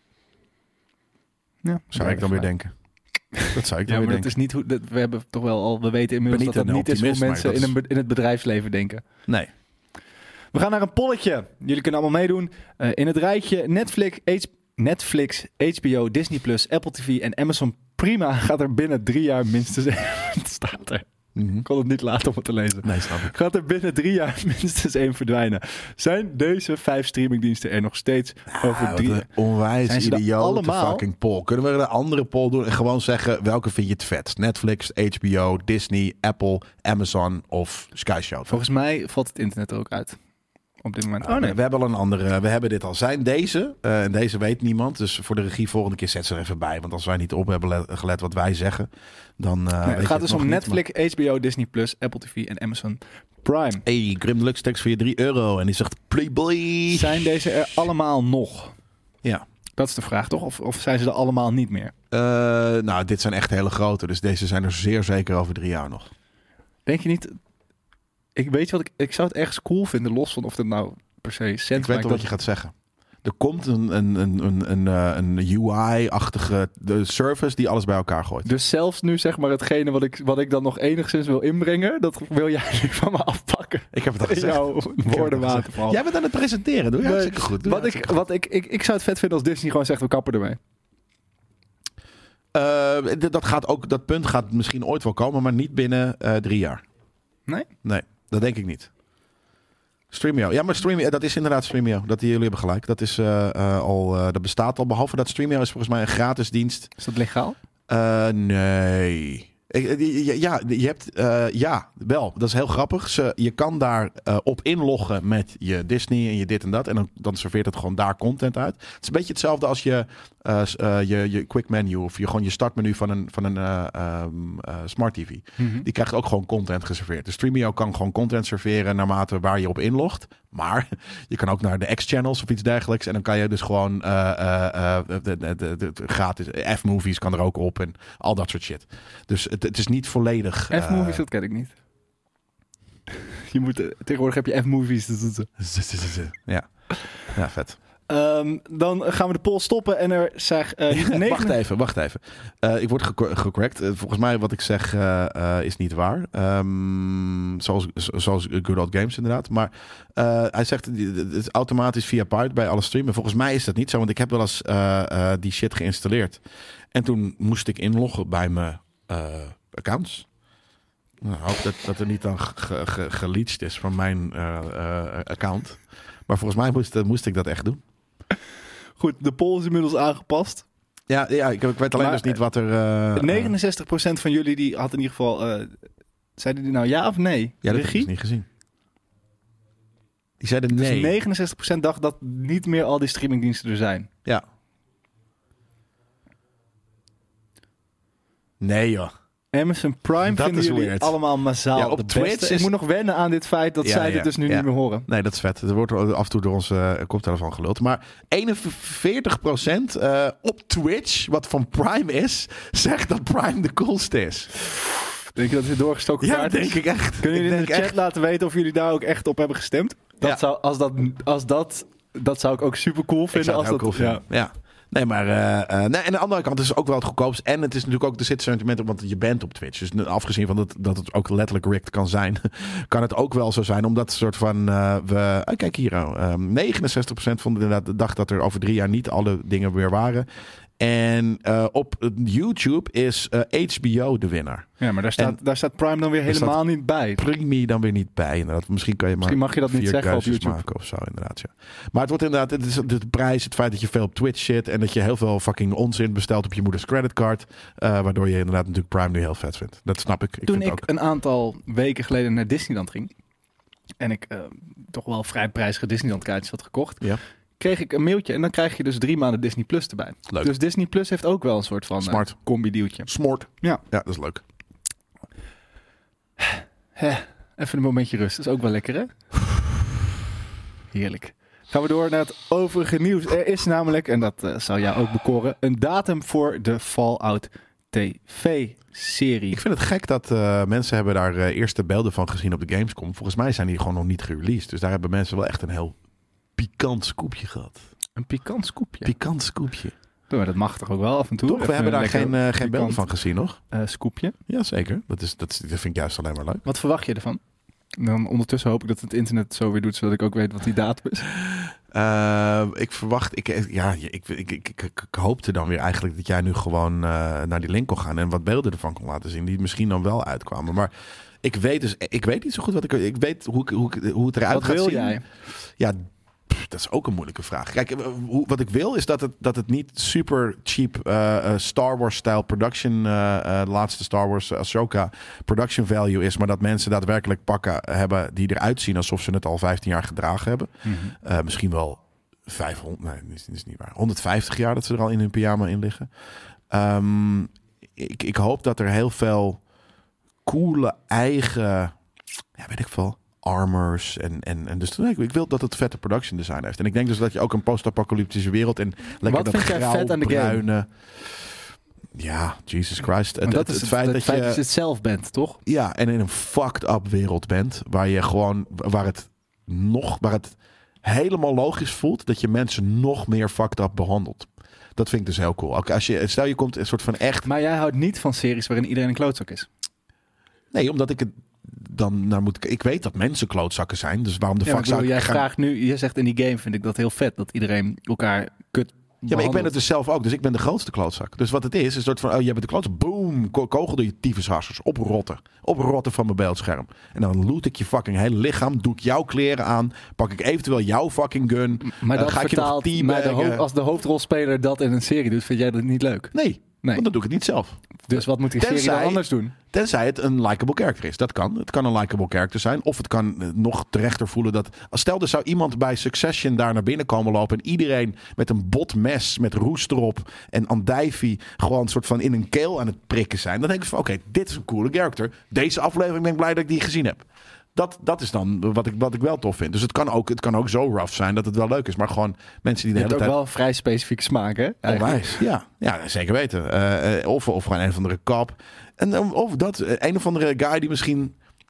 [SPEAKER 2] Ja,
[SPEAKER 1] Zou ik dan weer denken. Dat zou ik
[SPEAKER 2] Ja,
[SPEAKER 1] dan
[SPEAKER 2] maar
[SPEAKER 1] weer
[SPEAKER 2] dat
[SPEAKER 1] denken.
[SPEAKER 2] is niet hoe. Dat, we hebben toch wel al. We weten inmiddels
[SPEAKER 1] Ik
[SPEAKER 2] dat
[SPEAKER 1] ben
[SPEAKER 2] dat
[SPEAKER 1] niet
[SPEAKER 2] niet
[SPEAKER 1] een
[SPEAKER 2] is hoe
[SPEAKER 1] optimist,
[SPEAKER 2] mensen
[SPEAKER 1] maar
[SPEAKER 2] in,
[SPEAKER 1] dat
[SPEAKER 2] een, be- in het bedrijfsleven denken.
[SPEAKER 1] Nee.
[SPEAKER 2] We gaan naar een polletje. Jullie kunnen allemaal meedoen. Uh, in het rijtje Netflix, H- Netflix, H B O, Disney Plus, Apple T V en Amazon Prima gaat er binnen drie jaar minstens. Het staat er.
[SPEAKER 1] Mm-hmm.
[SPEAKER 2] Ik kon het niet laten om het te lezen.
[SPEAKER 1] Nee, snap ik.
[SPEAKER 2] Gaat er binnen drie jaar minstens één verdwijnen? Zijn deze vijf streamingdiensten er nog steeds over
[SPEAKER 1] Ah,
[SPEAKER 2] drie
[SPEAKER 1] wat
[SPEAKER 2] jaar?
[SPEAKER 1] een onwijs
[SPEAKER 2] Zijn ze er
[SPEAKER 1] idiote
[SPEAKER 2] allemaal?
[SPEAKER 1] fucking poll. Kunnen we een andere poll doen en gewoon zeggen welke vind je het vetst? Netflix, H B O, Disney, Apple, Amazon of Sky Show?
[SPEAKER 2] Volgens mij valt het internet er ook uit. Op dit moment.
[SPEAKER 1] Oh nee, we hebben al een andere. We hebben dit al. Zijn deze, uh, en deze weet niemand. Dus voor de regie volgende keer zet ze er even bij. Want als wij niet op hebben le- gelet wat wij zeggen, dan. Uh,
[SPEAKER 2] Nee,
[SPEAKER 1] weet
[SPEAKER 2] het
[SPEAKER 1] je
[SPEAKER 2] gaat dus
[SPEAKER 1] nog
[SPEAKER 2] om
[SPEAKER 1] niet,
[SPEAKER 2] Netflix, H B O, Disney Plus, Apple T V en Amazon Prime.
[SPEAKER 1] maar- Hey, Grim Deluxe tekst voor je drie euro. En die zegt playboy.
[SPEAKER 2] Zijn deze er allemaal nog?
[SPEAKER 1] Ja.
[SPEAKER 2] Dat is de vraag toch? Of, of zijn ze er allemaal niet meer?
[SPEAKER 1] Uh, nou, dit zijn echt hele grote. Dus deze zijn er zeer zeker over drie jaar nog.
[SPEAKER 2] Denk je niet... Ik weet je wat ik... Ik zou het ergens cool vinden, los van of het nou per se sens
[SPEAKER 1] Ik weet
[SPEAKER 2] maakt.
[SPEAKER 1] al wat je gaat zeggen. Er komt een, een, een, een, een, uh, een U I-achtige de service die alles bij elkaar gooit.
[SPEAKER 2] Dus zelfs nu zeg maar hetgene wat ik, wat ik dan nog enigszins wil inbrengen, dat wil jij nu van me afpakken.
[SPEAKER 1] Ik heb het al
[SPEAKER 2] In
[SPEAKER 1] gezegd.
[SPEAKER 2] jouw
[SPEAKER 1] Ik heb het al
[SPEAKER 2] woordenwaterval.
[SPEAKER 1] gezegd. Jij bent aan het presenteren. Doe je
[SPEAKER 2] Nee,
[SPEAKER 1] hartstikke goed. Doe je
[SPEAKER 2] Wat ik,
[SPEAKER 1] hartstikke goed.
[SPEAKER 2] wat ik, ik, ik zou het vet vinden als Disney gewoon zegt, we kappen ermee.
[SPEAKER 1] Uh, d- dat, gaat ook, dat punt gaat misschien ooit wel komen, maar niet binnen uh, drie jaar.
[SPEAKER 2] Nee?
[SPEAKER 1] Nee, dat denk ik niet. Streamio. Ja, maar Streamio, dat is inderdaad Streamio. Dat jullie hebben gelijk. Dat, is, uh, uh, al, uh, dat bestaat al. Behalve dat Streamio is volgens mij een gratis dienst.
[SPEAKER 2] Is dat legaal?
[SPEAKER 1] Uh, nee. Ik- Ja, je hebt, uh, ja, wel. Dat is heel grappig. Ze, je kan daar uh, op inloggen met je Disney en je dit en dat. En dan, dan serveert het gewoon daar content uit. Het is een beetje hetzelfde als je, uh, uh, je, je quick menu of je, gewoon je startmenu van een, van een uh, um, uh, smart T V.
[SPEAKER 2] Mm-hmm.
[SPEAKER 1] Die krijgt ook gewoon content geserveerd. Dus Streamio kan gewoon content serveren naarmate waar je op inlogt. Maar je kan ook naar de X-channels of iets dergelijks. En dan kan je dus gewoon uh, uh, uh, de, de, de, de, de gratis F-movies kan er ook op en al dat soort shit. Dus het, het is niet volledig...
[SPEAKER 2] F-movies,
[SPEAKER 1] uh,
[SPEAKER 2] dat ken ik niet. Je moet, uh, tegenwoordig heb je F-movies. Dus, uh.
[SPEAKER 1] ja. Ja, vet.
[SPEAKER 2] Um, dan gaan we de poll stoppen en er zeg... Uh, negen...
[SPEAKER 1] Wacht even, wacht even. Uh, ik word ge- gecorrect. Uh, volgens mij wat ik zeg uh, uh, is niet waar. Um, zoals, zoals Good Old Games inderdaad. Maar uh, hij zegt het is automatisch via Pirate bij alle streamen. Volgens mij is dat niet zo, want ik heb wel eens uh, uh, die shit geïnstalleerd. En toen moest ik inloggen bij mijn uh, accounts. Nou, hoop dat, dat er niet dan ge- ge- geleached is van mijn uh, uh, account. Maar volgens mij moest, moest ik dat echt doen.
[SPEAKER 2] Goed, de poll is inmiddels aangepast.
[SPEAKER 1] Ja, ja ik, ik weet alleen maar, dus niet wat er... Uh,
[SPEAKER 2] negenenzestig procent van jullie die had in ieder geval... Uh, zeiden die nou ja of nee?
[SPEAKER 1] Ja, dat heb ik niet gezien. Die zeiden
[SPEAKER 2] dus
[SPEAKER 1] nee.
[SPEAKER 2] negenenzestig procent dacht dat niet meer al die streamingdiensten er zijn.
[SPEAKER 1] Ja. Nee joh.
[SPEAKER 2] Amazon Prime dat vinden jullie weird. Allemaal massaal ja, op de Twitch beste. Is... Ik moet nog wennen aan dit feit dat ja, zij ja, dit dus nu ja. niet meer horen.
[SPEAKER 1] Nee, dat is vet. Er wordt af en toe door onze uh, koptelefoon geluld. Maar eenenveertig procent uh, op Twitch, wat van Prime is, zegt dat Prime de coolste is.
[SPEAKER 2] Denk je dat dit doorgestoken
[SPEAKER 1] ja,
[SPEAKER 2] kaart
[SPEAKER 1] is?
[SPEAKER 2] Ja,
[SPEAKER 1] denk ik echt.
[SPEAKER 2] Kunnen jullie
[SPEAKER 1] ik
[SPEAKER 2] in de chat
[SPEAKER 1] echt.
[SPEAKER 2] laten weten of jullie daar ook echt op hebben gestemd? Dat ja. zou, als dat, als dat, dat zou ik ook super cool vinden.
[SPEAKER 1] Ik zou
[SPEAKER 2] als
[SPEAKER 1] het
[SPEAKER 2] dat,
[SPEAKER 1] cool vinden. Ja. ja. Nee, maar uh, uh, nee, en de andere kant is het ook wel het goedkoopst. En het is natuurlijk ook, er zit sentiment op, want je bent op Twitch. Dus afgezien van dat, dat het ook letterlijk rigged kan zijn, kan het ook wel zo zijn. Omdat het soort van, uh, we, uh, kijk hier, uh, negenenzestig procent vond inderdaad de dag dat er over drie jaar niet alle dingen weer waren. En uh, op YouTube is uh, H B O de winnaar.
[SPEAKER 2] Ja, maar daar staat, en, daar staat Prime dan weer helemaal niet bij.
[SPEAKER 1] Prime dan weer niet bij. Inderdaad. Misschien kan je maar
[SPEAKER 2] Misschien mag je dat niet zeggen op YouTube
[SPEAKER 1] maken of zo, inderdaad. Ja. Maar het wordt inderdaad, het is de prijs, het feit dat je veel op Twitch zit en dat je heel veel fucking onzin bestelt op je moeders creditcard, uh, waardoor je inderdaad natuurlijk Prime nu heel vet vindt. Dat snap ik. ik
[SPEAKER 2] Toen ik
[SPEAKER 1] ook.
[SPEAKER 2] een aantal weken geleden naar Disneyland ging en ik uh, toch wel vrij prijzige Disneyland kaartjes had gekocht.
[SPEAKER 1] Ja.
[SPEAKER 2] Kreeg ik een mailtje en dan krijg je dus drie maanden Disney Plus erbij.
[SPEAKER 1] Leuk.
[SPEAKER 2] Dus Disney Plus heeft ook wel een soort van
[SPEAKER 1] Smart.
[SPEAKER 2] Uh, combi-dealtje.
[SPEAKER 1] Smart.
[SPEAKER 2] Ja.
[SPEAKER 1] Ja, dat is leuk.
[SPEAKER 2] He, even een momentje rust. Dat is ook wel lekker, hè? Heerlijk. Gaan we door naar het overige nieuws. Er is namelijk, en dat uh, zal jou ook bekoren, een datum voor de Fallout T V-serie.
[SPEAKER 1] Ik vind het gek dat uh, mensen hebben daar uh, eerste beelden van gezien op de Gamescom. Volgens mij zijn die gewoon nog niet gereleased. Dus daar hebben mensen wel echt een heel pikant scoopje gehad.
[SPEAKER 2] Een pikant scoopje?
[SPEAKER 1] Pikant scoopje.
[SPEAKER 2] Ja, dat mag toch ook wel af en toe?
[SPEAKER 1] Toch, we hebben daar geen, uh, geen beelden van gezien nog.
[SPEAKER 2] Uh, scoopje?
[SPEAKER 1] Jazeker. Dat, is, dat, is, dat vind ik juist alleen maar leuk.
[SPEAKER 2] Wat verwacht je ervan? Dan ondertussen hoop ik dat het internet zo weer doet, zodat ik ook weet wat die datum is.
[SPEAKER 1] Uh, ik verwacht, ik, ja, ik, ik, ik, ik, ik, ik hoopte dan weer eigenlijk dat jij nu gewoon uh, naar die link kon gaan en wat beelden ervan kon laten zien, die misschien dan wel uitkwamen. Maar ik weet dus, ik weet niet zo goed wat ik, ik weet hoe, hoe, hoe het eruit
[SPEAKER 2] wat
[SPEAKER 1] gaat zien.
[SPEAKER 2] Wat wil jij?
[SPEAKER 1] Ja, pff, dat is ook een moeilijke vraag. Kijk, hoe, wat ik wil is dat het, dat het niet super cheap uh, uh, Star Wars-style production, uh, uh, de laatste Star Wars uh, Ahsoka production value is, maar dat mensen daadwerkelijk pakken hebben die eruit zien alsof ze het al vijftien jaar gedragen hebben. Mm-hmm. Uh, misschien wel vijfhonderd, nee, dat is niet waar. honderdvijftig jaar dat ze er al in hun pyjama in liggen. Um, ik, ik hoop dat er heel veel coole eigen, ja, weet ik veel, armors en, en, en dus ik wil dat het vette production design heeft. En ik denk dus dat je ook een post-apocalyptische wereld en lekker
[SPEAKER 2] wat
[SPEAKER 1] dat
[SPEAKER 2] vind jij vet aan de game?
[SPEAKER 1] Ja, Jesus Christ.
[SPEAKER 2] Het, dat is het, het feit, het dat, feit je, dat je het zelf bent, toch?
[SPEAKER 1] Ja, en in een fucked up wereld bent waar je gewoon, waar het nog, waar het helemaal logisch voelt dat je mensen nog meer fucked up behandelt. Dat vind ik dus heel cool. Als je, stel je komt een soort van echt.
[SPEAKER 2] Maar jij houdt niet van series waarin iedereen een klootzak is?
[SPEAKER 1] Nee, omdat ik het dan naar moet. Ik weet dat mensen klootzakken zijn, dus waarom de
[SPEAKER 2] ja,
[SPEAKER 1] fuck
[SPEAKER 2] bedoel,
[SPEAKER 1] zou ik
[SPEAKER 2] jij
[SPEAKER 1] gaan...
[SPEAKER 2] vraagt nu, je zegt in die game vind ik dat heel vet dat iedereen elkaar kut.
[SPEAKER 1] Ja, maar ik ben het dus zelf ook. Dus ik ben de grootste klootzak. Dus wat het is, is een soort van, oh, je bent de klootzak. Boom, ko- kogel door je tyfushassers. Oprotten. Oprotten van mijn beeldscherm. En dan loot ik je fucking hele lichaam. Doe ik jouw kleren aan. Pak ik eventueel jouw fucking gun.
[SPEAKER 2] Maar dat
[SPEAKER 1] uh, ga
[SPEAKER 2] vertaalt,
[SPEAKER 1] ik je
[SPEAKER 2] maar de ho- als de hoofdrolspeler dat in een serie doet, vind jij dat niet leuk?
[SPEAKER 1] Nee. Nee. Want dan doe ik het niet zelf.
[SPEAKER 2] Dus wat moet die
[SPEAKER 1] tenzij,
[SPEAKER 2] serie dan anders doen?
[SPEAKER 1] Tenzij het een likable character is. Dat kan. Het kan een likable character zijn. Of het kan uh, nog terechter voelen dat... Stel, er zou iemand bij Succession daar naar binnen komen lopen... en iedereen met een bot mes, met roest erop... en andijvie gewoon een soort van in een keel aan het prikken zijn. Dan denk ik van, oké, okay, dit is een coole character. Deze aflevering ben ik blij dat ik die gezien heb. Dat, dat is dan wat ik, wat ik wel tof vind. Dus het kan, ook, het kan ook zo rough zijn dat het wel leuk is. Maar gewoon mensen die de
[SPEAKER 2] je
[SPEAKER 1] hele
[SPEAKER 2] hebt
[SPEAKER 1] tijd...
[SPEAKER 2] ook wel vrij specifiek smaak, hè?
[SPEAKER 1] Onwijs, ja. Ja, zeker weten. Uh, of, of gewoon een of andere kap. En, of dat, een of andere guy die misschien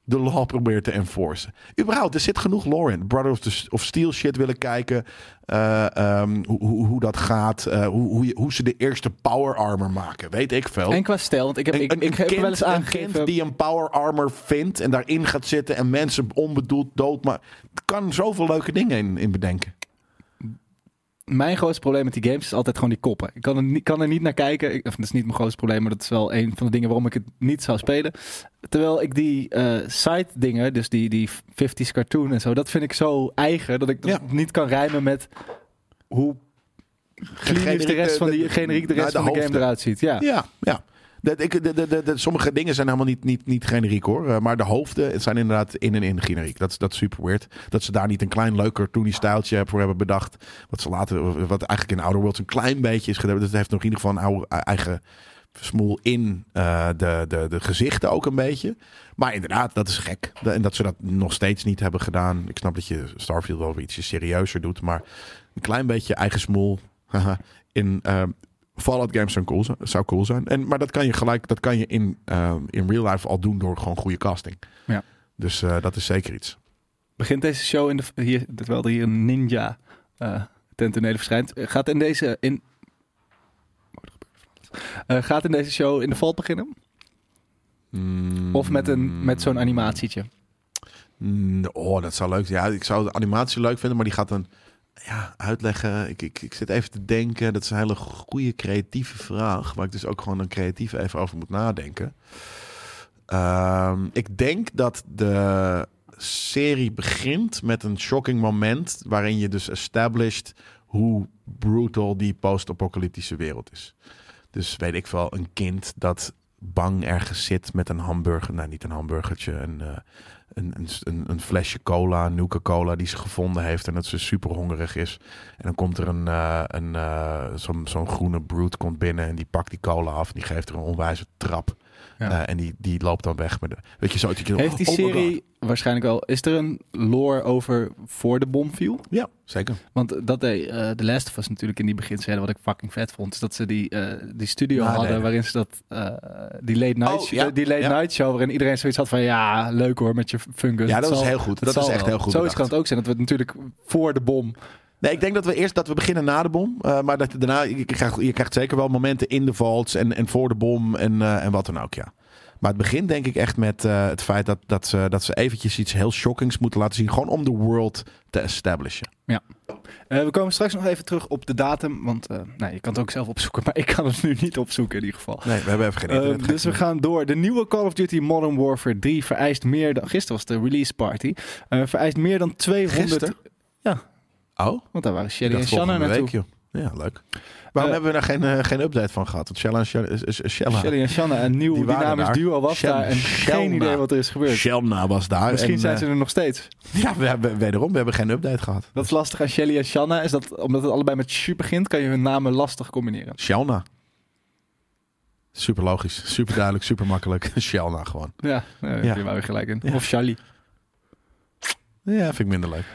[SPEAKER 1] de law probeert te enforcen. Überhaupt, er zit genoeg lore in. Brother of, the, of Steel shit willen kijken. Uh, um, hoe, hoe, hoe dat gaat. Uh, hoe, hoe, hoe ze de eerste power armor maken. Weet ik veel.
[SPEAKER 2] En qua stijl. Want ik heb,
[SPEAKER 1] een,
[SPEAKER 2] ik,
[SPEAKER 1] een,
[SPEAKER 2] ik heb
[SPEAKER 1] kind,
[SPEAKER 2] wel eens aangegeven...
[SPEAKER 1] Een kind die een power armor vindt en daarin gaat zitten en mensen onbedoeld dood. Maar het kan zoveel leuke dingen in, in bedenken.
[SPEAKER 2] Mijn grootste probleem met die games is altijd gewoon die koppen. Ik kan er niet, kan er niet naar kijken. Ik, of dat is niet mijn grootste probleem, maar dat is wel een van de dingen waarom ik het niet zou spelen. Terwijl ik die uh, side dingen, dus die, die vijftiger cartoon en zo, dat vind ik zo eigen dat ik dat
[SPEAKER 1] ja.
[SPEAKER 2] niet kan rijmen met hoe klinisch de rest van die generiek de rest nou, de van de game eruit ziet. Ja,
[SPEAKER 1] ja. ja. De, de, de, de, de, sommige dingen zijn helemaal niet, niet, niet generiek hoor. Uh, maar de hoofden zijn inderdaad in en in generiek. Dat is, dat is super weird. Dat ze daar niet een klein leuk cartoony stijltje voor hebben bedacht. Wat ze later, wat eigenlijk in Outer Worlds een klein beetje is gedaan. Dat heeft nog in ieder geval een oude, eigen smoel in uh, de, de, de gezichten ook een beetje. Maar inderdaad, dat is gek. De, en dat ze dat nog steeds niet hebben gedaan. Ik snap dat je Starfield wel ietsje serieuzer doet. Maar een klein beetje eigen smoel in... Uh, Fallout games zou cool zijn, zou cool zijn. En, maar dat kan je gelijk, dat kan je in, uh, in real life al doen door gewoon goede casting.
[SPEAKER 2] Ja.
[SPEAKER 1] Dus uh, dat is zeker iets.
[SPEAKER 2] Begint deze show in de hier, terwijl er hier een ninja uh, ten tonele verschijnt, gaat in deze in uh, gaat in deze show in de val beginnen?
[SPEAKER 1] Mm,
[SPEAKER 2] of met een met zo'n animatietje?
[SPEAKER 1] Mm, oh, dat zou leuk zijn. Ja, ik zou de animatie leuk vinden, maar die gaat dan ja, uitleggen. Ik, ik, ik zit even te denken. Dat is een hele goede creatieve vraag. Waar ik dus ook gewoon een creatief even over moet nadenken. Um, ik denk dat de serie begint met een shocking moment. Waarin je dus established hoe brutal die post-apocalyptische wereld is. Dus weet ik wel, een kind dat bang ergens zit met een hamburger. Nou, niet een hamburgertje. Een... Uh, Een, een, een flesje cola, Nuka-Cola, die ze gevonden heeft en dat ze super hongerig is. En dan komt er een, uh, een uh, zo'n, zo'n groene brute komt binnen en die pakt die cola af en die geeft er een onwijze trap. Ja. Uh, en die, die loopt dan weg met de, weet je zo. Je,
[SPEAKER 2] heeft die oh serie waarschijnlijk wel, is er een lore over voor de bom viel?
[SPEAKER 1] Ja, zeker.
[SPEAKER 2] Want dat deed uh, The Last of Us natuurlijk in die beginscène, wat ik fucking vet vond, is dat ze die, uh, die studio ja, hadden nee. waarin ze dat, uh, die late night, oh, ja. die late ja. night show, waarin iedereen zoiets had van ja, leuk hoor met je fungus.
[SPEAKER 1] Ja, dat
[SPEAKER 2] zal,
[SPEAKER 1] is heel goed. Dat, dat is echt wel. heel goed.
[SPEAKER 2] Zoiets kan het ook zijn, dat we natuurlijk voor de bom...
[SPEAKER 1] Nee, ik denk dat we eerst dat we beginnen na de bom. Uh, maar dat daarna, je krijgt, je krijgt zeker wel momenten in de vaults en, en voor de bom en, uh, en wat dan ook, ja. Maar het begint denk ik echt met uh, het feit dat, dat, ze, dat ze eventjes iets heel shockings moeten laten zien. Gewoon om de world te establishen.
[SPEAKER 2] Ja. Uh, we komen straks nog even terug op de datum. Want uh, nou, je kan het ook zelf opzoeken. Maar ik kan het nu niet opzoeken in ieder geval.
[SPEAKER 1] Nee, we hebben even geen internet.
[SPEAKER 2] Uh, dus we gaan door. De nieuwe Call of Duty Modern Warfare drie vereist meer dan... Gisteren was de release party. Uh, vereist meer dan tweehonderd...
[SPEAKER 1] Gisteren?
[SPEAKER 2] Ja.
[SPEAKER 1] Oh?
[SPEAKER 2] Want daar waren Shelly en Shanna naartoe.
[SPEAKER 1] Week, joh. Ja, leuk. Waarom uh, hebben we daar geen, uh, geen update van gehad? Want Shella en Shella.
[SPEAKER 2] Shelly en Shanna, een nieuw dynamisch duo was Shell, daar. En Shelna. Geen idee wat er is gebeurd.
[SPEAKER 1] Shelna was daar.
[SPEAKER 2] Misschien
[SPEAKER 1] en,
[SPEAKER 2] zijn ze er nog steeds.
[SPEAKER 1] Ja, we hebben, wederom, we hebben geen update gehad.
[SPEAKER 2] Dat is lastig aan Shelly en Shanna. Is dat, omdat het allebei met Sh begint, kan je hun namen lastig combineren.
[SPEAKER 1] Shelna. Super logisch. Super duidelijk. Super makkelijk. Shelna gewoon.
[SPEAKER 2] Ja, daar heb je wel weer gelijk in. Ja. Of Shelly.
[SPEAKER 1] Ja, vind ik minder leuk.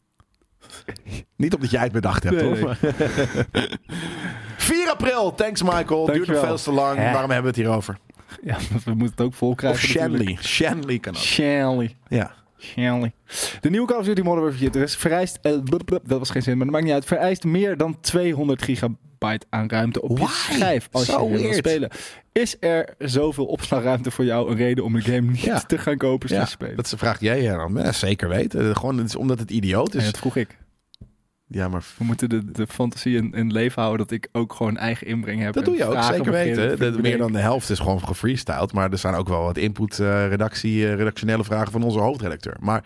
[SPEAKER 1] Niet omdat jij het bedacht hebt, nee, hoor. Nee. vier april, thanks Michael. Dank duurt nog veel te lang. Hè? Waarom hebben we het hierover?
[SPEAKER 2] Ja, we moeten het ook vol krijgen.
[SPEAKER 1] Of Shanley. Shanley kan ook.
[SPEAKER 2] Shanley.
[SPEAKER 1] Ja.
[SPEAKER 2] Shanley. De nieuwe Call of Duty Modern Warfare vier vereist... Uh, dat was geen zin, maar dat maakt niet uit. Vereist meer dan tweehonderd gigabyte aan ruimte op je Why? schijf. Als so je wil spelen. Is er zoveel opslagruimte voor jou een reden om de game niet ja. te gaan kopen?
[SPEAKER 1] Ja,
[SPEAKER 2] spelen?
[SPEAKER 1] Dat vraagt jij ja dan. Ja, zeker weten. Gewoon het is omdat het idioot is.
[SPEAKER 2] Ja, dat vroeg ik.
[SPEAKER 1] Ja, maar...
[SPEAKER 2] We moeten de, de fantasie in, in leven houden dat ik ook gewoon eigen inbreng heb.
[SPEAKER 1] Dat doe je ook, zeker weten. De, meer dan de helft is gewoon gefreestyled. Maar er zijn ook wel wat input, uh, redactie, uh, redactionele vragen van onze hoofdredacteur. Maar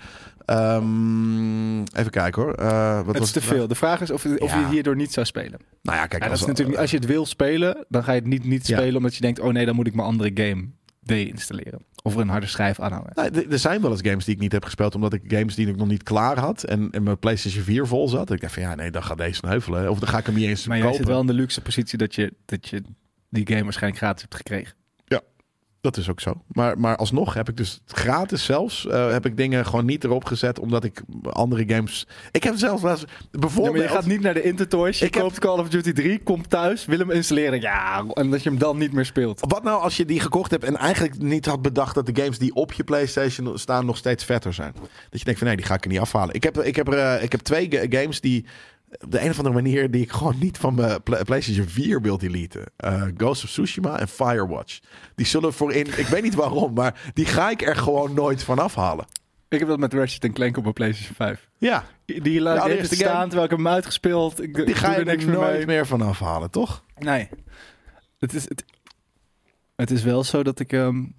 [SPEAKER 1] um, even kijken hoor. Uh, wat
[SPEAKER 2] het
[SPEAKER 1] was
[SPEAKER 2] is te
[SPEAKER 1] de
[SPEAKER 2] veel. De vraag is of, of ja. je hierdoor niet zou spelen.
[SPEAKER 1] Nou ja, kijk.
[SPEAKER 2] Ja,
[SPEAKER 1] als,
[SPEAKER 2] dat is natuurlijk, als je het wil spelen, dan ga je het niet, niet spelen ja. omdat je denkt, oh nee, dan moet ik mijn andere game deinstalleren. Of er een harde schijf aanhangen.
[SPEAKER 1] Nou, er zijn wel eens games die ik niet heb gespeeld, omdat ik games die ik nog niet klaar had en, en mijn PlayStation vier vol zat. Ik dacht van ja, nee, dan gaat deze sneuvelen. Of dan ga ik hem niet eens
[SPEAKER 2] maar
[SPEAKER 1] kopen.
[SPEAKER 2] Maar jij zit wel in de luxe positie dat je, dat je die game waarschijnlijk gratis hebt gekregen.
[SPEAKER 1] Ja. Dat is ook zo. Maar, maar alsnog heb ik dus gratis zelfs... Uh, heb ik dingen gewoon niet erop gezet... omdat ik andere games... Ik heb zelfs wel eens... Bijvoorbeeld...
[SPEAKER 2] Ja, maar je gaat niet naar de Intertoys. Je
[SPEAKER 1] ik
[SPEAKER 2] koopt
[SPEAKER 1] heb...
[SPEAKER 2] Call of Duty drie, komt thuis, wil hem installeren. Ja, en dat je hem dan niet meer speelt.
[SPEAKER 1] Wat nou als je die gekocht hebt... en eigenlijk niet had bedacht... dat de games die op je PlayStation staan... nog steeds vetter zijn. Dat je denkt van nee, die ga ik er niet afhalen. Ik heb, ik heb, uh, ik heb twee g- games die... op de een of andere manier die ik gewoon niet van mijn PlayStation vier wil deleten. Uh, Ghost of Tsushima en Firewatch. Die zullen voorin... Ik weet niet waarom, maar die ga ik er gewoon nooit van afhalen.
[SPEAKER 2] Ik heb dat met Ratchet en Clank op mijn PlayStation vijf.
[SPEAKER 1] Ja.
[SPEAKER 2] Die laat ik staan
[SPEAKER 1] game,
[SPEAKER 2] terwijl ik hem uitgespeeld. Ik,
[SPEAKER 1] die ga je er niks
[SPEAKER 2] meer
[SPEAKER 1] nooit
[SPEAKER 2] mee.
[SPEAKER 1] meer van afhalen, toch?
[SPEAKER 2] Nee. Het is, het, het is wel zo dat ik um,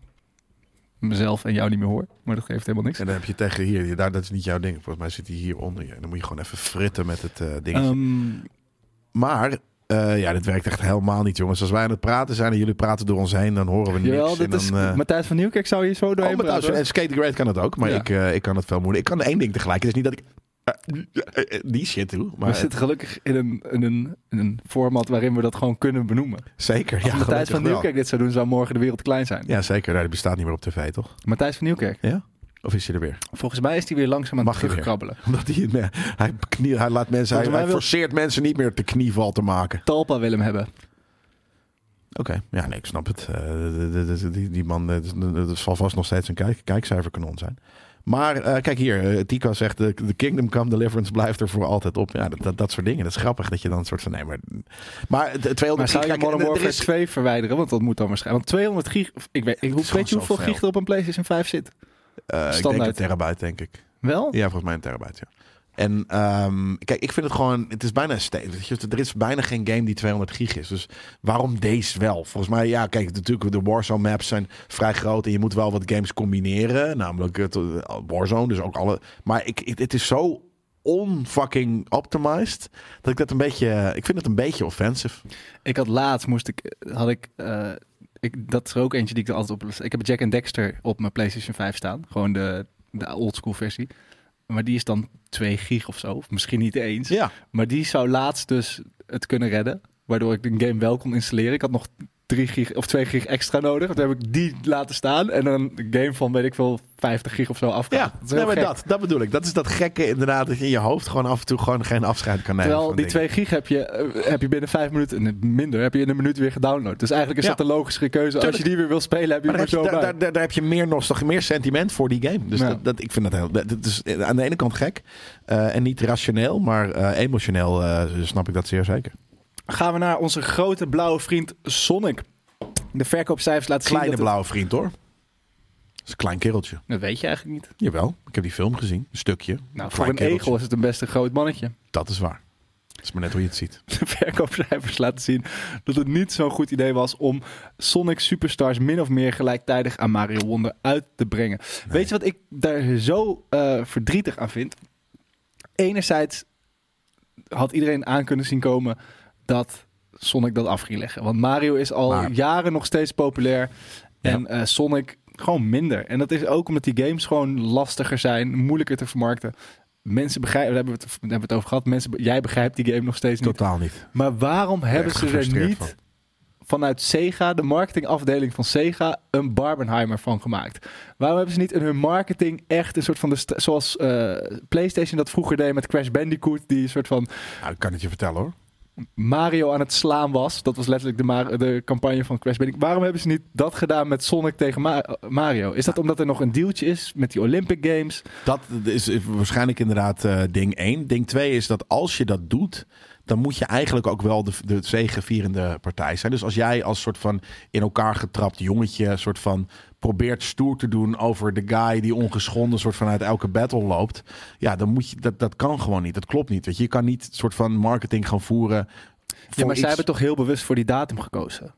[SPEAKER 2] mezelf en jou niet meer hoor. Maar dat geeft helemaal niks.
[SPEAKER 1] En dan heb je tegen hier... Daar, dat is niet jouw ding. Volgens mij zit hij hier onder je. En dan moet je gewoon even fritten met het uh, dingetje. Um, maar... Uh, ja, dit werkt echt helemaal niet, jongens. Als wij aan het praten zijn en jullie praten door ons heen, dan horen we niks.
[SPEAKER 2] Jawel, dat
[SPEAKER 1] en
[SPEAKER 2] is,
[SPEAKER 1] dan, uh...
[SPEAKER 2] Matthijs van Nieuwkerk zou je zo doorheen
[SPEAKER 1] oh, praten. En Skate Great kan het ook, maar ja. ik, uh, ik kan het veel moeilijk. Ik kan één ding tegelijk. Het is niet dat ik uh, die shit doe. Maar
[SPEAKER 2] we zitten gelukkig in een, in, een, in een format waarin we dat gewoon kunnen benoemen.
[SPEAKER 1] Zeker,
[SPEAKER 2] Als
[SPEAKER 1] ja.
[SPEAKER 2] Matthijs van Nieuwkerk dit zou doen, zou morgen de wereld klein zijn.
[SPEAKER 1] Ja, zeker. Die bestaat niet meer op tv, toch?
[SPEAKER 2] Matthijs van Nieuwkerk?
[SPEAKER 1] Ja. Of is hij er weer?
[SPEAKER 2] Volgens mij is hij weer langzaam aan het terugkrabbelen.
[SPEAKER 1] Omdat hij, nee, hij, knie, hij laat mensen, hij, hij forceert wil... mensen niet meer te knieval te maken.
[SPEAKER 2] Talpa wil hem hebben.
[SPEAKER 1] Oké, okay. Ja, nee, ik snap het. Uh, de, de, de, die, die man, dat zal vast nog steeds een kijk, kijkcijferkanon zijn. Maar uh, kijk hier, uh, Tika zegt, de uh, Kingdom Come Deliverance blijft er voor altijd op. Ja, dat, dat, dat soort dingen. Dat is grappig dat je dan een soort van, nee, maar... Maar, tweehonderd
[SPEAKER 2] maar zou je
[SPEAKER 1] gig,
[SPEAKER 2] Modern Warfare
[SPEAKER 1] is...
[SPEAKER 2] twee verwijderen? Want dat moet dan waarschijnlijk. Want tweehonderd gig, ik weet, ik, hoe, weet je hoeveel gig er op een PlayStation vijf zit?
[SPEAKER 1] Uh, ik denk een terabyte, denk ik.
[SPEAKER 2] Wel?
[SPEAKER 1] Ja, volgens mij een terabyte, ja. En um, kijk, ik vind het gewoon... Het is bijna stevig. Er is bijna geen game die tweehonderd gig is. Dus waarom deze wel? Volgens mij, ja, kijk, natuurlijk de Warzone maps zijn vrij groot. En je moet wel wat games combineren. Namelijk het Warzone, dus ook alle... Maar ik, het, het is zo onfucking optimized dat ik dat een beetje... Ik vind het een beetje offensive.
[SPEAKER 2] Ik had laatst, moest ik... Had ik... Uh, ik dat is er ook eentje die ik er altijd op... Ik heb Jack and Dexter op mijn PlayStation vijf staan. Gewoon de, de oldschool versie. Maar die is dan twee gig of zo. Of misschien niet eens.
[SPEAKER 1] Ja.
[SPEAKER 2] Maar die zou laatst dus het kunnen redden. Waardoor ik de game wel kon installeren. Ik had nog drie gig of twee gig extra nodig. Toen heb ik die laten staan. En dan een game van, weet ik veel, vijftig gig of zo afgehaald.
[SPEAKER 1] Ja, dat, nee, maar dat, dat bedoel ik. Dat is dat gekke inderdaad. Dat je in je hoofd gewoon af en toe gewoon geen afscheid kan nemen.
[SPEAKER 2] Terwijl die
[SPEAKER 1] dingen.
[SPEAKER 2] twee gig heb je, uh, heb je binnen vijf minuten, minder, heb je in een minuut weer gedownload. Dus eigenlijk is ja. dat een logische keuze. Tuurlijk. Als je die weer wil spelen, heb je hem er zo
[SPEAKER 1] daar,
[SPEAKER 2] bij.
[SPEAKER 1] Daar, daar, daar heb je meer nostalgie, meer sentiment voor die game. Dus ja. dat, dat, ik vind dat heel... Dat, dat is aan de ene kant gek. Uh, en niet rationeel, maar uh, emotioneel uh, snap ik dat zeer zeker.
[SPEAKER 2] Gaan we naar onze grote blauwe vriend Sonic. De verkoopcijfers laten
[SPEAKER 1] Kleine
[SPEAKER 2] zien...
[SPEAKER 1] Kleine blauwe vriend, hoor. Dat is een klein kereltje.
[SPEAKER 2] Dat weet je eigenlijk niet.
[SPEAKER 1] Jawel, ik heb die film gezien. Een stukje.
[SPEAKER 2] Nou, voor een kereltje. Egel is het een best een groot mannetje.
[SPEAKER 1] Dat is waar. Dat is maar net hoe je het ziet.
[SPEAKER 2] De verkoopcijfers laten zien dat het niet zo'n goed idee was om Sonic Superstars min of meer gelijktijdig aan Mario Wonder uit te brengen. Nee. Weet je wat ik daar zo uh, verdrietig aan vind? Enerzijds had iedereen aan kunnen zien komen dat Sonic dat af ging leggen. Want Mario is al maar... jaren nog steeds populair. Ja. En uh, Sonic gewoon minder. En dat is ook omdat die games gewoon lastiger zijn, moeilijker te vermarkten. Mensen begrijpen, daar hebben we het, daar hebben we het over gehad. Mensen, jij begrijpt die game nog steeds niet.
[SPEAKER 1] Totaal niet.
[SPEAKER 2] Maar waarom hebben ze er niet van. vanuit Sega, de marketingafdeling van Sega, een Barbenheimer van gemaakt? Waarom hebben ze niet in hun marketing echt een soort van, de st- zoals uh, PlayStation dat vroeger deed met Crash Bandicoot, die een soort van...
[SPEAKER 1] Nou, ik kan het je vertellen, hoor.
[SPEAKER 2] Mario aan het slaan was. Dat was letterlijk de, Mar- de campagne van Crash Bandicoot. Waarom hebben ze niet dat gedaan met Sonic tegen Ma- Mario? Is dat omdat er nog een dealtje is met die Olympic Games?
[SPEAKER 1] Dat is waarschijnlijk inderdaad uh, ding één. Ding twee is dat als je dat doet, dan moet je eigenlijk ook wel de, de zegevierende partij zijn. Dus als jij als soort van in elkaar getrapt jongetje soort van probeert stoer te doen over de guy die ongeschonden soort van uit elke battle loopt, ja, dan moet je dat dat kan gewoon niet. Dat klopt niet. Weet je, je kan niet soort van marketing gaan voeren.
[SPEAKER 2] Ja, maar iets... zij hebben toch heel bewust voor die datum gekozen.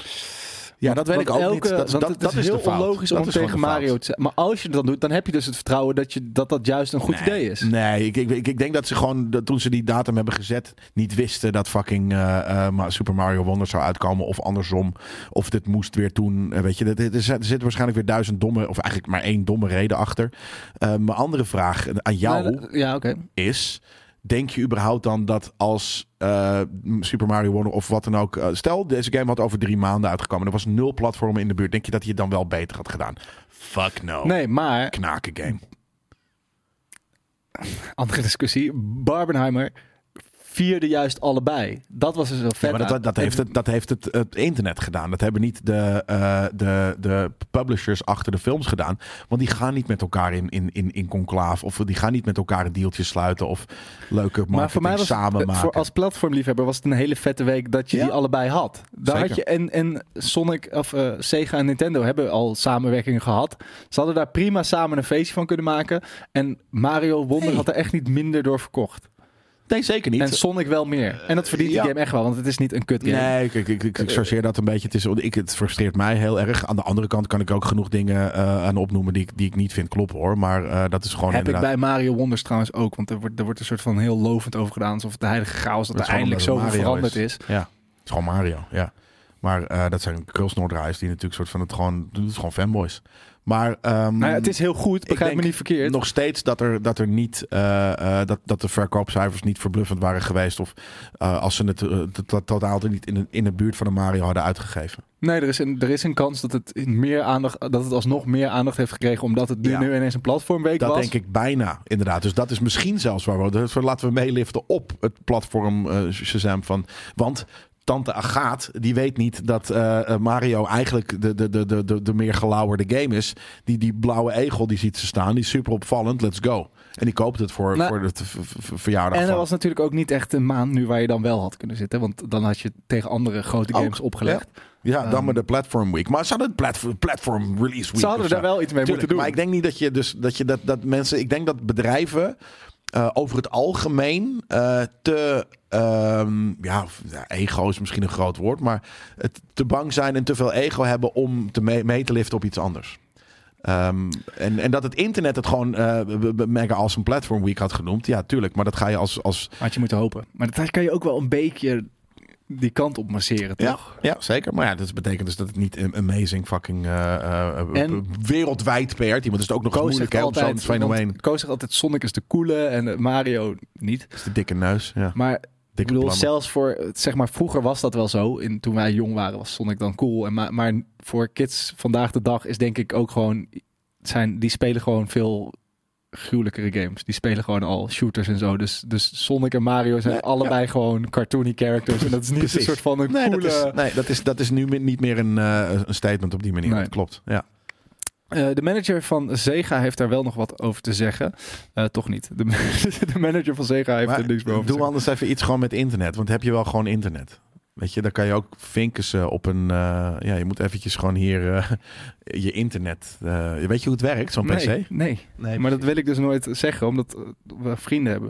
[SPEAKER 1] Ja, dat weet
[SPEAKER 2] want
[SPEAKER 1] ik ook
[SPEAKER 2] elke,
[SPEAKER 1] niet. Dat,
[SPEAKER 2] want
[SPEAKER 1] dat,
[SPEAKER 2] het
[SPEAKER 1] dat
[SPEAKER 2] is,
[SPEAKER 1] is
[SPEAKER 2] heel
[SPEAKER 1] de fout.
[SPEAKER 2] onlogisch
[SPEAKER 1] dat
[SPEAKER 2] om tegen Mario te zeggen. Maar als je het dan doet, dan heb je dus het vertrouwen dat je, dat, dat juist een goed
[SPEAKER 1] nee,
[SPEAKER 2] idee is.
[SPEAKER 1] Nee, ik, ik, ik denk dat ze gewoon, dat toen ze die datum hebben gezet, niet wisten dat fucking uh, uh, Super Mario Wonder zou uitkomen. Of andersom. Of dit moest weer toen. Uh, weet je, er, er zit waarschijnlijk weer duizend domme, of eigenlijk maar één domme reden achter. Uh, mijn andere vraag aan jou
[SPEAKER 2] nee, ja, okay.
[SPEAKER 1] is... denk je überhaupt dan dat als uh, Super Mario Wonder of wat dan ook... Uh, stel, deze game had over drie maanden uitgekomen. Er was nul platformen in de buurt. Denk je dat hij het dan wel beter had gedaan? Fuck no.
[SPEAKER 2] Nee, maar...
[SPEAKER 1] Knaken game.
[SPEAKER 2] Andere discussie. Barbenheimer vierde juist allebei. Dat was dus wel vet.
[SPEAKER 1] Ja, maar dat, dat, heeft, het, dat heeft het, het internet gedaan. Dat hebben niet de, uh, de, de publishers achter de films gedaan. Want die gaan niet met elkaar in, in, in, in conclave. Of die gaan niet met elkaar een dealtje sluiten. Of leuke marketing
[SPEAKER 2] maar voor mij was
[SPEAKER 1] samen
[SPEAKER 2] het,
[SPEAKER 1] maken.
[SPEAKER 2] Voor als platformliefhebber was het een hele vette week dat je
[SPEAKER 1] ja.
[SPEAKER 2] die allebei had. Daar had je en, en Sonic of uh, Sega en Nintendo hebben al samenwerkingen gehad. Ze hadden daar prima samen een feestje van kunnen maken. En Mario Wonder hey. had er echt niet minder door verkocht.
[SPEAKER 1] Nee, zeker niet.
[SPEAKER 2] En Sonic wel meer. En dat verdient uh, ja. die game echt wel, want het is niet een kut game.
[SPEAKER 1] Nee, ik, ik, ik, ik chargeer dat een beetje. Het, is, ik, het frustreert mij heel erg. Aan de andere kant kan ik ook genoeg dingen uh, aan opnoemen die, die ik niet vind kloppen hoor. Maar uh, dat is gewoon
[SPEAKER 2] Heb
[SPEAKER 1] inderdaad...
[SPEAKER 2] ik bij Mario Wonders trouwens ook. Want er wordt, er wordt een soort van heel lovend over gedaan. Alsof de heilige chaos dat, dat er eindelijk zoveel veranderd is.
[SPEAKER 1] is. Ja, het is gewoon Mario, ja. Maar uh, dat zijn krulsnoordraaiers die natuurlijk soort van het gewoon... Het is gewoon fanboys. Maar um,
[SPEAKER 2] nou ja, het is heel goed, begrijp me niet verkeerd.
[SPEAKER 1] Nog steeds dat er, dat er niet uh, uh, dat, dat de verkoopcijfers niet verbluffend waren geweest. Of uh, als ze het uh, totaal niet in de, in de buurt van een Mario hadden uitgegeven.
[SPEAKER 2] Nee, er is een, er is een kans dat het meer aandacht, dat het alsnog meer aandacht heeft gekregen, omdat het nu, ja. nu ineens een platformweek
[SPEAKER 1] dat
[SPEAKER 2] was.
[SPEAKER 1] Dat denk ik bijna, inderdaad. Dus dat is misschien zelfs waar we... Dus laten we meeliften op het platform uh, Shazam van... Want... Tante Agaat, die weet niet dat uh, Mario eigenlijk de, de, de, de, de meer gelauwerde game is. Die, die blauwe egel, die ziet ze staan. Die is super opvallend. Let's go. En die koopt het voor, nou, voor de v- v- verjaardag.
[SPEAKER 2] En er
[SPEAKER 1] van.
[SPEAKER 2] was natuurlijk ook niet echt een maand nu waar je dan wel had kunnen zitten. Want dan had je tegen andere grote games ook opgelegd.
[SPEAKER 1] Ja, ja dan um, met de Platform Week. Maar ze hadden het platform, platform Release Week.
[SPEAKER 2] Ze hadden daar wel iets mee Tuurlijk, moeten doen.
[SPEAKER 1] Maar ik denk niet dat je dus dat je dat, dat mensen... Ik denk dat bedrijven... Uh, over het algemeen uh, te... Um, ja, ego is misschien een groot woord, maar het te bang zijn en te veel ego hebben om te mee, mee te liften op iets anders. Um, en, en dat het internet het gewoon uh, mega awesome platform week had genoemd. Ja, tuurlijk, maar dat ga je als... als...
[SPEAKER 2] Had je moeten hopen. Maar dat kan je ook wel een beetje die kant op masseren, toch?
[SPEAKER 1] Ja, ja, zeker. Maar ja, dat betekent dus dat het niet een amazing fucking uh, en wereldwijd P R-team. Want het is ook nog eens moeilijk hè, op zo'n fenomeen.
[SPEAKER 2] Koos zegt altijd Sonic is de coole en Mario niet.
[SPEAKER 1] Dat is de dikke neus, ja.
[SPEAKER 2] Maar... Ik bedoel, plammen. Zelfs voor, zeg maar, vroeger was dat wel zo. In, toen wij jong waren was Sonic dan cool. En maar, maar voor kids vandaag de dag is denk ik ook gewoon... Zijn, die spelen gewoon veel gruwelijkere games. Die spelen gewoon al shooters en zo. Dus, dus Sonic en Mario zijn nee, allebei ja. gewoon cartoony characters. En dat is niet Precies. een soort van een
[SPEAKER 1] nee,
[SPEAKER 2] coole...
[SPEAKER 1] Dat is, nee, dat is, dat is nu niet meer een, uh, een statement op die manier. Nee. Dat klopt, ja.
[SPEAKER 2] Uh, de manager van Sega heeft daar wel nog wat over te zeggen. Uh, toch niet. De, de manager van Sega heeft
[SPEAKER 1] maar
[SPEAKER 2] er niks meer over
[SPEAKER 1] doe
[SPEAKER 2] te zeggen.
[SPEAKER 1] Anders even iets gewoon met internet. Want heb je wel gewoon internet. Weet je, dan kan je ook vinken op een... Uh, ja, je moet eventjes gewoon hier uh, je internet... Uh, weet je hoe het werkt, zo'n
[SPEAKER 2] nee,
[SPEAKER 1] P C?
[SPEAKER 2] Nee, nee, maar dat wil ik dus nooit zeggen, omdat we vrienden hebben.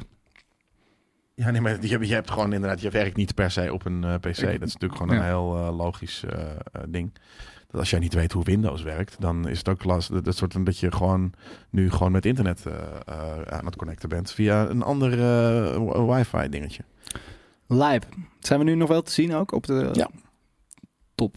[SPEAKER 1] Ja, nee, maar je, je hebt gewoon inderdaad... Je werkt niet per se op een uh, P C. Ik, dat is natuurlijk gewoon ja. een heel uh, logisch uh, uh, ding. Dat als jij niet weet hoe Windows werkt, dan is het ook lastig. Dat soort dat je gewoon nu gewoon met internet uh, uh, aan het connecten bent via een ander uh, wifi dingetje.
[SPEAKER 2] Lijp. Zijn we nu nog wel te zien ook op de...
[SPEAKER 1] Ja.
[SPEAKER 2] Top.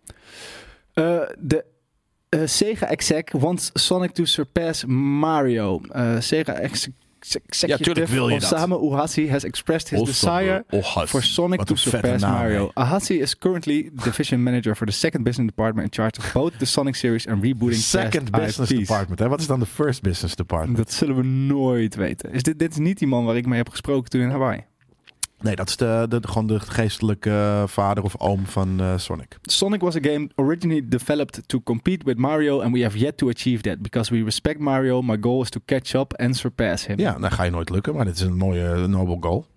[SPEAKER 2] Uh, de uh, Sega exec wants Sonic to surpass Mario. Uh, Sega exec Executive
[SPEAKER 1] ja,
[SPEAKER 2] Osamu Uhashi has expressed his Osamu desire Ohas. for Sonic Wat to surpass naam, Mario. Hey. Uhashi is currently division manager for the second business department in charge of both the Sonic series and rebooting
[SPEAKER 1] second
[SPEAKER 2] past
[SPEAKER 1] business
[SPEAKER 2] I Ps.
[SPEAKER 1] Department. Hè? Wat is dan de first business department?
[SPEAKER 2] Dat zullen we nooit weten. Is dit, dit is niet die man waar ik mee heb gesproken toen in Hawaii.
[SPEAKER 1] Nee, dat is de, de, gewoon de geestelijke uh, vader of oom van uh, Sonic.
[SPEAKER 2] Sonic was a game originally developed to compete with Mario and we have yet to achieve that. Because we respect Mario, my goal is to catch up and surpass him.
[SPEAKER 1] Ja, dan ga je nooit lukken, maar dit is een mooie noble goal.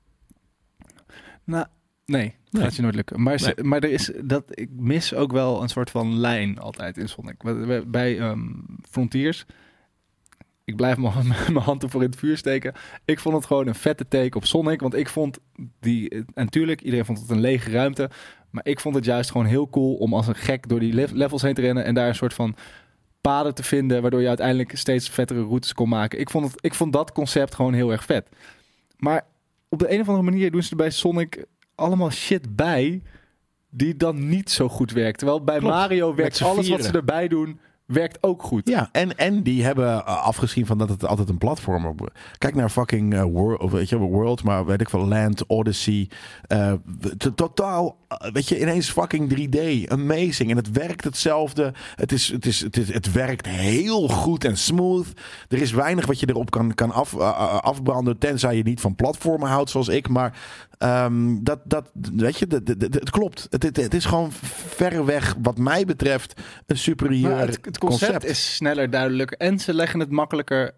[SPEAKER 2] Nou, nee, dat gaat je nooit lukken. Maar, nee. maar er is dat, ik mis ook wel een soort van lijn altijd in Sonic. Bij um, Frontiers... Ik blijf mijn hand ervoor in het vuur steken. Ik vond het gewoon een vette take op Sonic. Want ik vond die... En natuurlijk, iedereen vond het een lege ruimte. Maar ik vond het juist gewoon heel cool om als een gek door die levels heen te rennen. En daar een soort van paden te vinden. Waardoor je uiteindelijk steeds vettere routes kon maken. Ik vond, het, ik vond dat concept gewoon heel erg vet. Maar op de een of andere manier doen ze er bij Sonic allemaal shit bij. Die dan niet zo goed werkt. Terwijl bij Klopt, Mario werkt alles wat ze erbij doen... werkt ook goed.
[SPEAKER 1] Ja, en, en die hebben uh, afgezien van dat het altijd een platformer... Kijk naar fucking uh, World, of weet je, World, maar weet ik veel, Land, Odyssey. Uh, totaal, uh, weet je, ineens fucking drie D. Amazing. En het werkt hetzelfde. Het, is, het, is, het, is, het werkt heel goed en smooth. Er is weinig wat je erop kan, kan af, uh, afbranden, tenzij je niet van platformen houdt zoals ik. Maar um, dat, dat, weet je, dat, dat, dat, het klopt. Het, het, het is gewoon verreweg, wat mij betreft, een superieur
[SPEAKER 2] het, het concept, concept is sneller, duidelijker en ze leggen het makkelijker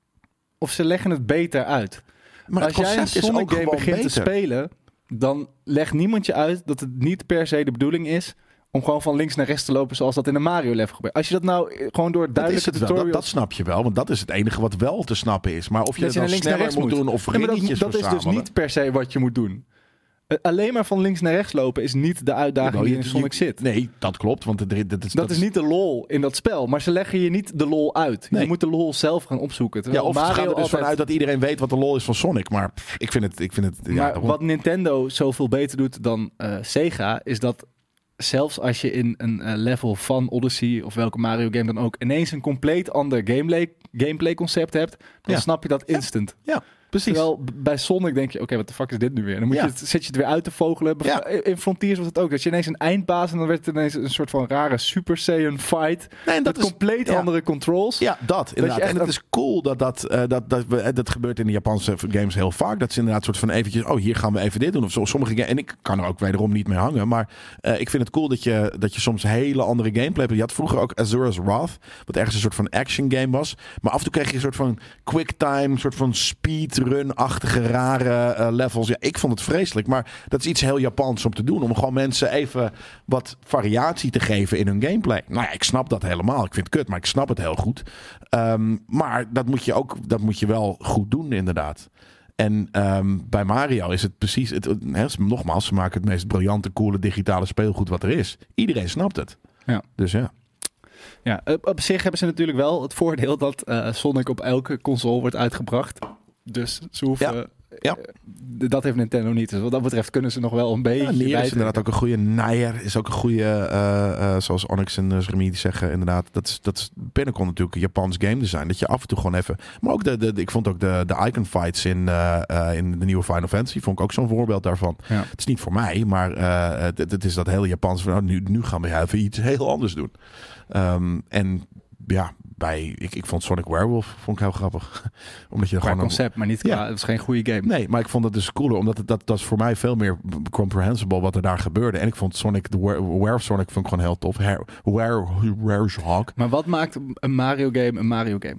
[SPEAKER 2] of ze leggen het beter uit.
[SPEAKER 1] Maar
[SPEAKER 2] als jij een Sonic game begint beter. te spelen, dan legt niemand je uit dat het niet per se de bedoeling is om gewoon van links naar rechts te lopen zoals dat in een Mario level gebeurt. Als je dat nou gewoon door duidelijke
[SPEAKER 1] dat
[SPEAKER 2] tutorials...
[SPEAKER 1] Dat, dat snap je wel, want dat is het enige wat wel te snappen is. Maar of je
[SPEAKER 2] dat
[SPEAKER 1] het dan sneller moet doen of ringetjes
[SPEAKER 2] Dat, dat is dus niet per se wat je moet doen. Alleen maar van links naar rechts lopen is niet de uitdaging ja, die in Sonic zit.
[SPEAKER 1] Nee, dat klopt. Want het, dat, is,
[SPEAKER 2] dat,
[SPEAKER 1] dat
[SPEAKER 2] is niet de lol in dat spel. Maar ze leggen je niet de lol uit. Nee. Je moet de lol zelf gaan opzoeken.
[SPEAKER 1] Ja, of
[SPEAKER 2] Mario
[SPEAKER 1] het gaat er dus
[SPEAKER 2] altijd...
[SPEAKER 1] vanuit dat iedereen weet wat de lol is van Sonic. Maar pff, ik vind het... Ik vind het ja,
[SPEAKER 2] maar
[SPEAKER 1] daarom...
[SPEAKER 2] wat Nintendo zoveel beter doet dan uh, Sega... is dat zelfs als je in een uh, level van Odyssey... of welke Mario game dan ook... ineens een compleet ander gameplay, gameplay concept hebt... dan ja. snap je dat instant.
[SPEAKER 1] Ja. ja. Precies.
[SPEAKER 2] Terwijl bij Sonic denk je, oké, okay, wat de fuck is dit nu weer? En dan moet
[SPEAKER 1] ja.
[SPEAKER 2] je het, zet je het weer uit te vogelen. Ja. In Frontiers was het ook. Dat je ineens een eindbaas en dan werd het ineens een soort van rare Super Saiyan fight. Nee, en dat met is, compleet ja. andere controls.
[SPEAKER 1] Ja, dat inderdaad. Dat en het is cool dat dat, uh, dat, dat, dat, dat gebeurt in de Japanse games heel vaak. Dat ze inderdaad soort van eventjes, oh, hier gaan we even dit doen. Of zo. Sommige games, en ik kan er ook wederom niet mee hangen. Maar uh, ik vind het cool dat je, dat je soms hele andere gameplay hebt. Je had vroeger ook Azura's Wrath, wat ergens een soort van action game was. Maar af en toe kreeg je een soort van quick time, een soort van speedrun-achtige rare uh, levels. Ja, ik vond het vreselijk, maar dat is iets heel Japans om te doen. Om gewoon mensen even wat variatie te geven in hun gameplay. Nou ja, ik snap dat helemaal. Ik vind het kut, maar ik snap het heel goed. Um, maar dat moet je ook, dat moet je wel goed doen, inderdaad. En um, bij Mario is het precies, het, het, nogmaals, ze maken het meest briljante, coole digitale speelgoed wat er is. Iedereen snapt het.
[SPEAKER 2] Ja.
[SPEAKER 1] Dus ja.
[SPEAKER 2] Ja, op, op zich hebben ze natuurlijk wel het voordeel dat uh, Sonic op elke console wordt uitgebracht. Dus ze hoeven... Ja. Ja. Uh, dat heeft Nintendo niet. Dus wat dat betreft kunnen ze nog wel een beetje... Ja,
[SPEAKER 1] Nier is inderdaad ook een goede. Nier is ook een goede... Uh, uh, zoals Onyx en uh, Remy zeggen, inderdaad. Dat is, dat is Pinnacle natuurlijk, een Japans game design. Dat je af en toe gewoon even... Maar ook de... de, de ik vond ook de, de icon fights in, uh, uh, in de nieuwe Final Fantasy. Vond ik ook zo'n voorbeeld daarvan. Ja. Het is niet voor mij, maar uh, het, het is dat hele Japans... Van, nou, nu, nu gaan we even iets heel anders doen. Um, en ja... Bij, ik, ik vond Sonic Werewolf vond ik heel grappig. Omdat je
[SPEAKER 2] qua
[SPEAKER 1] gewoon
[SPEAKER 2] concept, een, maar niet qua, ja. Het is geen goede game.
[SPEAKER 1] Nee, maar ik vond het dus cooler. Omdat het, dat, dat is voor mij veel meer comprehensible wat er daar gebeurde. En ik vond Sonic, de Werewolf Sonic vond ik gewoon heel tof. Werewolf.
[SPEAKER 2] Maar wat maakt een Mario game een Mario game?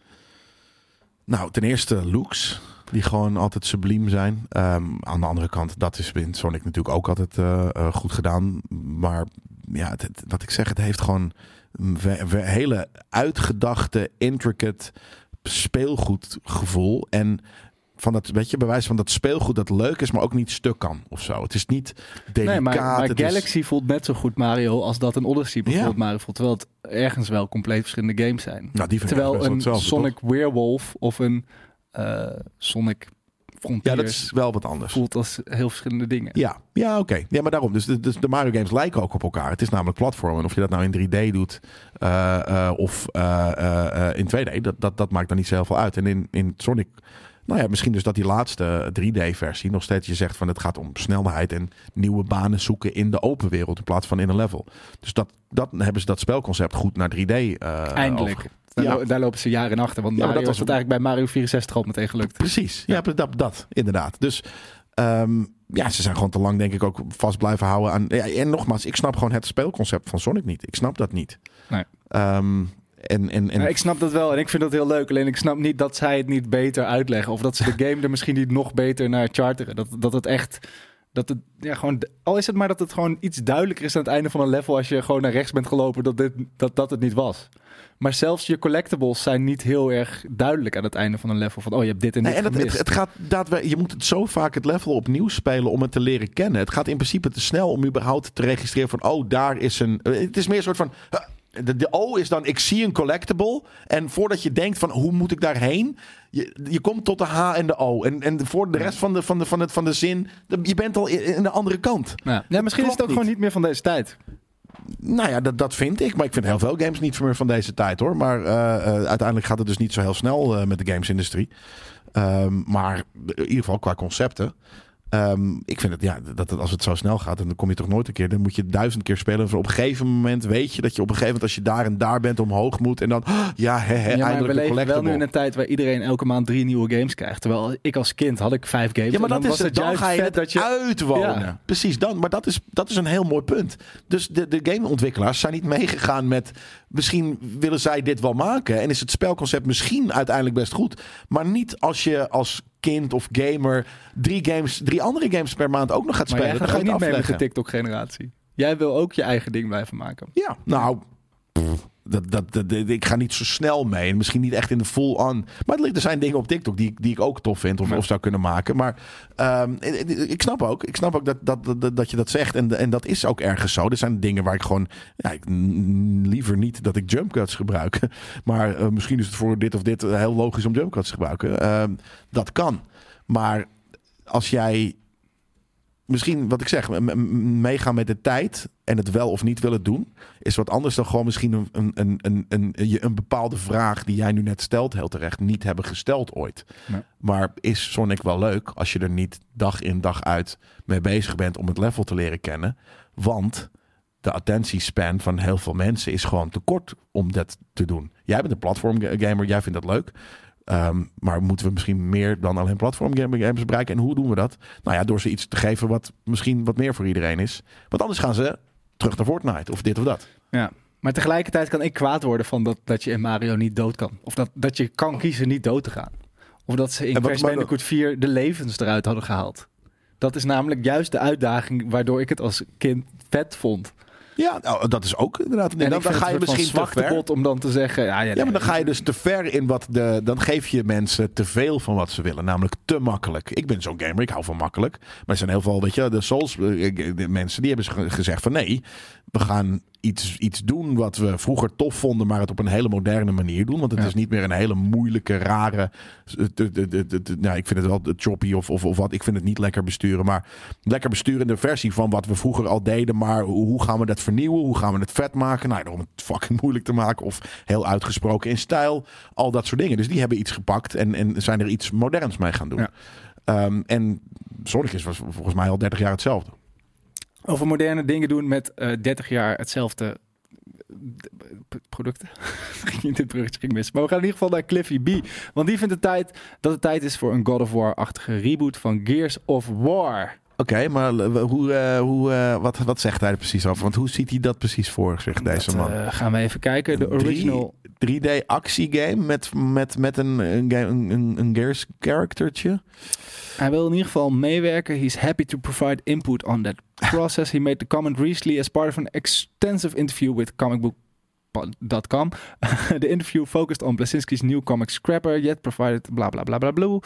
[SPEAKER 1] Nou, ten eerste looks. Die gewoon altijd subliem zijn. Um, aan de andere kant, dat is in Sonic natuurlijk ook altijd uh, uh, goed gedaan. Maar ja, het, het, wat ik zeg, het heeft gewoon... een hele uitgedachte, intricate speelgoedgevoel. En van dat, weet je, bewijs van dat speelgoed dat leuk is, maar ook niet stuk kan of zo. Het is niet delicaat.
[SPEAKER 2] Nee, maar, maar Galaxy
[SPEAKER 1] is...
[SPEAKER 2] voelt net zo goed Mario als dat een Odyssey bijvoorbeeld ja. Mario voelt. Terwijl het ergens wel compleet verschillende games zijn.
[SPEAKER 1] Nou, die
[SPEAKER 2] terwijl een
[SPEAKER 1] hetzelfde,
[SPEAKER 2] Sonic
[SPEAKER 1] toch?
[SPEAKER 2] Werewolf of een uh, Sonic Frontiers...
[SPEAKER 1] Ja, dat is wel wat anders.
[SPEAKER 2] Voelt als heel verschillende dingen.
[SPEAKER 1] Ja, ja oké. Okay. Ja, maar daarom. Dus de, dus de Mario games lijken ook op elkaar. Het is namelijk platformen. Of je dat nou in drie D doet uh, uh, of uh, uh, in twee D, dat, dat, dat maakt dan niet zo heel veel uit. En in, in Sonic... Nou ja, misschien dus dat die laatste drie D-versie nog steeds je zegt van het gaat om snelheid en nieuwe banen zoeken in de open wereld in plaats van in een level. Dus dat, dat hebben ze dat spelconcept goed naar drie D uh,
[SPEAKER 2] eindelijk.
[SPEAKER 1] Over.
[SPEAKER 2] Daar,
[SPEAKER 1] ja.
[SPEAKER 2] lo- daar lopen ze jaren achter. Want ja, Mario dat was het eigenlijk bij Mario vierenzestig al meteen gelukt.
[SPEAKER 1] Precies, ja, ja dat, dat inderdaad. Dus um, ja, ze zijn gewoon te lang denk ik ook vast blijven houden aan... Ja, en nogmaals, ik snap gewoon het speelconcept van Sonic niet. Ik snap dat niet.
[SPEAKER 2] Nee.
[SPEAKER 1] Um, En, en, en...
[SPEAKER 2] Ja, ik snap dat wel en ik vind dat heel leuk. Alleen ik snap niet dat zij het niet beter uitleggen. Of dat ze de game er misschien niet nog beter naar charteren. Dat, dat het echt... Dat het, ja, gewoon, al is het maar dat het gewoon iets duidelijker is aan het einde van een level... als je gewoon naar rechts bent gelopen dat dit, dat, dat het niet was. Maar zelfs je collectibles zijn niet heel erg duidelijk aan het einde van een level. Van, oh, je hebt dit en dit
[SPEAKER 1] nee, en het, het, het gaat daadwerkelijk, je moet het zo vaak het level opnieuw spelen om het te leren kennen. Het gaat in principe te snel om überhaupt te registreren van... oh, daar is een... Het is meer een soort van... De, de O is dan, ik zie een collectible. En voordat je denkt van, hoe moet ik daarheen? Je, je komt tot de H en de O. En, en voor de rest van de, van, de, van, het, van de zin, je bent al in de andere kant.
[SPEAKER 2] Ja, ja misschien is het ook niet. Gewoon niet meer van deze tijd.
[SPEAKER 1] nou ja, dat, dat vind ik. Maar ik vind heel veel games niet meer van deze tijd hoor. Maar uh, uh, uiteindelijk gaat het dus niet zo heel snel uh, met de gamesindustrie. Um, maar in ieder geval qua concepten. Um, ik vind het, ja, dat het, als het zo snel gaat, dan kom je toch nooit een keer. Dan moet je duizend keer spelen. Op een gegeven moment weet je dat je op een gegeven moment, als je daar en daar bent, omhoog moet. En dan, oh, ja, he, he,
[SPEAKER 2] ja, maar
[SPEAKER 1] eindelijk
[SPEAKER 2] we
[SPEAKER 1] een
[SPEAKER 2] leven wel nu in
[SPEAKER 1] collectible.
[SPEAKER 2] een tijd waar iedereen elke maand drie nieuwe games krijgt. Terwijl ik als kind had ik vijf games.
[SPEAKER 1] Ja, maar
[SPEAKER 2] en
[SPEAKER 1] dat
[SPEAKER 2] dan
[SPEAKER 1] is
[SPEAKER 2] was
[SPEAKER 1] het.
[SPEAKER 2] het
[SPEAKER 1] Dan
[SPEAKER 2] juist
[SPEAKER 1] ga je
[SPEAKER 2] vet
[SPEAKER 1] het
[SPEAKER 2] dat je
[SPEAKER 1] uitwonen.
[SPEAKER 2] Ja.
[SPEAKER 1] Precies, dan. Maar dat is, dat is een heel mooi punt. Dus de, de gameontwikkelaars zijn niet meegegaan met, misschien willen zij dit wel maken. En is het spelconcept misschien uiteindelijk best goed. Maar niet als je als kind of gamer drie games, drie andere games per maand ook nog gaat
[SPEAKER 2] Maar
[SPEAKER 1] spelen.
[SPEAKER 2] jij
[SPEAKER 1] Dan
[SPEAKER 2] gaat
[SPEAKER 1] ga je
[SPEAKER 2] ook
[SPEAKER 1] het
[SPEAKER 2] niet mee met de
[SPEAKER 1] afleggen.
[SPEAKER 2] TikTok-generatie. Jij wil ook je eigen ding blijven maken.
[SPEAKER 1] Ja, nou, pff, dat, dat, dat, dat- ik ga niet zo snel mee. En misschien niet echt in de full-on. Maar er zijn dingen op TikTok die, die ik ook tof vind of,
[SPEAKER 2] Ja.
[SPEAKER 1] of zou kunnen maken. Maar um, ik snap ook, ik snap ook dat, dat, dat, dat je dat zegt. En, en dat is ook ergens zo. Er zijn dingen waar ik gewoon, ja, ik, liever niet dat ik jump cuts gebruik. Maar uh, misschien is het voor dit of dit heel logisch om jump cuts te gebruiken. Uh, dat kan. Maar als jij... Misschien, wat ik zeg, m- m- meegaan met de tijd en het wel of niet willen doen, is wat anders dan gewoon misschien een, een, een, een, een, een bepaalde vraag die jij nu net stelt, heel terecht, niet hebben gesteld ooit.
[SPEAKER 2] Nee.
[SPEAKER 1] Maar is Sonic wel leuk als je er niet dag in dag uit mee bezig bent om het level te leren kennen? Want de attentiespan van heel veel mensen is gewoon te kort om dat te doen. Jij bent een platformgamer, jij vindt dat leuk. Um, maar moeten we misschien meer dan alleen platformgames bereiken? En hoe doen we dat? Nou ja, door ze iets te geven wat misschien wat meer voor iedereen is. Want anders gaan ze terug naar Fortnite of dit of dat.
[SPEAKER 2] Ja. Maar tegelijkertijd kan ik kwaad worden van dat, dat je in Mario niet dood kan. Of dat, dat je kan kiezen niet dood te gaan. Of dat ze in
[SPEAKER 1] En wat-
[SPEAKER 2] Crash
[SPEAKER 1] maar-
[SPEAKER 2] Bandicoot vier de levens eruit hadden gehaald. Dat is namelijk juist de uitdaging waardoor ik het als kind vet vond.
[SPEAKER 1] Ja, nou, dat is ook inderdaad. En
[SPEAKER 2] En
[SPEAKER 1] dan,
[SPEAKER 2] ik
[SPEAKER 1] dan
[SPEAKER 2] vind
[SPEAKER 1] ga je
[SPEAKER 2] het een soort
[SPEAKER 1] misschien
[SPEAKER 2] van
[SPEAKER 1] te ver.
[SPEAKER 2] zwaktebod om dan te zeggen... Ja, ja,
[SPEAKER 1] Ja, maar dan ga je dus te ver in wat de... Dan geef je mensen te veel van wat ze willen. Namelijk te makkelijk. Ik ben zo'n gamer, ik hou van makkelijk. Maar er zijn heel veel, weet je, de Souls eh, de mensen die hebben ge- gezegd van nee, we gaan iets, iets doen wat we vroeger tof vonden, maar het op een hele moderne manier doen. Want het
[SPEAKER 2] Ja.
[SPEAKER 1] is niet meer een hele moeilijke, rare... De, de, de, de, de- nou, ik vind het wel de choppy of, of, of wat. Ik vind het niet lekker besturen, maar lekker besturende versie van wat we vroeger al deden. Maar hoe, hoe gaan we dat vernieuwen? Hoe gaan we het vet maken? Nou, om het fucking moeilijk te maken of heel uitgesproken in stijl. Al dat soort dingen. Dus die hebben iets gepakt en, en zijn er iets moderns mee gaan doen.
[SPEAKER 2] Ja.
[SPEAKER 1] Um, en Sonic is was volgens mij al dertig jaar hetzelfde.
[SPEAKER 2] Over moderne dingen doen met uh, dertig jaar hetzelfde p- producten. Dit bruggetje ging mis. Maar we gaan in ieder geval naar Cliffy B. Want die vindt het tijd dat het tijd is voor een God of War-achtige reboot van Gears of War.
[SPEAKER 1] Oké, okay, maar hoe, uh, hoe, uh, wat, wat zegt hij er precies over? Want hoe ziet hij dat precies voor zich, deze
[SPEAKER 2] dat,
[SPEAKER 1] man?
[SPEAKER 2] Uh, gaan we even kijken. De original...
[SPEAKER 1] drie D actiegame met, met, met een, een, een, een Gears charactertje.
[SPEAKER 2] Hij wil in ieder geval meewerken. He's happy to provide input on that process. He made the comment recently as part of an extensive interview with comic book dot com. The interview focused on Blasinski's new comic Scrapper, yet provided bla bla bla bla bla.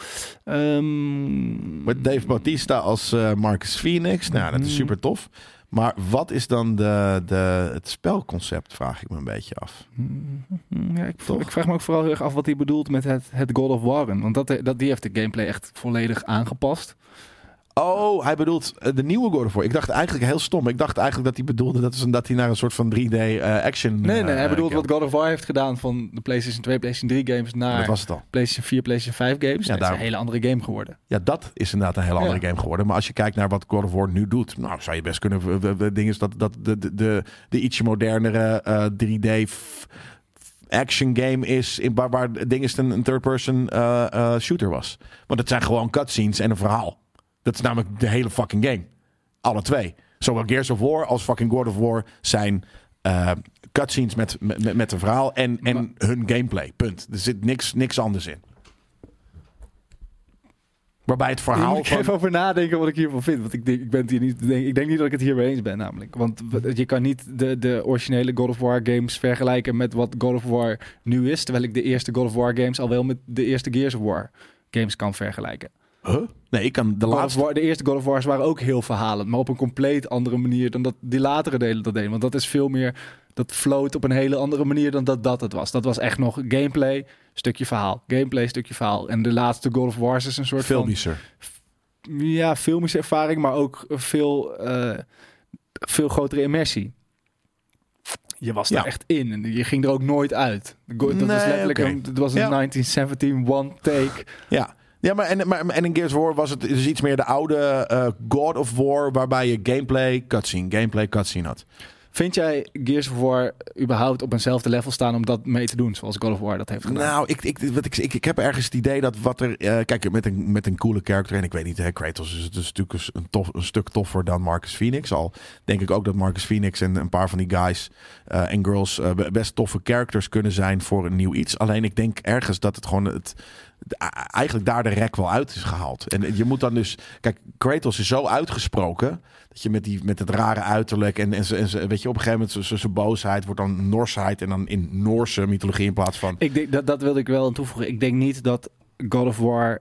[SPEAKER 2] Um,
[SPEAKER 1] Met Dave Bautista als uh, Marcus Phoenix. Nou, dat is super tof. Maar wat is dan de, de, het spelconcept, vraag ik me een beetje af.
[SPEAKER 2] Ja, ik, ik vraag me ook vooral heel erg af wat hij bedoelt met het, het God of War. Want dat, dat, die heeft de gameplay echt volledig aangepast.
[SPEAKER 1] Oh, hij bedoelt de nieuwe God of War. Ik dacht eigenlijk heel stom. Ik dacht eigenlijk dat hij bedoelde dat, is dat hij naar een soort van drie D uh, action...
[SPEAKER 2] Nee, nee, hij
[SPEAKER 1] uh,
[SPEAKER 2] bedoelt
[SPEAKER 1] game.
[SPEAKER 2] wat God of War heeft gedaan van de PlayStation twee, PlayStation drie games naar
[SPEAKER 1] dat was het al.
[SPEAKER 2] PlayStation vier, PlayStation vijf games.
[SPEAKER 1] Ja,
[SPEAKER 2] dat is een hele andere game geworden.
[SPEAKER 1] Ja, dat is inderdaad een hele andere
[SPEAKER 2] Ja.
[SPEAKER 1] game geworden. Maar als je kijkt naar wat God of War nu doet, nou zou je best kunnen... Het ding is dat, dat de, de, de, de ietsje modernere uh, drie D... F, action game is in, waar, waar het ding is een, een third-person uh, uh, shooter was. Want het zijn gewoon cutscenes en een verhaal. Dat is namelijk de hele fucking game. Alle twee. Zowel Gears of War als fucking God of War zijn uh, cutscenes met, met, met een verhaal en, en maar, hun gameplay. Punt. Er zit niks, niks anders in. Waarbij het verhaal...
[SPEAKER 2] Hier moet ik
[SPEAKER 1] van...
[SPEAKER 2] even over nadenken wat ik hiervan vind. Want ik denk, ik, ben het hier niet, denk, ik denk niet dat ik het hiermee eens ben namelijk. Want je kan niet de, de originele God of War games vergelijken met wat God of War nu is. Terwijl ik de eerste God of War games al wel met de eerste Gears of War games kan vergelijken.
[SPEAKER 1] Huh? Nee, ik kan de
[SPEAKER 2] God
[SPEAKER 1] laatste...
[SPEAKER 2] of War, de eerste God of Wars waren ook heel verhalend. Maar op een compleet andere manier dan dat die latere delen dat deden. Want dat is veel meer... Dat floot op een hele andere manier dan dat dat het was. Dat was echt nog gameplay, stukje verhaal. Gameplay, stukje verhaal. En de laatste God of Wars is een soort
[SPEAKER 1] Filmischer.
[SPEAKER 2] van... Ja, filmische ervaring, maar ook veel, uh, veel grotere immersie. je was
[SPEAKER 1] Ja.
[SPEAKER 2] daar echt in. En je ging er ook nooit uit. Dat
[SPEAKER 1] Nee,
[SPEAKER 2] was letterlijk
[SPEAKER 1] oké.
[SPEAKER 2] een, het was een
[SPEAKER 1] Ja.
[SPEAKER 2] negentien zeventien one take.
[SPEAKER 1] Ja. Ja, maar en, maar en in Gears of War was het dus iets meer de oude eh, God of War, waarbij je gameplay, cutscene, gameplay, cutscene had.
[SPEAKER 2] Vind jij Gears of War überhaupt op eenzelfde level staan om dat mee te doen, zoals God of War dat heeft gedaan?
[SPEAKER 1] Nou, ik, ik, wat ik, ik, ik heb ergens het idee dat wat er... eh, kijk, met een, met een coole character, en ik weet niet, hè, Kratos is, is natuurlijk een, tof, een stuk toffer dan Marcus Phoenix. Al denk ik ook dat Marcus Phoenix en een paar van die guys eh, en girls eh, best toffe characters kunnen zijn voor een nieuw iets. Alleen ik denk ergens dat het gewoon... Het, eigenlijk daar de rek wel uit is gehaald. En je moet dan dus... Kijk, Kratos is zo uitgesproken... dat je met, die, met het rare uiterlijk... en, en, en weet je, op een gegeven moment... zijn boosheid wordt dan Norsheid... en dan in Noorse mythologie in plaats van...
[SPEAKER 2] Ik denk, dat, dat wilde ik wel aan toevoegen. Ik denk niet dat God of War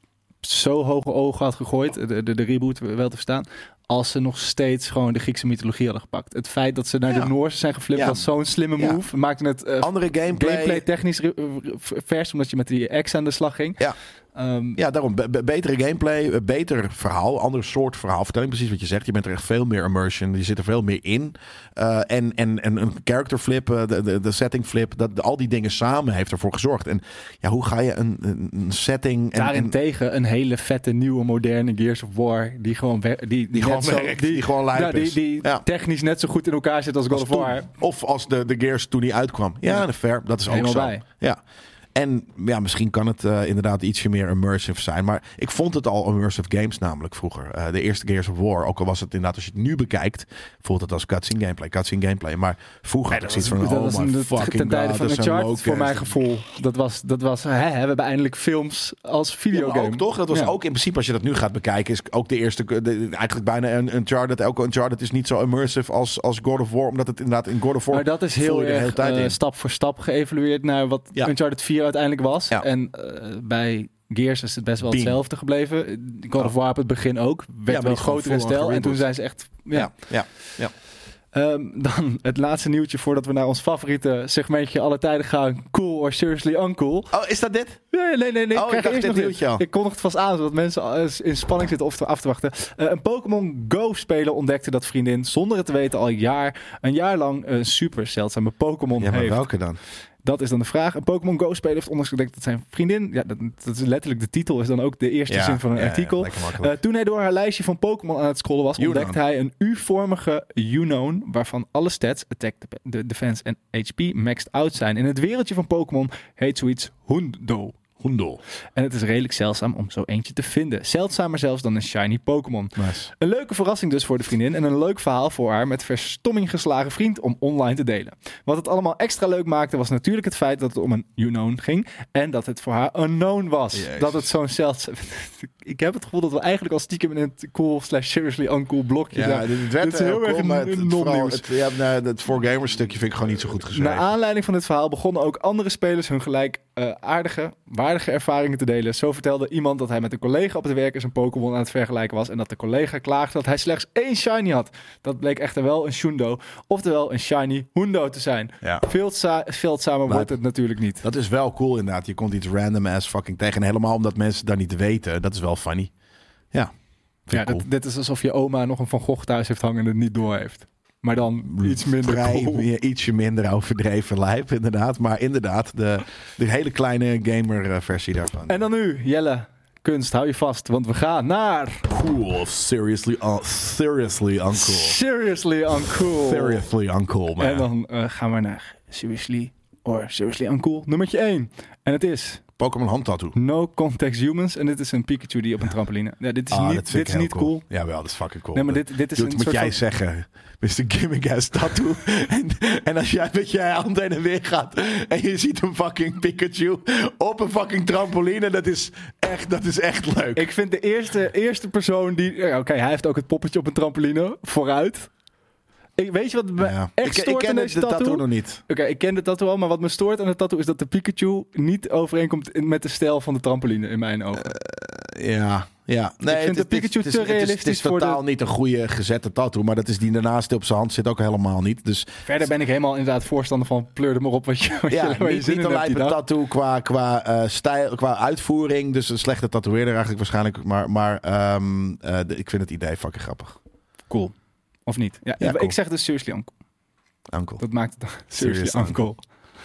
[SPEAKER 2] zo hoge ogen had gegooid... de, de, de reboot wel te verstaan... als ze nog steeds gewoon de Griekse mythologie hadden gepakt. Het feit dat ze naar
[SPEAKER 1] Ja.
[SPEAKER 2] de Noorse zijn geflipt...
[SPEAKER 1] Ja.
[SPEAKER 2] was zo'n slimme
[SPEAKER 1] Ja.
[SPEAKER 2] move. Maakte het uh,
[SPEAKER 1] Andere gameplay...
[SPEAKER 2] gameplay technisch re- re- vers... omdat je met die ex aan de slag ging.
[SPEAKER 1] Ja.
[SPEAKER 2] Um,
[SPEAKER 1] Ja, daarom. Be- be- betere gameplay, uh, beter verhaal, ander soort verhaal. Vertelling, precies wat je zegt. Je bent er echt veel meer immersion. Je zit er veel meer in. Uh, en, en, en een character flip, uh, de, de, de setting flip, dat, de, al die dingen samen heeft ervoor gezorgd. En ja, hoe ga je een, een, een setting... En,
[SPEAKER 2] Daarentegen een hele vette, nieuwe, moderne Gears of War... die gewoon, wer- die, die,
[SPEAKER 1] die gewoon
[SPEAKER 2] net zo-
[SPEAKER 1] werkt, die, gewoon lijp
[SPEAKER 2] ja, die,
[SPEAKER 1] is.
[SPEAKER 2] die
[SPEAKER 1] Ja.
[SPEAKER 2] technisch net zo goed in elkaar zit als God
[SPEAKER 1] Als
[SPEAKER 2] of
[SPEAKER 1] toen.
[SPEAKER 2] War.
[SPEAKER 1] Of als de, de Gears toen die uitkwam. Ja,
[SPEAKER 2] Ja.
[SPEAKER 1] fair. Dat is ook
[SPEAKER 2] Helemaal
[SPEAKER 1] zo.
[SPEAKER 2] bij.
[SPEAKER 1] Ja. En ja, misschien kan het uh, inderdaad ietsje meer immersive zijn. Maar ik vond het al immersive games namelijk vroeger. Uh, de eerste Gears of War, ook al was het inderdaad, als je het nu bekijkt, voelt het als cutscene gameplay, cutscene gameplay. Maar vroeger had ik zoiets van,
[SPEAKER 2] dat
[SPEAKER 1] oh
[SPEAKER 2] was
[SPEAKER 1] my
[SPEAKER 2] een,
[SPEAKER 1] fucking
[SPEAKER 2] ten tijde
[SPEAKER 1] god,
[SPEAKER 2] van
[SPEAKER 1] dat zijn
[SPEAKER 2] Uncharted voor
[SPEAKER 1] low-cast.
[SPEAKER 2] mijn gevoel. Dat was, dat was hè, hè, we hebben eindelijk films als
[SPEAKER 1] Ja,
[SPEAKER 2] videogame.
[SPEAKER 1] maar ook toch? Dat was
[SPEAKER 2] Ja.
[SPEAKER 1] ook in principe, als je dat nu gaat bekijken, is ook de eerste, de, eigenlijk bijna een Uncharted. Elke Uncharted is niet zo immersive als, als God of War, omdat het inderdaad in God of War...
[SPEAKER 2] Maar dat is
[SPEAKER 1] voel
[SPEAKER 2] heel
[SPEAKER 1] je er de hele
[SPEAKER 2] erg
[SPEAKER 1] tijd
[SPEAKER 2] uh,
[SPEAKER 1] in.
[SPEAKER 2] stap voor stap geëvalueerd naar wat
[SPEAKER 1] Ja.
[SPEAKER 2] Uncharted vier uiteindelijk was.
[SPEAKER 1] Ja.
[SPEAKER 2] En uh, bij Gears is het best wel
[SPEAKER 1] Beam.
[SPEAKER 2] hetzelfde gebleven. God of War op het begin ook. Werd
[SPEAKER 1] maar
[SPEAKER 2] wel
[SPEAKER 1] die is gewoon
[SPEAKER 2] groter in
[SPEAKER 1] full-on
[SPEAKER 2] stijl. En toen
[SPEAKER 1] gereboot.
[SPEAKER 2] zijn ze echt... Ja.
[SPEAKER 1] Ja, ja, ja.
[SPEAKER 2] Um, dan het laatste nieuwtje voordat we naar ons favoriete segmentje alle tijden gaan. Cool or seriously uncool.
[SPEAKER 1] Oh, is dat dit?
[SPEAKER 2] Nee, nee, nee. nee.
[SPEAKER 1] Oh,
[SPEAKER 2] ik krijg
[SPEAKER 1] ik dacht
[SPEAKER 2] eerst
[SPEAKER 1] dit
[SPEAKER 2] nog
[SPEAKER 1] nieuwtje al.
[SPEAKER 2] Ik kondig het vast aan, zodat mensen uh, in spanning zitten of te, af te wachten. Uh, een Pokémon Go-speler ontdekte dat vriendin, zonder het te weten, al een jaar, een jaar lang een super zeldzame Pokémon
[SPEAKER 1] Ja, maar
[SPEAKER 2] heeft.
[SPEAKER 1] welke dan?
[SPEAKER 2] Dat is dan de vraag. Een Pokémon Go-speler heeft ondanks ontdekt dat zijn vriendin... Ja, dat, dat is letterlijk de titel, is dan ook de eerste
[SPEAKER 1] Ja,
[SPEAKER 2] zin van een
[SPEAKER 1] ja, ja,
[SPEAKER 2] artikel.
[SPEAKER 1] lekker makkelijk.
[SPEAKER 2] Uh, toen hij door haar lijstje van Pokémon aan het scrollen was,
[SPEAKER 1] Unown.
[SPEAKER 2] ontdekte hij een U-vormige Unown, waarvan alle stats, attack, de defense en H P, maxed out zijn. In het wereldje van Pokémon heet zoiets Hundo.
[SPEAKER 1] Hoendel.
[SPEAKER 2] En het is redelijk zeldzaam om zo eentje te vinden. Zeldzamer zelfs dan een shiny Pokémon.
[SPEAKER 1] Nice.
[SPEAKER 2] Een leuke verrassing dus voor de vriendin en een leuk verhaal voor haar met verstomming geslagen vriend om online te delen. Wat het allemaal extra leuk maakte was natuurlijk het feit dat het om een Unknown ging en dat het voor haar unknown was.
[SPEAKER 1] Jezus.
[SPEAKER 2] Dat het zo'n zeldzaam... Ik heb het gevoel dat we eigenlijk al stiekem in het cool slash seriously uncool blokje
[SPEAKER 1] Ja,
[SPEAKER 2] zijn.
[SPEAKER 1] dit werd
[SPEAKER 2] Dit is heel
[SPEAKER 1] heel
[SPEAKER 2] erg
[SPEAKER 1] cool,
[SPEAKER 2] een-
[SPEAKER 1] maar het,
[SPEAKER 2] een
[SPEAKER 1] het, vooral
[SPEAKER 2] non-nieuws.
[SPEAKER 1] het, ja, nou, het voor gamers stukje vind ik gewoon niet zo goed geschreven.
[SPEAKER 2] Naar aanleiding van dit verhaal begonnen ook andere spelers hun gelijk uh, aardige, waardige ervaringen te delen. Zo vertelde iemand dat hij met een collega op het werk eens een Pokémon aan het vergelijken was en dat de collega klaagde dat hij slechts één shiny had. Dat bleek echter wel een Shundo, oftewel een shiny Hundo te zijn.
[SPEAKER 1] Ja.
[SPEAKER 2] Veel za- zeldzamer
[SPEAKER 1] Maar-
[SPEAKER 2] wordt het natuurlijk niet.
[SPEAKER 1] Dat is wel cool inderdaad. Je komt iets random ass fucking tegen. En helemaal omdat mensen dat niet weten. Dat is wel funny. Ja. Vind
[SPEAKER 2] Ja,
[SPEAKER 1] ik cool.
[SPEAKER 2] dit, dit is alsof je oma nog een Van Gogh thuis heeft hangen en het niet door heeft. Maar dan iets minder
[SPEAKER 1] Vrij,
[SPEAKER 2] cool.
[SPEAKER 1] ja, ietsje minder overdreven lijp inderdaad. Maar inderdaad, de, de hele kleine gamer eh, versie daarvan.
[SPEAKER 2] En dan nu, Jelle, kunst, hou je vast, want we gaan naar...
[SPEAKER 1] Cool. Seriously, un- seriously uncool.
[SPEAKER 2] Seriously uncool.
[SPEAKER 1] Seriously uncool, man.
[SPEAKER 2] En dan uh, gaan we naar Seriously or Seriously Uncool nummertje één. En het is
[SPEAKER 1] Pokémon handtattoo.
[SPEAKER 2] No Context Humans. En dit is een Pikachu die op een trampoline... Ja, dit is
[SPEAKER 1] Ah,
[SPEAKER 2] niet,
[SPEAKER 1] dat vind
[SPEAKER 2] dit
[SPEAKER 1] ik
[SPEAKER 2] is
[SPEAKER 1] heel
[SPEAKER 2] niet cool.
[SPEAKER 1] Ja, wel, dat is fucking cool.
[SPEAKER 2] Nee, maar dit, dit is
[SPEAKER 1] Dude,
[SPEAKER 2] een
[SPEAKER 1] moet
[SPEAKER 2] soort
[SPEAKER 1] jij
[SPEAKER 2] van...
[SPEAKER 1] zeggen, mister Gimmick Ass Tattoo. en, en als jij met je hand heen en weer gaat en je ziet een fucking Pikachu op een fucking trampoline, dat is echt, dat is echt leuk.
[SPEAKER 2] Ik vind de eerste, eerste persoon die... Ja, Oké, okay, hij heeft ook het poppetje op een trampoline. Vooruit. Ik, weet je wat me
[SPEAKER 1] Ja.
[SPEAKER 2] echt
[SPEAKER 1] ik,
[SPEAKER 2] stoort
[SPEAKER 1] ik
[SPEAKER 2] aan
[SPEAKER 1] ken de,
[SPEAKER 2] deze
[SPEAKER 1] de
[SPEAKER 2] tattoo?
[SPEAKER 1] tattoo nog niet.
[SPEAKER 2] Oké, okay, ik ken de tattoo al, maar wat me stoort aan de tattoo is dat de Pikachu niet overeenkomt in- met de stijl van de trampoline in mijn ogen.
[SPEAKER 1] Uh, ja, ja. Nee,
[SPEAKER 2] vind
[SPEAKER 1] het,
[SPEAKER 2] de
[SPEAKER 1] het is-
[SPEAKER 2] Pikachu
[SPEAKER 1] het is-
[SPEAKER 2] te
[SPEAKER 1] het is-
[SPEAKER 2] realistisch
[SPEAKER 1] Het is
[SPEAKER 2] voor de-
[SPEAKER 1] totaal niet een goede gezette tattoo, maar dat is die daarnaast op zijn hand zit ook helemaal niet. Dus
[SPEAKER 2] Verder ben ik helemaal inderdaad voorstander van pleur er maar op wat je, wat
[SPEAKER 1] ja,
[SPEAKER 2] je, waar je
[SPEAKER 1] niet,
[SPEAKER 2] zin
[SPEAKER 1] niet
[SPEAKER 2] in
[SPEAKER 1] een
[SPEAKER 2] hebt die
[SPEAKER 1] lijpe
[SPEAKER 2] dag.
[SPEAKER 1] tattoo qua, qua, uh, stijl, qua uitvoering. Dus een slechte tatoeëerder eigenlijk waarschijnlijk. Maar, maar um, uh, de, ik vind het idee fucking grappig.
[SPEAKER 2] Cool. Of niet? Ja,
[SPEAKER 1] Ja,
[SPEAKER 2] ik
[SPEAKER 1] cool.
[SPEAKER 2] zeg dus seriously uncool.
[SPEAKER 1] Uncle.
[SPEAKER 2] Dat maakt het seriously
[SPEAKER 1] Serious
[SPEAKER 2] uncle.
[SPEAKER 1] uncle.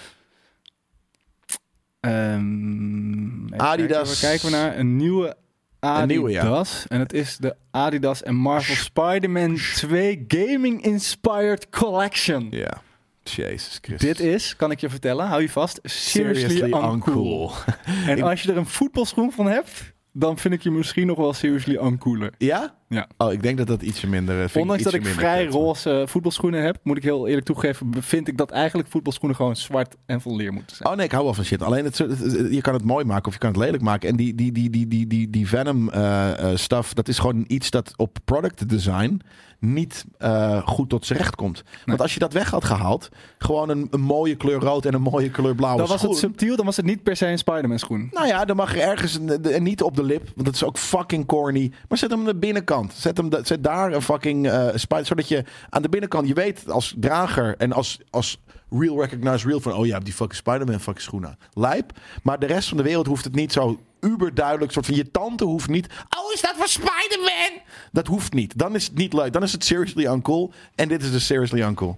[SPEAKER 2] Um,
[SPEAKER 1] Adidas.
[SPEAKER 2] Kijken, kijken we naar een nieuwe Adidas.
[SPEAKER 1] Een nieuwe, ja.
[SPEAKER 2] En het is de Adidas en Marvel Spider-Man twee Gaming-Inspired Collection.
[SPEAKER 1] Ja. Jezus Christus.
[SPEAKER 2] Dit is, kan ik je vertellen, hou je vast, seriously,
[SPEAKER 1] Seriously
[SPEAKER 2] uncool.
[SPEAKER 1] uncool.
[SPEAKER 2] En
[SPEAKER 1] Ik-
[SPEAKER 2] als je er een voetbalschoen van hebt, dan vind ik je misschien nog wel seriously uncooler.
[SPEAKER 1] Ja?
[SPEAKER 2] Ja.
[SPEAKER 1] Oh, ik denk dat dat ietsje minder... vind
[SPEAKER 2] Ondanks dat
[SPEAKER 1] ietsje
[SPEAKER 2] ik
[SPEAKER 1] minder
[SPEAKER 2] vrij
[SPEAKER 1] vet.
[SPEAKER 2] roze voetbalschoenen heb, moet ik heel eerlijk toegeven, vind ik dat eigenlijk voetbalschoenen gewoon zwart en vol leer moeten zijn.
[SPEAKER 1] Oh nee, ik hou wel van shit. Alleen het, het- je kan het mooi maken of je kan het lelijk maken. En die, die, die, die, die, die, die Venom eh, eh, stuff, dat is gewoon iets dat op product design niet eh, goed tot z'n recht komt. Want als je dat weg had gehaald, gewoon een, een mooie kleur rood en een mooie kleur blauwe
[SPEAKER 2] Dan was
[SPEAKER 1] schoen.
[SPEAKER 2] het subtiel, dan was het niet per se een Spider-Man schoen.
[SPEAKER 1] Nou ja, dan mag er ergens een, en niet op de lip, want dat is ook fucking corny. Maar zet hem aan de binnenkant. Zet, hem, zet daar een fucking uh, spider, zodat je aan de binnenkant, je weet als drager en als, als real recognize real van, oh ja, die fucking Spider-Man fucking schoenen. Lijp. Maar de rest van de wereld hoeft het niet zo uber duidelijk. Soort van je tante hoeft niet. Oh, is dat voor Spider-Man? Dat hoeft niet. Dan is het niet leuk. Dan is het seriously uncool. En dit is de seriously uncool.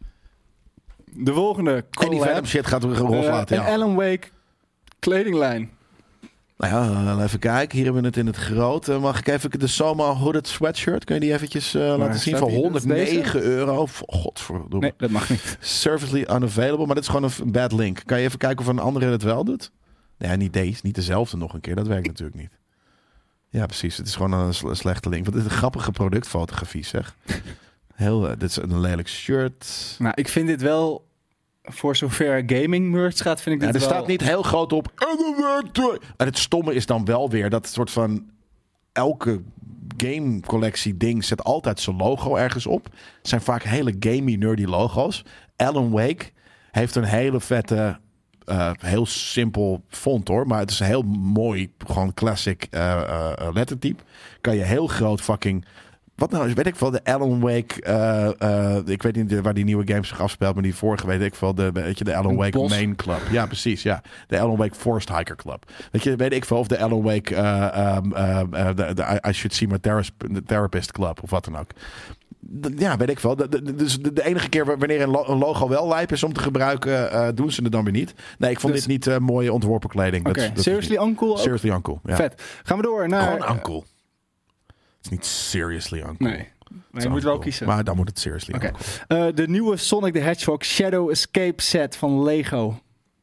[SPEAKER 2] De volgende
[SPEAKER 1] En die
[SPEAKER 2] collab,
[SPEAKER 1] Venom shit gaat er
[SPEAKER 2] uh,
[SPEAKER 1] rondlaten.
[SPEAKER 2] een
[SPEAKER 1] Ja.
[SPEAKER 2] Alan Wake kledinglijn.
[SPEAKER 1] Nou ja, even kijken. Hier hebben we het in het groot. Uh, mag ik even de Soma Hooded Sweatshirt? Kun je die eventjes uh, laten zien?
[SPEAKER 2] staat
[SPEAKER 1] Voor
[SPEAKER 2] die? Dat is
[SPEAKER 1] honderdnegen euro. Godverdomme.
[SPEAKER 2] Nee, dat mag niet.
[SPEAKER 1] Servicely unavailable. Maar dit is gewoon een bad link. Kan je even kijken of een andere het wel doet? Nee, niet deze. Niet dezelfde nog een keer. Dat werkt natuurlijk niet. Ja, precies. Het is gewoon een sle- slechte link. Want dit is een grappige productfotografie, zeg. Heel, uh, dit is een lelijk shirt.
[SPEAKER 2] Nou, ik vind dit wel, voor zover gaming merch gaat, vind ik
[SPEAKER 1] Ja,
[SPEAKER 2] dit
[SPEAKER 1] er
[SPEAKER 2] wel...
[SPEAKER 1] staat niet heel groot op. En het stomme is dan wel weer dat soort van elke game collectie ding zet altijd zijn logo ergens op. Het zijn vaak hele gamey nerdy logo's. Alan Wake heeft een hele vette, uh, heel simpel font hoor, maar het is een heel mooi, gewoon classic uh, uh, lettertype. Kan je heel groot fucking... Wat nou, weet ik wel, de Alan Wake, uh, uh, ik weet niet waar die nieuwe game zich afspeelt, maar die vorige weet ik wel, de, weet je, de Alan
[SPEAKER 2] Een
[SPEAKER 1] Wake
[SPEAKER 2] bos.
[SPEAKER 1] Main Club. Ja, precies, ja. De Alan Wake Forest Hiker Club. Weet je, weet ik veel, of de Alan Wake, uh, um, uh, uh, de, de I Should See My Therapist, the Therapist Club, of wat dan ook. D- Ja, weet ik wel. De, de, dus de, de enige keer wanneer een, lo- een logo wel lijp is om te gebruiken, uh, doen ze het dan weer niet. Nee, ik vond
[SPEAKER 2] Dus-
[SPEAKER 1] dit niet uh, mooie ontworpen kleding.
[SPEAKER 2] Oké,
[SPEAKER 1] Dat- dat is
[SPEAKER 2] seriously
[SPEAKER 1] niet-
[SPEAKER 2] uncool ook?
[SPEAKER 1] Seriously uncool, ja.
[SPEAKER 2] Vet. Gaan we door naar...
[SPEAKER 1] Gewoon uncool. Het is niet seriously uncool.
[SPEAKER 2] Nee, maar je moet wel kiezen.
[SPEAKER 1] Maar dan moet het seriously
[SPEAKER 2] Oké.
[SPEAKER 1] uncool.
[SPEAKER 2] Uh, de nieuwe Sonic the Hedgehog Shadow Escape set van Lego.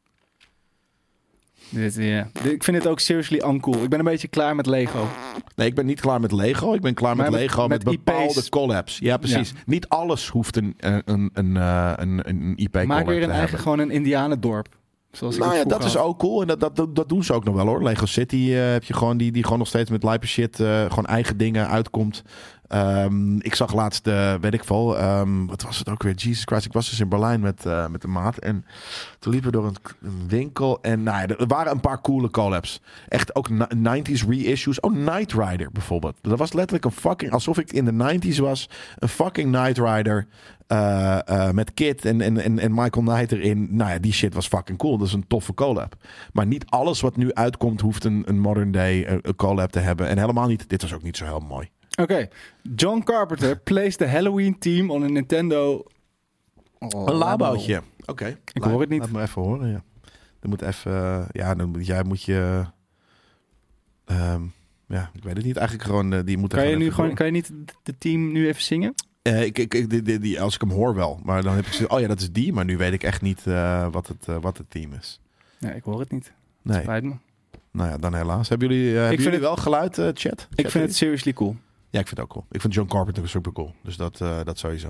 [SPEAKER 2] Dit, ja. Dit- Ik vind het ook seriously uncool. Ik ben een beetje klaar met Lego.
[SPEAKER 1] Nee, ik ben niet klaar met Lego. Ik ben klaar met,
[SPEAKER 2] Maar met-
[SPEAKER 1] Lego met,
[SPEAKER 2] met I P's.
[SPEAKER 1] bepaalde collabs. Ja, precies.
[SPEAKER 2] Ja.
[SPEAKER 1] Niet alles hoeft een, een, een, een, eh, een, een I P collab
[SPEAKER 2] Maak weer
[SPEAKER 1] te
[SPEAKER 2] een eigen,
[SPEAKER 1] hebben.
[SPEAKER 2] gewoon een indianendorp. Zoals ik
[SPEAKER 1] Nou
[SPEAKER 2] het
[SPEAKER 1] ja, dat
[SPEAKER 2] vroeger
[SPEAKER 1] is
[SPEAKER 2] had.
[SPEAKER 1] ook cool. En dat, dat, dat, dat doen ze ook nog wel hoor. Lego City eh, heb je gewoon die, die gewoon nog steeds met lijpe shit eh, gewoon eigen dingen uitkomt. Ehm, ik zag laatst, uh, weet ik veel, um, wat was het ook weer? Jesus Christ, ik was dus in Berlijn met, uh, met de maat. En toen liepen we door een, een winkel. En nou ja, er waren een paar coole collabs. Echt ook na- nineties reissues. Oh, Knight Rider bijvoorbeeld. Dat was letterlijk een fucking, alsof ik in de nineties was. Een fucking Knight Rider. Uh, uh, met Kid en, en, en, en Michael Knight erin. Nou ja, die shit was fucking cool. Dat is een toffe collab. Maar niet alles wat nu uitkomt hoeft een, een modern day uh, collab te hebben. En helemaal niet, dit was ook niet zo heel mooi.
[SPEAKER 2] Oké. Okay. John Carpenter placed the Halloween theme on a Nintendo...
[SPEAKER 1] Oh, een labootje. Oké. Okay.
[SPEAKER 2] Ik hoor het niet.
[SPEAKER 1] Laat me even horen, ja. Dan moet even... Uh, ja, dan moet jij moet je... Um, ja, ik weet het niet. Eigenlijk gewoon... Uh, die moet
[SPEAKER 2] kan, je nu gewoon, kan je niet de team nu even zingen?
[SPEAKER 1] Uh, ik, ik, ik, die, die, die, als ik hem hoor wel. Maar dan heb ik gezegd, oh ja, dat is die. Maar nu weet ik echt niet uh, wat, het, uh, wat het team is.
[SPEAKER 2] Nee, ik hoor het niet.
[SPEAKER 1] Nee.
[SPEAKER 2] Spijt me.
[SPEAKER 1] Nou ja, dan helaas. Hebben jullie, uh, hebben jullie het, wel geluid, uh, chat? chat?
[SPEAKER 2] Ik vind het seriously cool.
[SPEAKER 1] Ja, ik vind het ook cool. Ik vind John Carpenter super cool. Dus dat, uh, dat sowieso.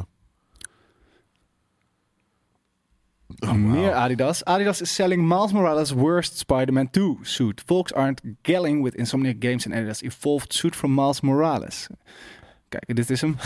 [SPEAKER 2] Oh, wow. Meer Adidas. Adidas is selling Miles Morales' worst Spider-Man two suit. Folks aren't gelling with Insomniac Games and Adidas evolved suit from Miles Morales. Kijk, dit is hem.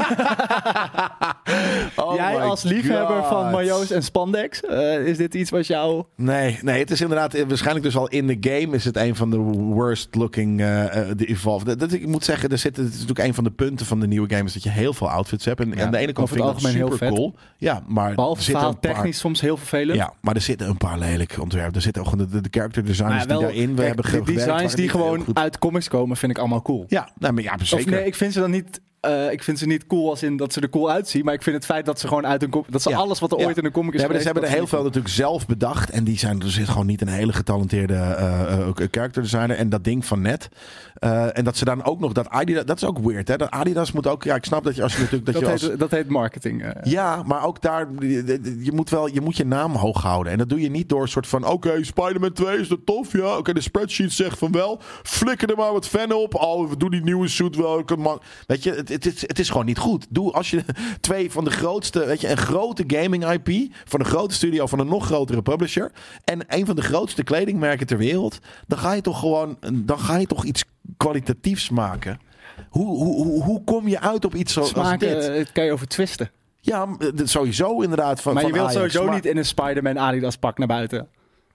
[SPEAKER 2] oh Jij als liefhebber God. van majo's en spandex, uh, is dit iets wat jou...
[SPEAKER 1] Nee, nee, het is inderdaad waarschijnlijk dus al in de game is het een van de worst looking uh, de Evolve. Dat, dat, ik moet zeggen, er zit, het is natuurlijk een van de punten van de nieuwe game is dat je heel veel outfits hebt. En ja, aan de ene kant vind ik dat super heel vet. Cool. Ja, maar
[SPEAKER 2] behalve verhaal technisch soms heel vervelend.
[SPEAKER 1] Ja, maar er zitten een paar lelijke ontwerpen. Er zitten ook de, de, de character designers
[SPEAKER 2] wel,
[SPEAKER 1] die daarin we
[SPEAKER 2] kijk,
[SPEAKER 1] hebben
[SPEAKER 2] de designs die gewoon uit comics komen vind ik allemaal cool.
[SPEAKER 1] Ja, nou, maar ja, zeker.
[SPEAKER 2] Of nee, ik vind ze dan niet Uh, ik vind ze niet cool als in dat ze er cool uitzien. Maar ik vind het feit dat ze gewoon uit een com- dat ze ja. alles wat er ja. ooit in een comic is.
[SPEAKER 1] Ja, maar
[SPEAKER 2] geweest,
[SPEAKER 1] ze hebben er heel veel
[SPEAKER 2] cool.
[SPEAKER 1] natuurlijk zelf bedacht. En die zijn, er zit gewoon niet een hele getalenteerde uh, uh, character designer. En dat ding van net. Uh, en dat ze dan ook nog dat Adidas. Dat is ook weird, hè? Dat Adidas moet ook. Ja, ik snap dat je als je natuurlijk. Dat,
[SPEAKER 2] dat,
[SPEAKER 1] je
[SPEAKER 2] heet,
[SPEAKER 1] als,
[SPEAKER 2] dat heet marketing. Uh.
[SPEAKER 1] Ja, maar ook daar. Je moet wel. Je moet je naam hoog houden. En dat doe je niet door een soort van. Oké, okay, Spider-Man twee is dat tof. Ja, oké, okay, de spreadsheet zegt van wel. Flikker er maar wat fan op. Oh, we doen die nieuwe suit wel. Weet je, het, het, het, het is gewoon niet goed. Doe als je twee van de grootste. Weet je, een grote gaming I P. Van een grote studio. Van een nog grotere publisher. En een van de grootste kledingmerken ter wereld. Dan ga je toch gewoon. Dan ga je toch iets kwalitatiefs maken. Hoe, hoe, hoe, hoe kom je uit op iets zoals
[SPEAKER 2] Smaken,
[SPEAKER 1] dit?
[SPEAKER 2] Het kan je over twisten.
[SPEAKER 1] Ja, sowieso inderdaad. Van,
[SPEAKER 2] maar je
[SPEAKER 1] van
[SPEAKER 2] wilt
[SPEAKER 1] Ajax,
[SPEAKER 2] sowieso
[SPEAKER 1] maar,
[SPEAKER 2] niet in een Spider-Man Adidas pak naar buiten.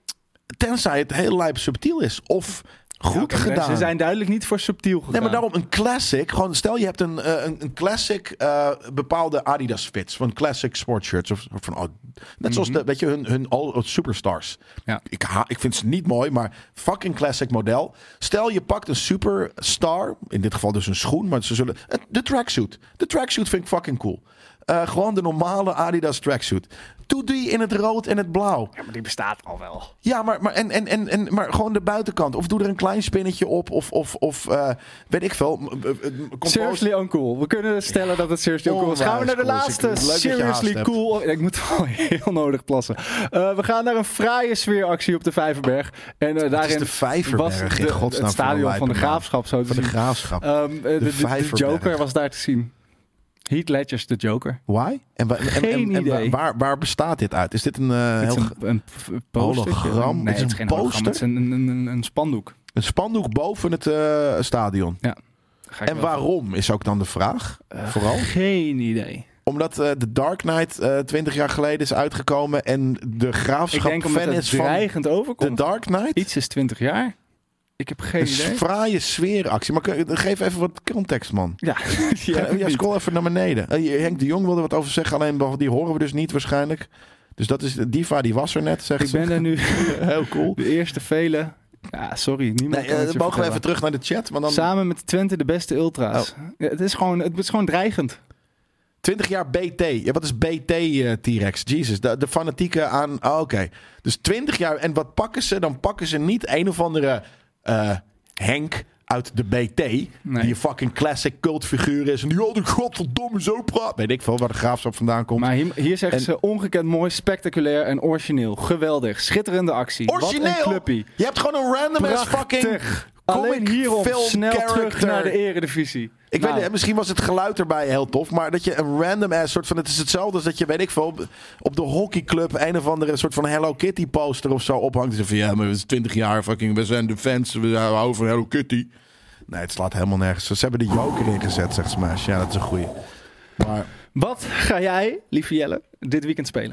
[SPEAKER 1] Tenzij het heel lijp subtiel is. Of goed ja, okay, gedaan.
[SPEAKER 2] Ze zijn duidelijk niet voor subtiel gegaan.
[SPEAKER 1] Nee, maar daarom een classic. Gewoon stel je hebt een, uh, een, een classic uh, bepaalde Adidas fits. Van classic sportshirts. Of, of van, oh, net mm-hmm. zoals de, weet je, hun, hun all, all superstars.
[SPEAKER 2] Ja.
[SPEAKER 1] Ik, ha, ik vind ze niet mooi, maar fucking classic model. Stel je pakt een superstar. In dit geval dus een schoen. Maar ze zullen... De tracksuit. De tracksuit vind ik fucking cool. Uh, gewoon de normale Adidas tracksuit. Doe die in het rood en het blauw.
[SPEAKER 2] Ja, maar die bestaat al wel.
[SPEAKER 1] Ja, maar, maar, en, en, en, en, maar gewoon de buitenkant. Of doe er een klein spinnetje op. Of, of, of uh, weet ik veel.
[SPEAKER 2] Compose... Seriously uncool. We kunnen stellen dat het seriously uncool is. Gaan we naar de cool. laatste. Seriously cool. Ik moet wel heel nodig plassen. Uh, we gaan naar een fraaie sfeeractie op de Vijverberg. En uh, daarin
[SPEAKER 1] is de Vijverberg was de,
[SPEAKER 2] in godsnaam het stadion van de Graafschap. Zo te
[SPEAKER 1] van
[SPEAKER 2] zien.
[SPEAKER 1] de Graafschap.
[SPEAKER 2] Um, uh, de, de, de Joker was daar te zien. Heath Ledger's The Joker.
[SPEAKER 1] Why? En, en,
[SPEAKER 2] Geen
[SPEAKER 1] en, en,
[SPEAKER 2] idee.
[SPEAKER 1] En waar, waar bestaat dit uit? Is dit een, uh,
[SPEAKER 2] dit
[SPEAKER 1] heel
[SPEAKER 2] een, een, een
[SPEAKER 1] hologram?
[SPEAKER 2] Nee,
[SPEAKER 1] het is
[SPEAKER 2] het
[SPEAKER 1] een
[SPEAKER 2] geen
[SPEAKER 1] poster?
[SPEAKER 2] Het is een, een, een, een spandoek.
[SPEAKER 1] Een spandoek boven het uh, stadion?
[SPEAKER 2] Ja.
[SPEAKER 1] En waarom van. Is ook dan de vraag?
[SPEAKER 2] Uh,
[SPEAKER 1] Vooral?
[SPEAKER 2] Geen idee.
[SPEAKER 1] Omdat uh, The Dark Knight uh, twintig jaar geleden is uitgekomen en de Graafschap
[SPEAKER 2] Ik denk omdat
[SPEAKER 1] fan
[SPEAKER 2] het
[SPEAKER 1] is
[SPEAKER 2] dreigend
[SPEAKER 1] van
[SPEAKER 2] overkomt.
[SPEAKER 1] The Dark Knight?
[SPEAKER 2] Iets is twintig jaar. Ik heb geen
[SPEAKER 1] een
[SPEAKER 2] idee.
[SPEAKER 1] Een fraaie sfeeractie. Maar geef even wat context, man.
[SPEAKER 2] Ja,
[SPEAKER 1] ja, ja scroll even naar beneden. Uh, Henk de Jong wilde wat over zeggen, alleen die horen we dus niet waarschijnlijk. Dus dat is Diva, die was er net, zegt
[SPEAKER 2] Ik
[SPEAKER 1] ze.
[SPEAKER 2] ben er nu.
[SPEAKER 1] Heel cool.
[SPEAKER 2] De eerste vele. Ja, sorry. Niemand
[SPEAKER 1] nee, uh, mogen vertellen. we even terug naar de chat? Maar dan...
[SPEAKER 2] Samen met Twente de beste ultra's. Oh. Ja, het, is gewoon, het is gewoon dreigend.
[SPEAKER 1] twintig jaar B T. Ja, wat is B T, uh, T-Rex? Jesus, de, de fanatieke aan... Oh, Oké. Okay. Dus twintig jaar. En wat pakken ze? Dan pakken ze niet een of andere uh, Henk uit de B T. Nee. Die een fucking classic cultfiguur is. En die, oh, de godverdomme zo praat. Weet ik veel waar de Graafschap vandaan komt.
[SPEAKER 2] Maar hier, hier zeggen en... ze ongekend mooi, spectaculair en origineel. Geweldig. Schitterende actie.
[SPEAKER 1] Origineel?
[SPEAKER 2] Wat een clubpie.
[SPEAKER 1] Je hebt gewoon een random ass fucking...
[SPEAKER 2] Alleen hierom snel
[SPEAKER 1] character.
[SPEAKER 2] terug naar de eredivisie.
[SPEAKER 1] Ik nou. weet niet, misschien was het geluid erbij heel tof. Maar dat je een random ass soort van... Het is hetzelfde als dat je, weet ik veel... Op, op de hockeyclub een of andere soort van Hello Kitty poster of zo ophangt. En van ja, maar we zijn twintig jaar fucking... We zijn de fans, we houden van Hello Kitty. Nee, het slaat helemaal nergens. Ze hebben de Joker ingezet, zegt Smash. Ja, dat is een goeie. Maar...
[SPEAKER 2] Wat ga jij, lieve Jelle, dit weekend spelen?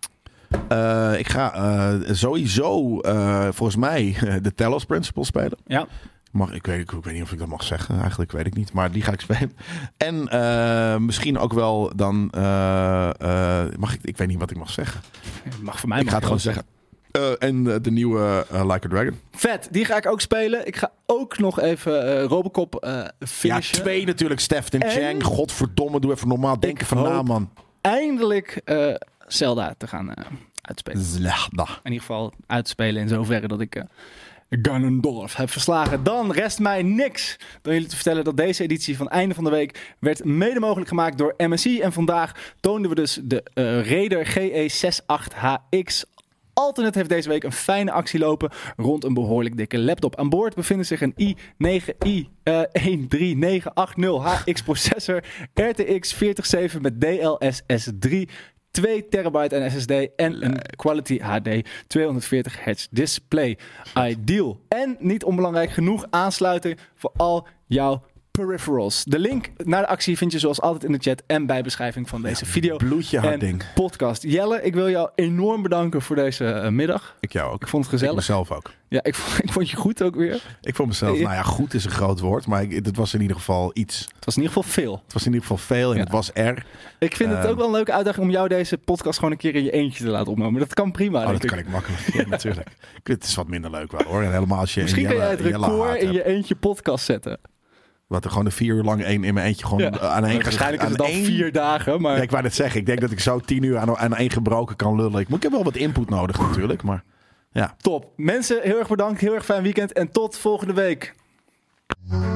[SPEAKER 1] Uh, ik ga uh, sowieso uh, volgens mij uh, de Talos Principle spelen.
[SPEAKER 2] Ja.
[SPEAKER 1] Mag, ik, weet, ik, ik weet niet of ik dat mag zeggen. Eigenlijk weet ik niet. Maar die ga ik spelen. En uh, misschien ook wel dan... Uh, uh, mag ik, ik weet niet wat ik mag zeggen.
[SPEAKER 2] Mag voor mij.
[SPEAKER 1] Ik ga het gewoon zeggen. Uh, en uh, de nieuwe uh, Like a Dragon.
[SPEAKER 2] Vet, die ga ik ook spelen. Ik ga ook nog even uh, Robocop uh, finishen.
[SPEAKER 1] Ja, twee natuurlijk. Stefan en... Chang. Godverdomme, doe even normaal denken van na, man.
[SPEAKER 2] Eindelijk uh, Zelda te gaan uh, uitspelen.
[SPEAKER 1] Zelda.
[SPEAKER 2] In ieder geval uitspelen in zoverre dat ik... Uh, Ganondorf heb verslagen. Dan rest mij niks dan jullie te vertellen dat deze editie van Einde van de Week werd mede mogelijk gemaakt door M S I. En vandaag toonden we dus de uh, Raider G E zesentachtig H X. Alternate heeft deze week een fijne actie lopen rond een behoorlijk dikke laptop. Aan boord bevinden zich een i negen i een drie negen acht nul H X processor, R T X veertig zeven met D L S S drie, twee terabyte aan S S D en een Quality H D tweehonderdveertig hertz display. Ideal. En niet onbelangrijk genoeg aansluiting voor al jouw peripherals. De link naar de actie vind je zoals altijd in de chat en bij beschrijving van deze ja, video
[SPEAKER 1] bloedje hard
[SPEAKER 2] en
[SPEAKER 1] ding.
[SPEAKER 2] podcast. Jelle, ik wil jou enorm bedanken voor deze uh, middag.
[SPEAKER 1] Ik jou ook.
[SPEAKER 2] Ik vond het gezellig.
[SPEAKER 1] Ik mezelf ook.
[SPEAKER 2] Ja, ik vond, ik vond je goed ook weer.
[SPEAKER 1] Ik vond mezelf, nou ja, goed is een groot woord, maar ik, het was in ieder geval iets.
[SPEAKER 2] Het was in ieder geval veel.
[SPEAKER 1] Het was in ieder geval veel en ja. Het was er.
[SPEAKER 2] Ik vind uh, het ook wel een leuke uitdaging om jou deze podcast gewoon een keer in je eentje te laten opnemen. Dat kan prima.
[SPEAKER 1] Oh, dat
[SPEAKER 2] ik.
[SPEAKER 1] kan ik makkelijk. Ja, natuurlijk. Het is wat minder leuk wel hoor. En helemaal als je
[SPEAKER 2] Misschien
[SPEAKER 1] in
[SPEAKER 2] kan
[SPEAKER 1] Jelle,
[SPEAKER 2] jij het record in je eentje podcast zetten.
[SPEAKER 1] Wat er gewoon een vier uur lang één in mijn eentje gewoon
[SPEAKER 2] Ja.
[SPEAKER 1] aan één...
[SPEAKER 2] Waarschijnlijk is het
[SPEAKER 1] aan
[SPEAKER 2] dan
[SPEAKER 1] één-
[SPEAKER 2] vier dagen, maar...
[SPEAKER 1] Ja, ik wou net zeggen, ik denk dat ik zo tien uur aan, aan één gebroken kan lullen. Ik, moet, ik heb wel wat input nodig natuurlijk, maar ja.
[SPEAKER 2] Top. Mensen, heel erg bedankt. Heel erg fijn weekend. En tot volgende week.